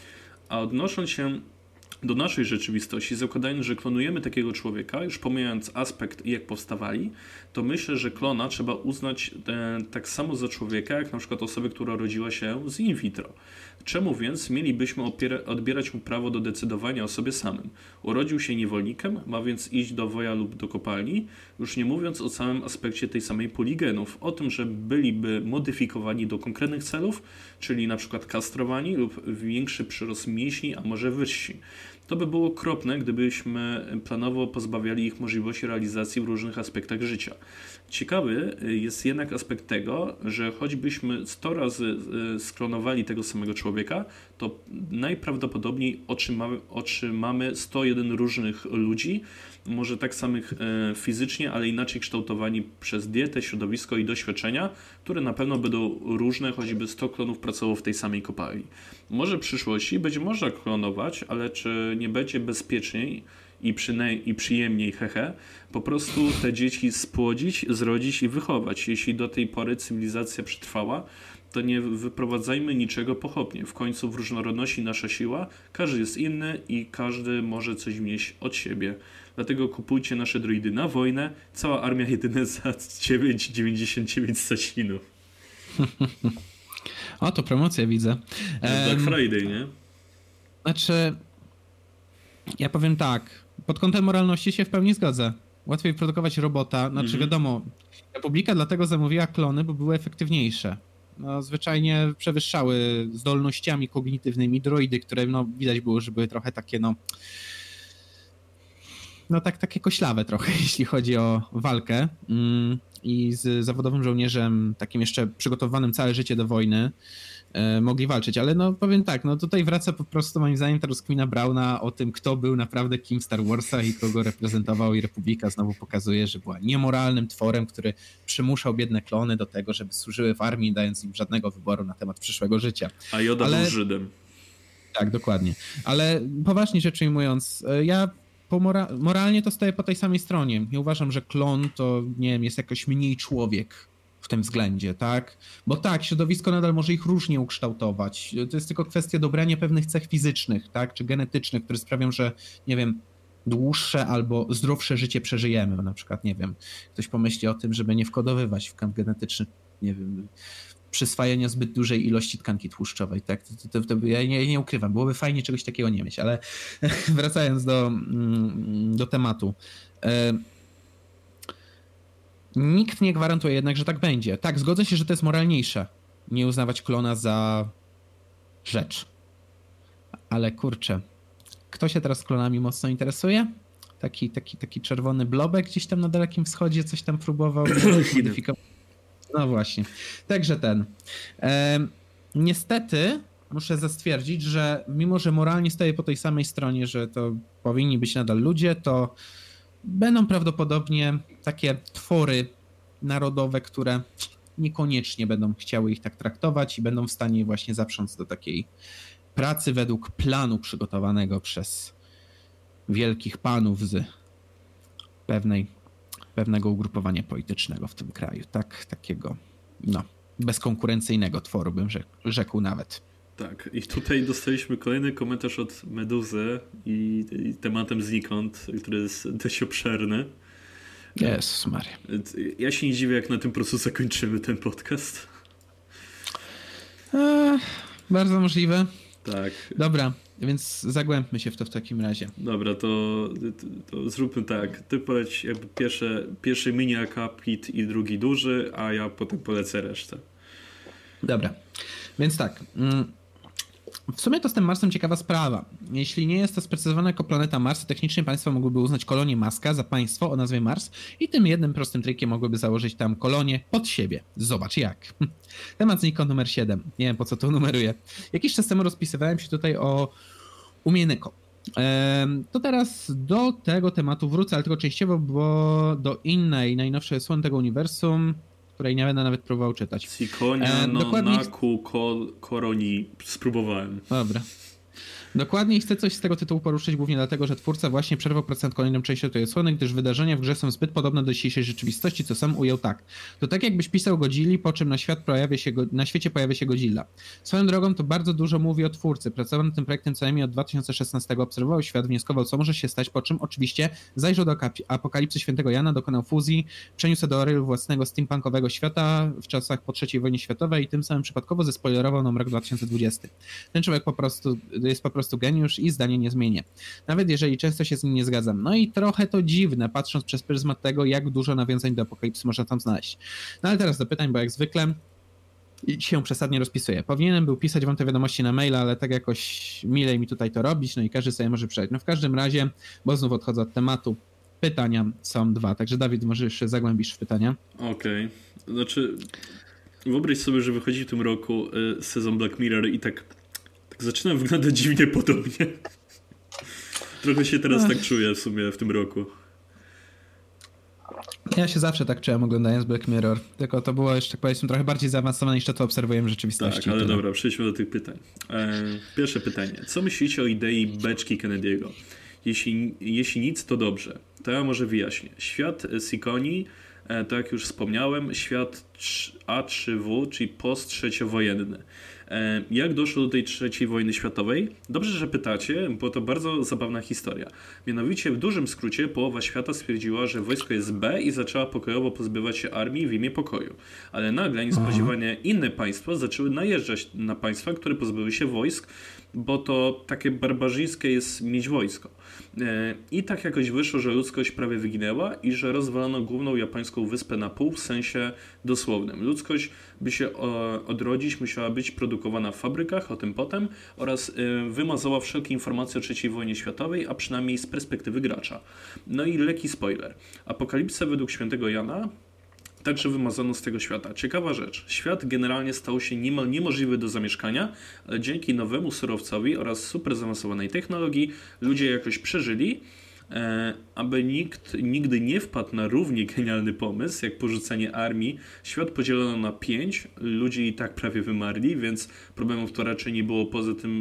A odnosząc się do naszej rzeczywistości, zakładając, że klonujemy takiego człowieka, już pomijając aspekt, jak powstawali, to myślę, że klona trzeba uznać tak samo za człowieka, jak na przykład osobę, która rodziła się z in vitro. Czemu więc mielibyśmy odbierać mu prawo do decydowania o sobie samym? Urodził się niewolnikiem, ma więc iść do woja lub do kopalni, już nie mówiąc o całym aspekcie tej samej puli genów, o tym, że byliby modyfikowani do konkretnych celów, czyli na przykład kastrowani lub większy przyrost mięśni, a może wyżsi. To by było okropne, gdybyśmy planowo pozbawiali ich możliwości realizacji w różnych aspektach życia. Ciekawy jest jednak aspekt tego, że choćbyśmy 100 razy sklonowali tego samego człowieka, to najprawdopodobniej otrzymamy 101 różnych ludzi, może tak samych fizycznie, ale inaczej kształtowani przez dietę, środowisko i doświadczenia, które na pewno będą różne, choćby 100 klonów pracowało w tej samej kopalni. Może w przyszłości będzie można klonować, ale czy nie będzie bezpieczniej i przyjemniej, po prostu te dzieci spłodzić, zrodzić i wychować. Jeśli do tej pory cywilizacja przetrwała, to nie wyprowadzajmy niczego pochopnie. W końcu w różnorodności nasza siła, każdy jest inny i każdy może coś wnieść od siebie. Dlatego kupujcie nasze droidy na wojnę, cała armia jedyne za 9,99 stacinów. O, to promocja widzę. Black Friday, nie? Znaczy, ja powiem tak, pod kątem moralności się w pełni zgodzę. Łatwiej produkować robota, znaczy wiadomo, Republika dlatego zamówiła klony, bo były efektywniejsze. No, zwyczajnie przewyższały zdolnościami kognitywnymi droidy, które widać było, że były trochę takie takie koślawe trochę, jeśli chodzi o walkę. I z zawodowym żołnierzem, takim jeszcze przygotowanym całe życie do wojny, mogli walczyć, ale powiem tak, tutaj wraca po prostu moim zdaniem ta rozkmina Brauna o tym, kto był naprawdę kim w Star Warsach i kogo reprezentował, i Republika znowu pokazuje, że była niemoralnym tworem, który przymuszał biedne klony do tego, żeby służyły w armii, dając im żadnego wyboru na temat przyszłego życia. A Yoda był Żydem. Tak, dokładnie. Ale poważnie rzecz ujmując, ja moralnie to stoję po tej samej stronie. Nie uważam, że klon to, nie wiem, jest jakoś mniej człowiek w tym względzie, tak? Bo tak, środowisko nadal może ich różnie ukształtować. To jest tylko kwestia dobrania pewnych cech fizycznych, tak? Czy genetycznych, które sprawią, że, nie wiem, dłuższe albo zdrowsze życie przeżyjemy. Na przykład, nie wiem, ktoś pomyśli o tym, żeby nie wkodowywać w kod genetyczny, nie wiem, przyswajania zbyt dużej ilości tkanki tłuszczowej, tak? Ja nie ukrywam, byłoby fajnie czegoś takiego nie mieć, ale wracając do tematu. Nikt nie gwarantuje jednak, że tak będzie. Tak, zgodzę się, że to jest moralniejsze. Nie uznawać klona za rzecz. Ale kurczę, kto się teraz klonami mocno interesuje? Taki czerwony blobek gdzieś tam na Dalekim Wschodzie coś tam próbował modyfikować. No właśnie. Także niestety muszę stwierdzić, że mimo, że moralnie stoję po tej samej stronie, że to powinni być nadal ludzie, to będą prawdopodobnie takie twory narodowe, które niekoniecznie będą chciały ich tak traktować i będą w stanie właśnie zaprząc do takiej pracy według planu przygotowanego przez wielkich panów z pewnego ugrupowania politycznego w tym kraju. Takiego bezkonkurencyjnego tworu bym rzekł nawet. Tak, i tutaj dostaliśmy kolejny komentarz od Meduzy i tematem znikąd, który jest dość obszerny. Jezus Maria. Ja się nie dziwię, jak na tym po prostu zakończymy ten podcast. Bardzo możliwe. Tak. Dobra, więc zagłębmy się w to w takim razie. Dobra, to zróbmy tak. Ty poleć jakby pierwszy mini akapit i drugi duży, a ja potem polecę resztę. Dobra, więc tak. W sumie to z tym Marsem ciekawa sprawa. Jeśli nie jest to sprecyzowane jako planeta Mars, technicznie państwo mogłyby uznać kolonię Maska za państwo o nazwie Mars i tym jednym prostym trikiem mogłyby założyć tam kolonię pod siebie. Zobacz jak. Temat znikąd numer 7. Nie wiem po co to numeruję. Jakiś czas temu rozpisywałem się tutaj o Umieneko. To teraz do tego tematu wrócę, ale tylko częściowo, bo do innej, najnowszej odsłony tego uniwersum, której nie będę nawet próbował czytać. Sikonia, Naku, Koroni. Spróbowałem. Dobra. Dokładniej chcę coś z tego tytułu poruszyć, głównie dlatego, że twórca właśnie przerwał procent kolejną częścią tej odsłony, gdyż wydarzenia w grze są zbyt podobne do dzisiejszej rzeczywistości, co sam ujął tak. To tak jakbyś pisał Godzilli, po czym na świecie pojawia się Godzilla. Swoją drogą to bardzo dużo mówi o twórcy. Pracował nad tym projektem co najmniej od 2016, obserwował świat, wnioskował co może się stać, po czym oczywiście zajrzał do Apokalipsy Świętego Jana, dokonał fuzji, przeniósł do Orylu własnego steampunkowego świata w czasach po III wojnie światowej i tym samym przypadkowo zespoilerował nam rok 2020. Ten człowiek jest po prostu geniusz i zdanie nie zmienię. Nawet jeżeli często się z nim nie zgadzam. No i trochę to dziwne, patrząc przez pryzmat tego, jak dużo nawiązań do Apokalipsy można tam znaleźć. No ale teraz do pytań, bo jak zwykle się przesadnie rozpisuję. Powinienem był pisać wam te wiadomości na maila, ale tak jakoś milej mi tutaj to robić, no i każdy sobie może przejść. No w każdym razie, bo znów odchodzę od tematu, pytania są 2, także Dawid, może jeszcze zagłębisz w pytania. Okej. Znaczy, wyobraź sobie, że wychodzi w tym roku sezon Black Mirror i tak zaczyna wyglądać dziwnie podobnie. Trochę się teraz tak czuję w sumie w tym roku. Ja się zawsze tak czułem oglądając Black Mirror, tylko to było jeszcze, powiedzmy, trochę bardziej zaawansowane niż to, co obserwujemy w rzeczywistości. Tak, ale dobra, przejdźmy do tych pytań. Pierwsze pytanie. Co myślicie o idei beczki Kennedy'ego? Jeśli nic, to dobrze. To ja może wyjaśnię. Świat Sikonii, tak jak już wspomniałem, świat A3W, czyli post-trzeciowojenny. Jak doszło do tej III wojny światowej? Dobrze, że pytacie, bo to bardzo zabawna historia. Mianowicie w dużym skrócie połowa świata stwierdziła, że wojsko jest B i zaczęła pokojowo pozbywać się armii w imię pokoju. Ale nagle niespodziewanie inne państwa zaczęły najeżdżać na państwa, które pozbyły się wojsk, bo to takie barbarzyńskie jest mieć wojsko. I tak jakoś wyszło, że ludzkość prawie wyginęła i że rozwalono główną japońską wyspę na pół w sensie dosłownym. Ludzkość, by się odrodzić, musiała być produkowana w fabrykach, o tym potem, oraz wymazała wszelkie informacje o III wojnie światowej, a przynajmniej z perspektywy gracza. No i lekki spoiler. Apokalipsę według Świętego Jana także wymazano z tego świata. Ciekawa rzecz. Świat generalnie stał się niemal niemożliwy do zamieszkania, ale dzięki nowemu surowcowi oraz super zaawansowanej technologii ludzie jakoś przeżyli, aby nikt nigdy nie wpadł na równie genialny pomysł jak porzucenie armii. Świat podzielono na 5, ludzie i tak prawie wymarli, więc problemów to raczej nie było.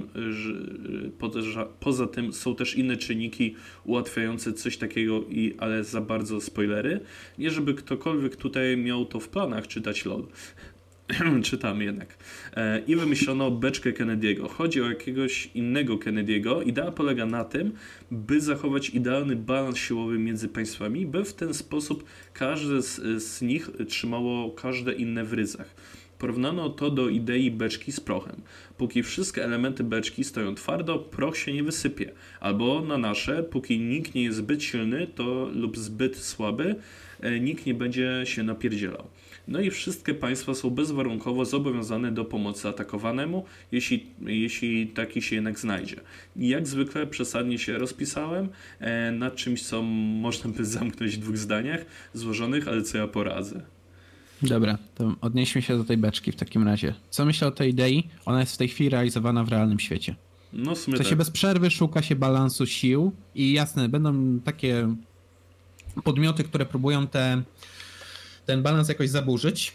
Poza tym są też inne czynniki ułatwiające coś takiego, ale za bardzo spoilery. Nie żeby ktokolwiek tutaj miał to w planach czytać LOL. Czytam jednak. I wymyślono beczkę Kennedy'ego. Chodzi o jakiegoś innego Kennedy'ego. Idea polega na tym, by zachować idealny balans siłowy między państwami, by w ten sposób każde z nich trzymało każde inne w ryzach. Porównano to do idei beczki z prochem. Póki wszystkie elementy beczki stoją twardo, proch się nie wysypie. Albo na nasze, póki nikt nie jest zbyt silny lub zbyt słaby, nikt nie będzie się napierdzielał. No i wszystkie państwa są bezwarunkowo zobowiązane do pomocy atakowanemu, jeśli taki się jednak znajdzie. I jak zwykle przesadnie się rozpisałem nad czymś, co można by zamknąć w 2 zdaniach złożonych, ale co ja poradzę. Dobra, to odnieśmy się do tej beczki w takim razie. Co myślę o tej idei? Ona jest w tej chwili realizowana w realnym świecie. No w sumie W sensie bez przerwy szuka się balansu sił i jasne, będą takie podmioty, które próbują ten balans jakoś zaburzyć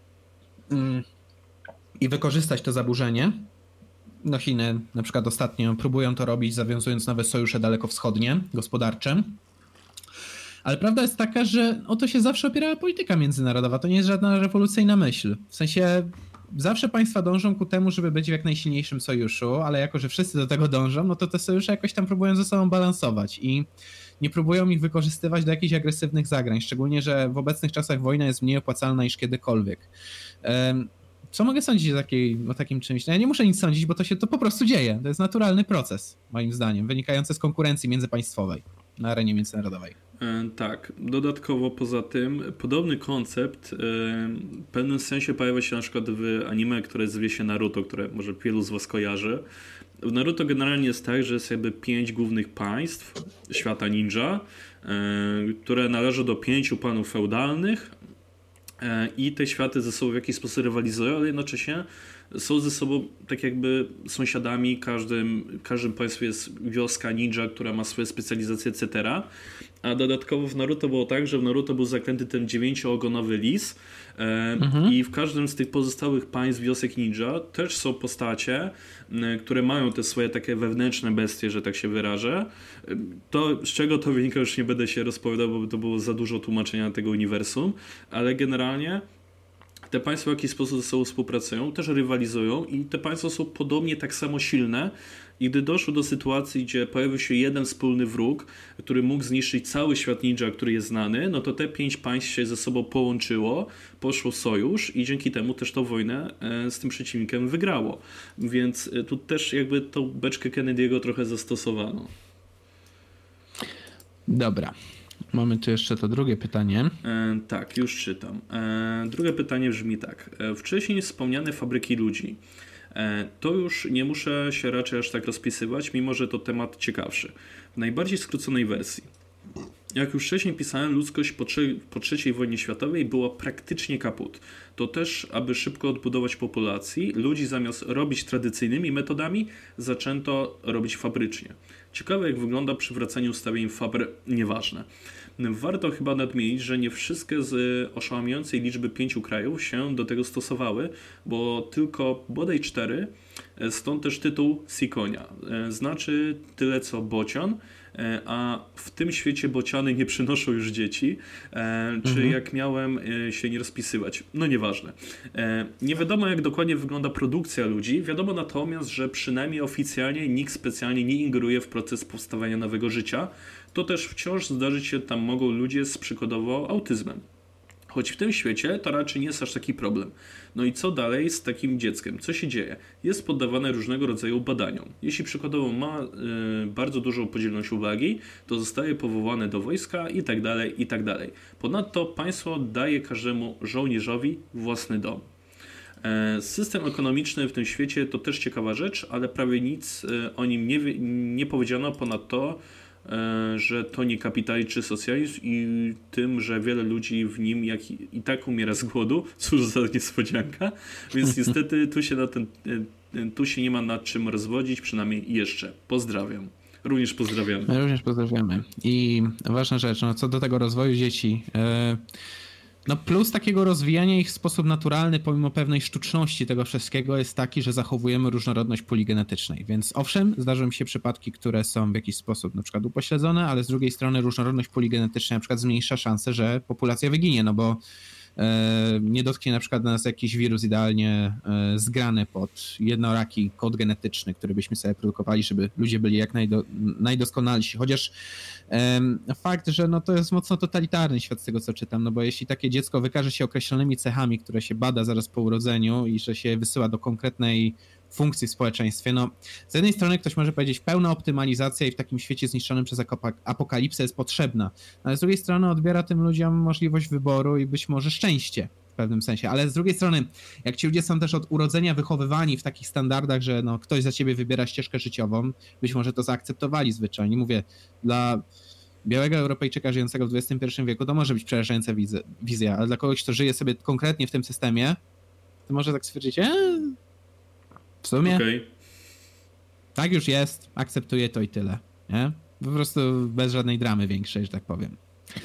i wykorzystać to zaburzenie. No Chiny na przykład ostatnio próbują to robić, zawiązując nowe sojusze dalekowschodnie, gospodarcze. Ale prawda jest taka, że o to się zawsze opierała polityka międzynarodowa. To nie jest żadna rewolucyjna myśl. W sensie zawsze państwa dążą ku temu, żeby być w jak najsilniejszym sojuszu, ale jako, że wszyscy do tego dążą, no to te sojusze jakoś tam próbują ze sobą balansować i nie próbują ich wykorzystywać do jakichś agresywnych zagrań, szczególnie, że w obecnych czasach wojna jest mniej opłacalna niż kiedykolwiek. Co mogę sądzić o takim czymś? No ja nie muszę nic sądzić, bo to po prostu dzieje. To jest naturalny proces, moim zdaniem, wynikający z konkurencji międzypaństwowej na arenie międzynarodowej. Tak, dodatkowo poza tym podobny koncept w pewnym sensie pojawia się na przykład w anime, które zwie się Naruto, które może wielu z was kojarzy. W Naruto generalnie jest tak, że jest jakby 5 głównych państw świata ninja, które należą do 5 panów feudalnych i te światy ze sobą w jakiś sposób rywalizują, ale jednocześnie są ze sobą tak jakby sąsiadami, w każdym państwie jest wioska ninja, która ma swoje specjalizacje, etc. A dodatkowo w Naruto było tak, że w Naruto był zaklęty ten 9-ogonowy lis i w każdym z tych pozostałych państw wiosek ninja też są postacie, które mają te swoje takie wewnętrzne bestie, że tak się wyrażę. To, z czego to wynika, już nie będę się rozpowiadał, bo to było za dużo tłumaczenia tego uniwersum, ale generalnie te państwa w jakiś sposób ze sobą współpracują, też rywalizują i te państwa są podobnie tak samo silne i gdy doszło do sytuacji, gdzie pojawił się jeden wspólny wróg, który mógł zniszczyć cały świat ninja, który jest znany, no to te 5 państw się ze sobą połączyło, poszło w sojusz i dzięki temu też tą wojnę z tym przeciwnikiem wygrało. Więc tu też jakby tą beczkę Kennedy'ego trochę zastosowano. Dobra. Mamy tu jeszcze to drugie pytanie. Tak, już czytam. Drugie pytanie brzmi tak. Wcześniej wspomniane fabryki ludzi. To już nie muszę się raczej aż tak rozpisywać, mimo że to temat ciekawszy. W najbardziej skróconej wersji. Jak już wcześniej pisałem, ludzkość po III wojnie światowej była praktycznie kaput. To też, aby szybko odbudować populacji, ludzi zamiast robić tradycyjnymi metodami, zaczęto robić fabrycznie. Ciekawe, jak wygląda przywracanie ustawień fabr, nieważne. Warto chyba nadmienić, że nie wszystkie z oszałamiającej liczby 5 krajów się do tego stosowały, bo tylko bodaj 4, stąd też tytuł Sikonia. Znaczy tyle co bocian, a w tym świecie bociany nie przynoszą już dzieci, czy jak miałem się nie rozpisywać. No nieważne. Nie wiadomo, jak dokładnie wygląda produkcja ludzi, wiadomo natomiast, że przynajmniej oficjalnie nikt specjalnie nie ingeruje w proces powstawania nowego życia. To też wciąż zdarzyć się tam mogą ludzie z przykładowo autyzmem. Choć w tym świecie to raczej nie jest aż taki problem. No i co dalej z takim dzieckiem? Co się dzieje? Jest poddawane różnego rodzaju badaniom. Jeśli przykładowo ma bardzo dużą podzielność uwagi, to zostaje powołane do wojska i tak dalej, i tak dalej. Ponadto państwo daje każdemu żołnierzowi własny dom. System ekonomiczny w tym świecie to też ciekawa rzecz, ale prawie nic o nim nie powiedziano ponad to, że to nie kapitalizm czy socjalizm i tym, że wiele ludzi w nim i tak umiera z głodu. Cóż za niespodzianka. Więc niestety tu się nie ma nad czym rozwodzić, przynajmniej jeszcze. Pozdrawiam. Również pozdrawiamy. My również pozdrawiamy. I ważna rzecz, no co do tego rozwoju dzieci. No plus takiego rozwijania ich w sposób naturalny, pomimo pewnej sztuczności tego wszystkiego, jest taki, że zachowujemy różnorodność puli genetycznej. Więc owszem, zdarzają się przypadki, które są w jakiś sposób na przykład upośledzone, ale z drugiej strony różnorodność puli genetycznej na przykład zmniejsza szansę, że populacja wyginie, no bo nie dotknie na przykład nas jakiś wirus idealnie zgrany pod jednoraki kod genetyczny, który byśmy sobie produkowali, żeby ludzie byli jak najdoskonalsi. Chociaż fakt, że no to jest mocno totalitarny świat z tego, co czytam, no bo jeśli takie dziecko wykaże się określonymi cechami, które się bada zaraz po urodzeniu i że się wysyła do konkretnej funkcji w społeczeństwie, no z jednej strony ktoś może powiedzieć, pełna optymalizacja i w takim świecie zniszczonym przez apokalipsę jest potrzebna, ale z drugiej strony odbiera tym ludziom możliwość wyboru i być może szczęście w pewnym sensie, ale z drugiej strony, jak ci ludzie są też od urodzenia wychowywani w takich standardach, że no, ktoś za ciebie wybiera ścieżkę życiową, być może to zaakceptowali zwyczajnie. Mówię, dla białego Europejczyka żyjącego w XXI wieku to może być przerażająca wizja, ale dla kogoś, kto żyje sobie konkretnie w tym systemie, to może tak stwierdzić, w sumie tak już jest, akceptuję to i tyle, nie? Po prostu bez żadnej dramy większej, że tak powiem.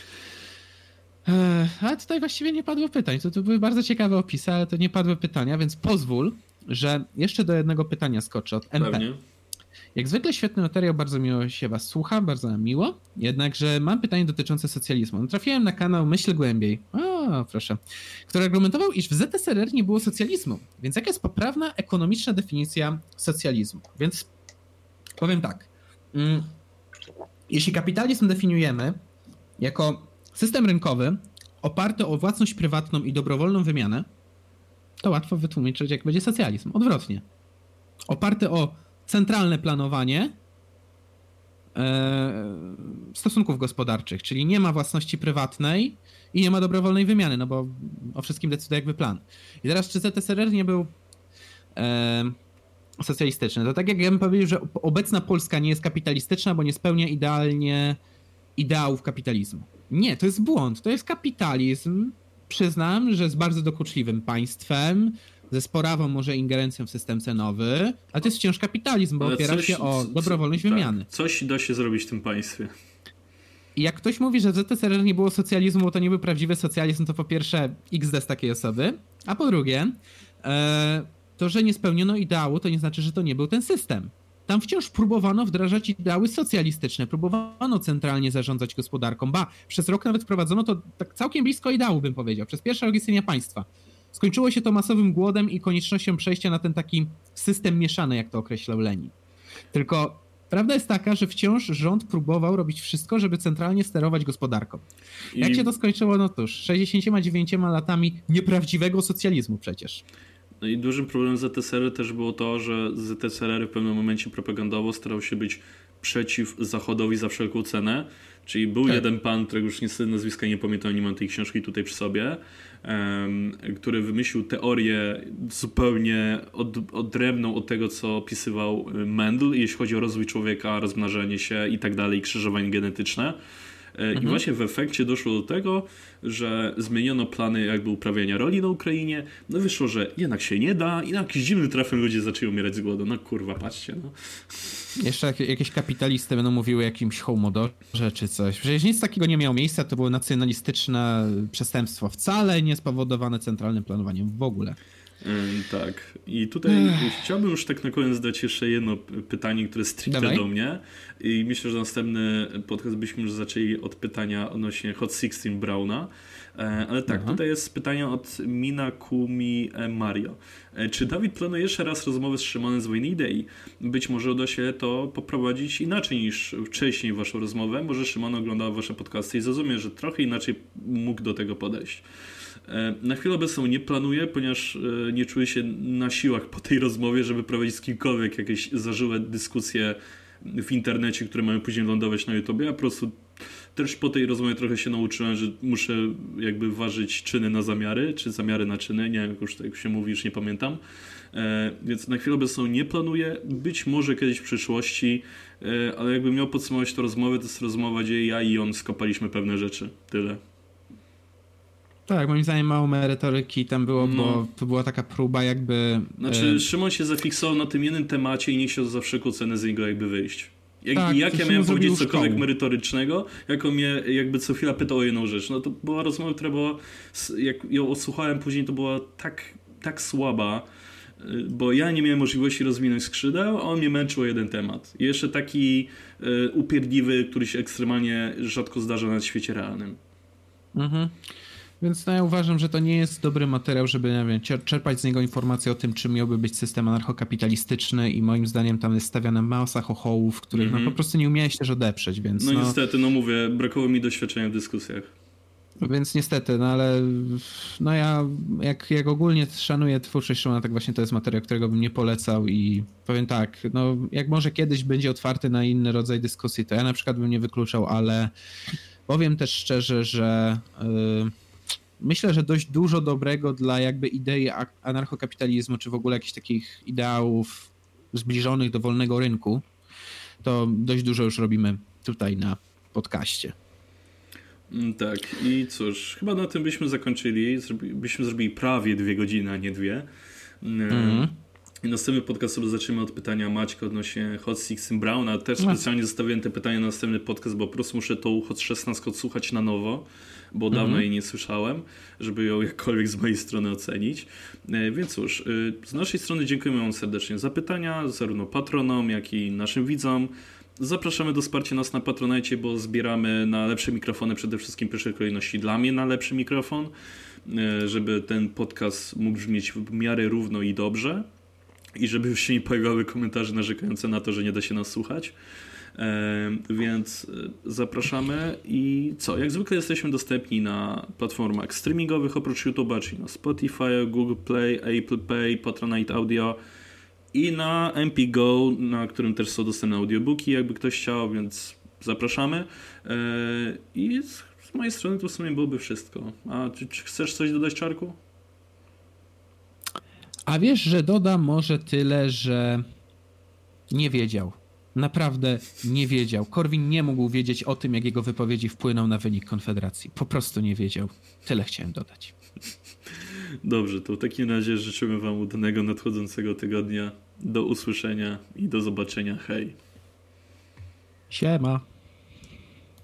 Ale tutaj właściwie nie padło pytań. To były bardzo ciekawe opisy, ale to nie padły pytania, więc pozwól, że jeszcze do jednego pytania skoczę od MP. Pewnie. Jak zwykle świetny materiał, bardzo miło się was słucha, bardzo nam miło. Jednakże mam pytanie dotyczące socjalizmu. Trafiłem na kanał Myśl Głębiej, proszę, który argumentował, iż w ZSRR nie było socjalizmu. Więc jaka jest poprawna ekonomiczna definicja socjalizmu? Więc powiem tak. Jeśli kapitalizm definiujemy jako system rynkowy oparty o własność prywatną i dobrowolną wymianę, to łatwo wytłumaczyć, jak będzie socjalizm. Odwrotnie. Oparty o centralne planowanie stosunków gospodarczych, czyli nie ma własności prywatnej i nie ma dobrowolnej wymiany, no bo o wszystkim decyduje jakby plan. I teraz, czy ZSRR nie był socjalistyczny? To tak jak ja bym powiedział, że obecna Polska nie jest kapitalistyczna, bo nie spełnia idealnie ideałów kapitalizmu. Nie, to jest błąd. To jest kapitalizm. Przyznam, że jest bardzo dokuczliwym państwem, ze sporawą może ingerencją w system cenowy, ale to jest wciąż kapitalizm, bo opiera się o dobrowolność wymiany. Tak, coś da się zrobić w tym państwie. I jak ktoś mówi, że w ZSRR nie było socjalizmu, bo to nie był prawdziwy socjalizm, to po pierwsze XD z takiej osoby, a po drugie to, że nie spełniono ideału, to nie znaczy, że to nie był ten system. Tam wciąż próbowano wdrażać ideały socjalistyczne, próbowano centralnie zarządzać gospodarką. Przez rok nawet wprowadzono to tak całkiem blisko ideału, bym powiedział, przez pierwszy rok istnienia państwa. Skończyło się to masowym głodem i koniecznością przejścia na ten taki system mieszany, jak to określał Lenin. Tylko prawda jest taka, że wciąż rząd próbował robić wszystko, żeby centralnie sterować gospodarką. Jak się to skończyło? No cóż, 69 latami nieprawdziwego socjalizmu przecież. No i dużym problemem ZSRR też było to, że ZSRR w pewnym momencie propagandowo starał się być przeciw Zachodowi za wszelką cenę. Czyli był jeden pan, którego już niestety nazwiska nie pamiętam, nie mam tej książki tutaj przy sobie, który wymyślił teorię zupełnie odrębną od tego, co opisywał Mendel, jeśli chodzi o rozwój człowieka, rozmnażanie się i tak dalej, krzyżowanie genetyczne. I właśnie w efekcie doszło do tego, że zmieniono plany jakby uprawiania roli na Ukrainie. No wyszło, że jednak się nie da i na jakiś dziwny trafem ludzie zaczęli umierać z głodu. No kurwa, patrzcie. No. Jeszcze jakieś kapitalisty będą mówiły o jakimś hołmodorze czy coś. Przecież nic takiego nie miało miejsca, to było nacjonalistyczne przestępstwo, wcale nie spowodowane centralnym planowaniem w ogóle. Tak. I tutaj chciałbym już tak na koniec dać jeszcze jedno pytanie, które stricte do mnie. I myślę, że następny podcast byśmy już zaczęli od pytania odnośnie Hot 16 Brauna. Ale tak, tutaj jest pytanie od Minakumi Mario. Czy Dawid planuje jeszcze raz rozmowę z Szymonem z Wojny Idei? Być może uda się to poprowadzić inaczej niż wcześniej waszą rozmowę. Może Szymon oglądał wasze podcasty i zrozumie, że trochę inaczej mógł do tego podejść. Na chwilę obecną nie planuję, ponieważ nie czuję się na siłach po tej rozmowie, żeby prowadzić z kimkolwiek jakieś zażyłe dyskusje w internecie, które mają później lądować na YouTubie. Ja po prostu też po tej rozmowie trochę się nauczyłem, że muszę jakby ważyć czyny na zamiary, czy zamiary na czyny, nie wiem jak już tak się mówi, już nie pamiętam. Więc na chwilę obecną nie planuję, być może kiedyś w przyszłości, ale jakbym miał podsumować tę rozmowę, to jest rozmowa, gdzie ja i on skopaliśmy pewne rzeczy. Tyle. Tak, moim zdaniem mało merytoryki tam było, bo to była taka próba jakby... Znaczy Szymon się zafiksował na tym jednym temacie i nie chciał za wszelką cenę z niego jakby wyjść. Tak, jak ja miałem powiedzieć cokolwiek merytorycznego, jak on mnie jakby co chwila pytał o jedną rzecz. No to była rozmowa, która była, jak ją odsłuchałem później, to była tak słaba, bo ja nie miałem możliwości rozwinąć skrzydeł, a on mnie męczył o jeden temat. I jeszcze taki upierdliwy, który się ekstremalnie rzadko zdarza na świecie realnym. Więc no ja uważam, że to nie jest dobry materiał, żeby, nie wiem, czerpać z niego informacje o tym, czym miałby być system anarchokapitalistyczny i moim zdaniem tam jest stawiana masa chochołów, których no po prostu nie umiałeś też odeprzeć, więc no niestety, no mówię, brakowało mi doświadczenia w dyskusjach. Więc niestety, no ale no ja jak ogólnie szanuję twórczość Szymona, tak właśnie to jest materiał, którego bym nie polecał i powiem tak, no jak może kiedyś będzie otwarty na inny rodzaj dyskusji, to ja na przykład bym nie wykluczał, ale powiem też szczerze, że myślę, że dość dużo dobrego dla jakby idei anarchokapitalizmu, czy w ogóle jakichś takich ideałów zbliżonych do wolnego rynku, to dość dużo już robimy tutaj na podcaście. Tak, i cóż, chyba na tym byśmy zakończyli. Byśmy zrobili prawie 2 godziny, a nie 2. I następny podcast sobie zaczniemy od pytania Maćka odnośnie Hot 16 Browna. Też specjalnie zostawiłem te pytania na następny podcast, bo po prostu muszę tą Hot 16 odsłuchać na nowo, bo dawno jej nie słyszałem, żeby ją jakkolwiek z mojej strony ocenić. Więc cóż, z naszej strony dziękujemy wam serdecznie za pytania, zarówno patronom, jak i naszym widzom. Zapraszamy do wsparcia nas na Patronite, bo zbieramy na lepsze mikrofony, przede wszystkim w pierwszej kolejności dla mnie na lepszy mikrofon, żeby ten podcast mógł brzmieć w miarę równo i dobrze i żeby już się nie pojawiały komentarze narzekające na to, że nie da się nas słuchać. Więc zapraszamy i co? Jak zwykle jesteśmy dostępni na platformach streamingowych oprócz YouTube'a, czyli na Spotify, Google Play, Apple Pay, Patronite Audio i na MPGO, na którym też są dostępne audiobooki, jakby ktoś chciał, więc zapraszamy. I z mojej strony to w sumie byłoby wszystko. A czy chcesz coś dodać, Czarku? A wiesz, że dodam może tyle, że nie wiedział. Naprawdę nie wiedział. Korwin nie mógł wiedzieć o tym, jak jego wypowiedzi wpłyną na wynik Konfederacji. Po prostu nie wiedział. Tyle chciałem dodać. Dobrze, to w takim razie życzymy wam udanego nadchodzącego tygodnia. Do usłyszenia i do zobaczenia. Hej. Siema.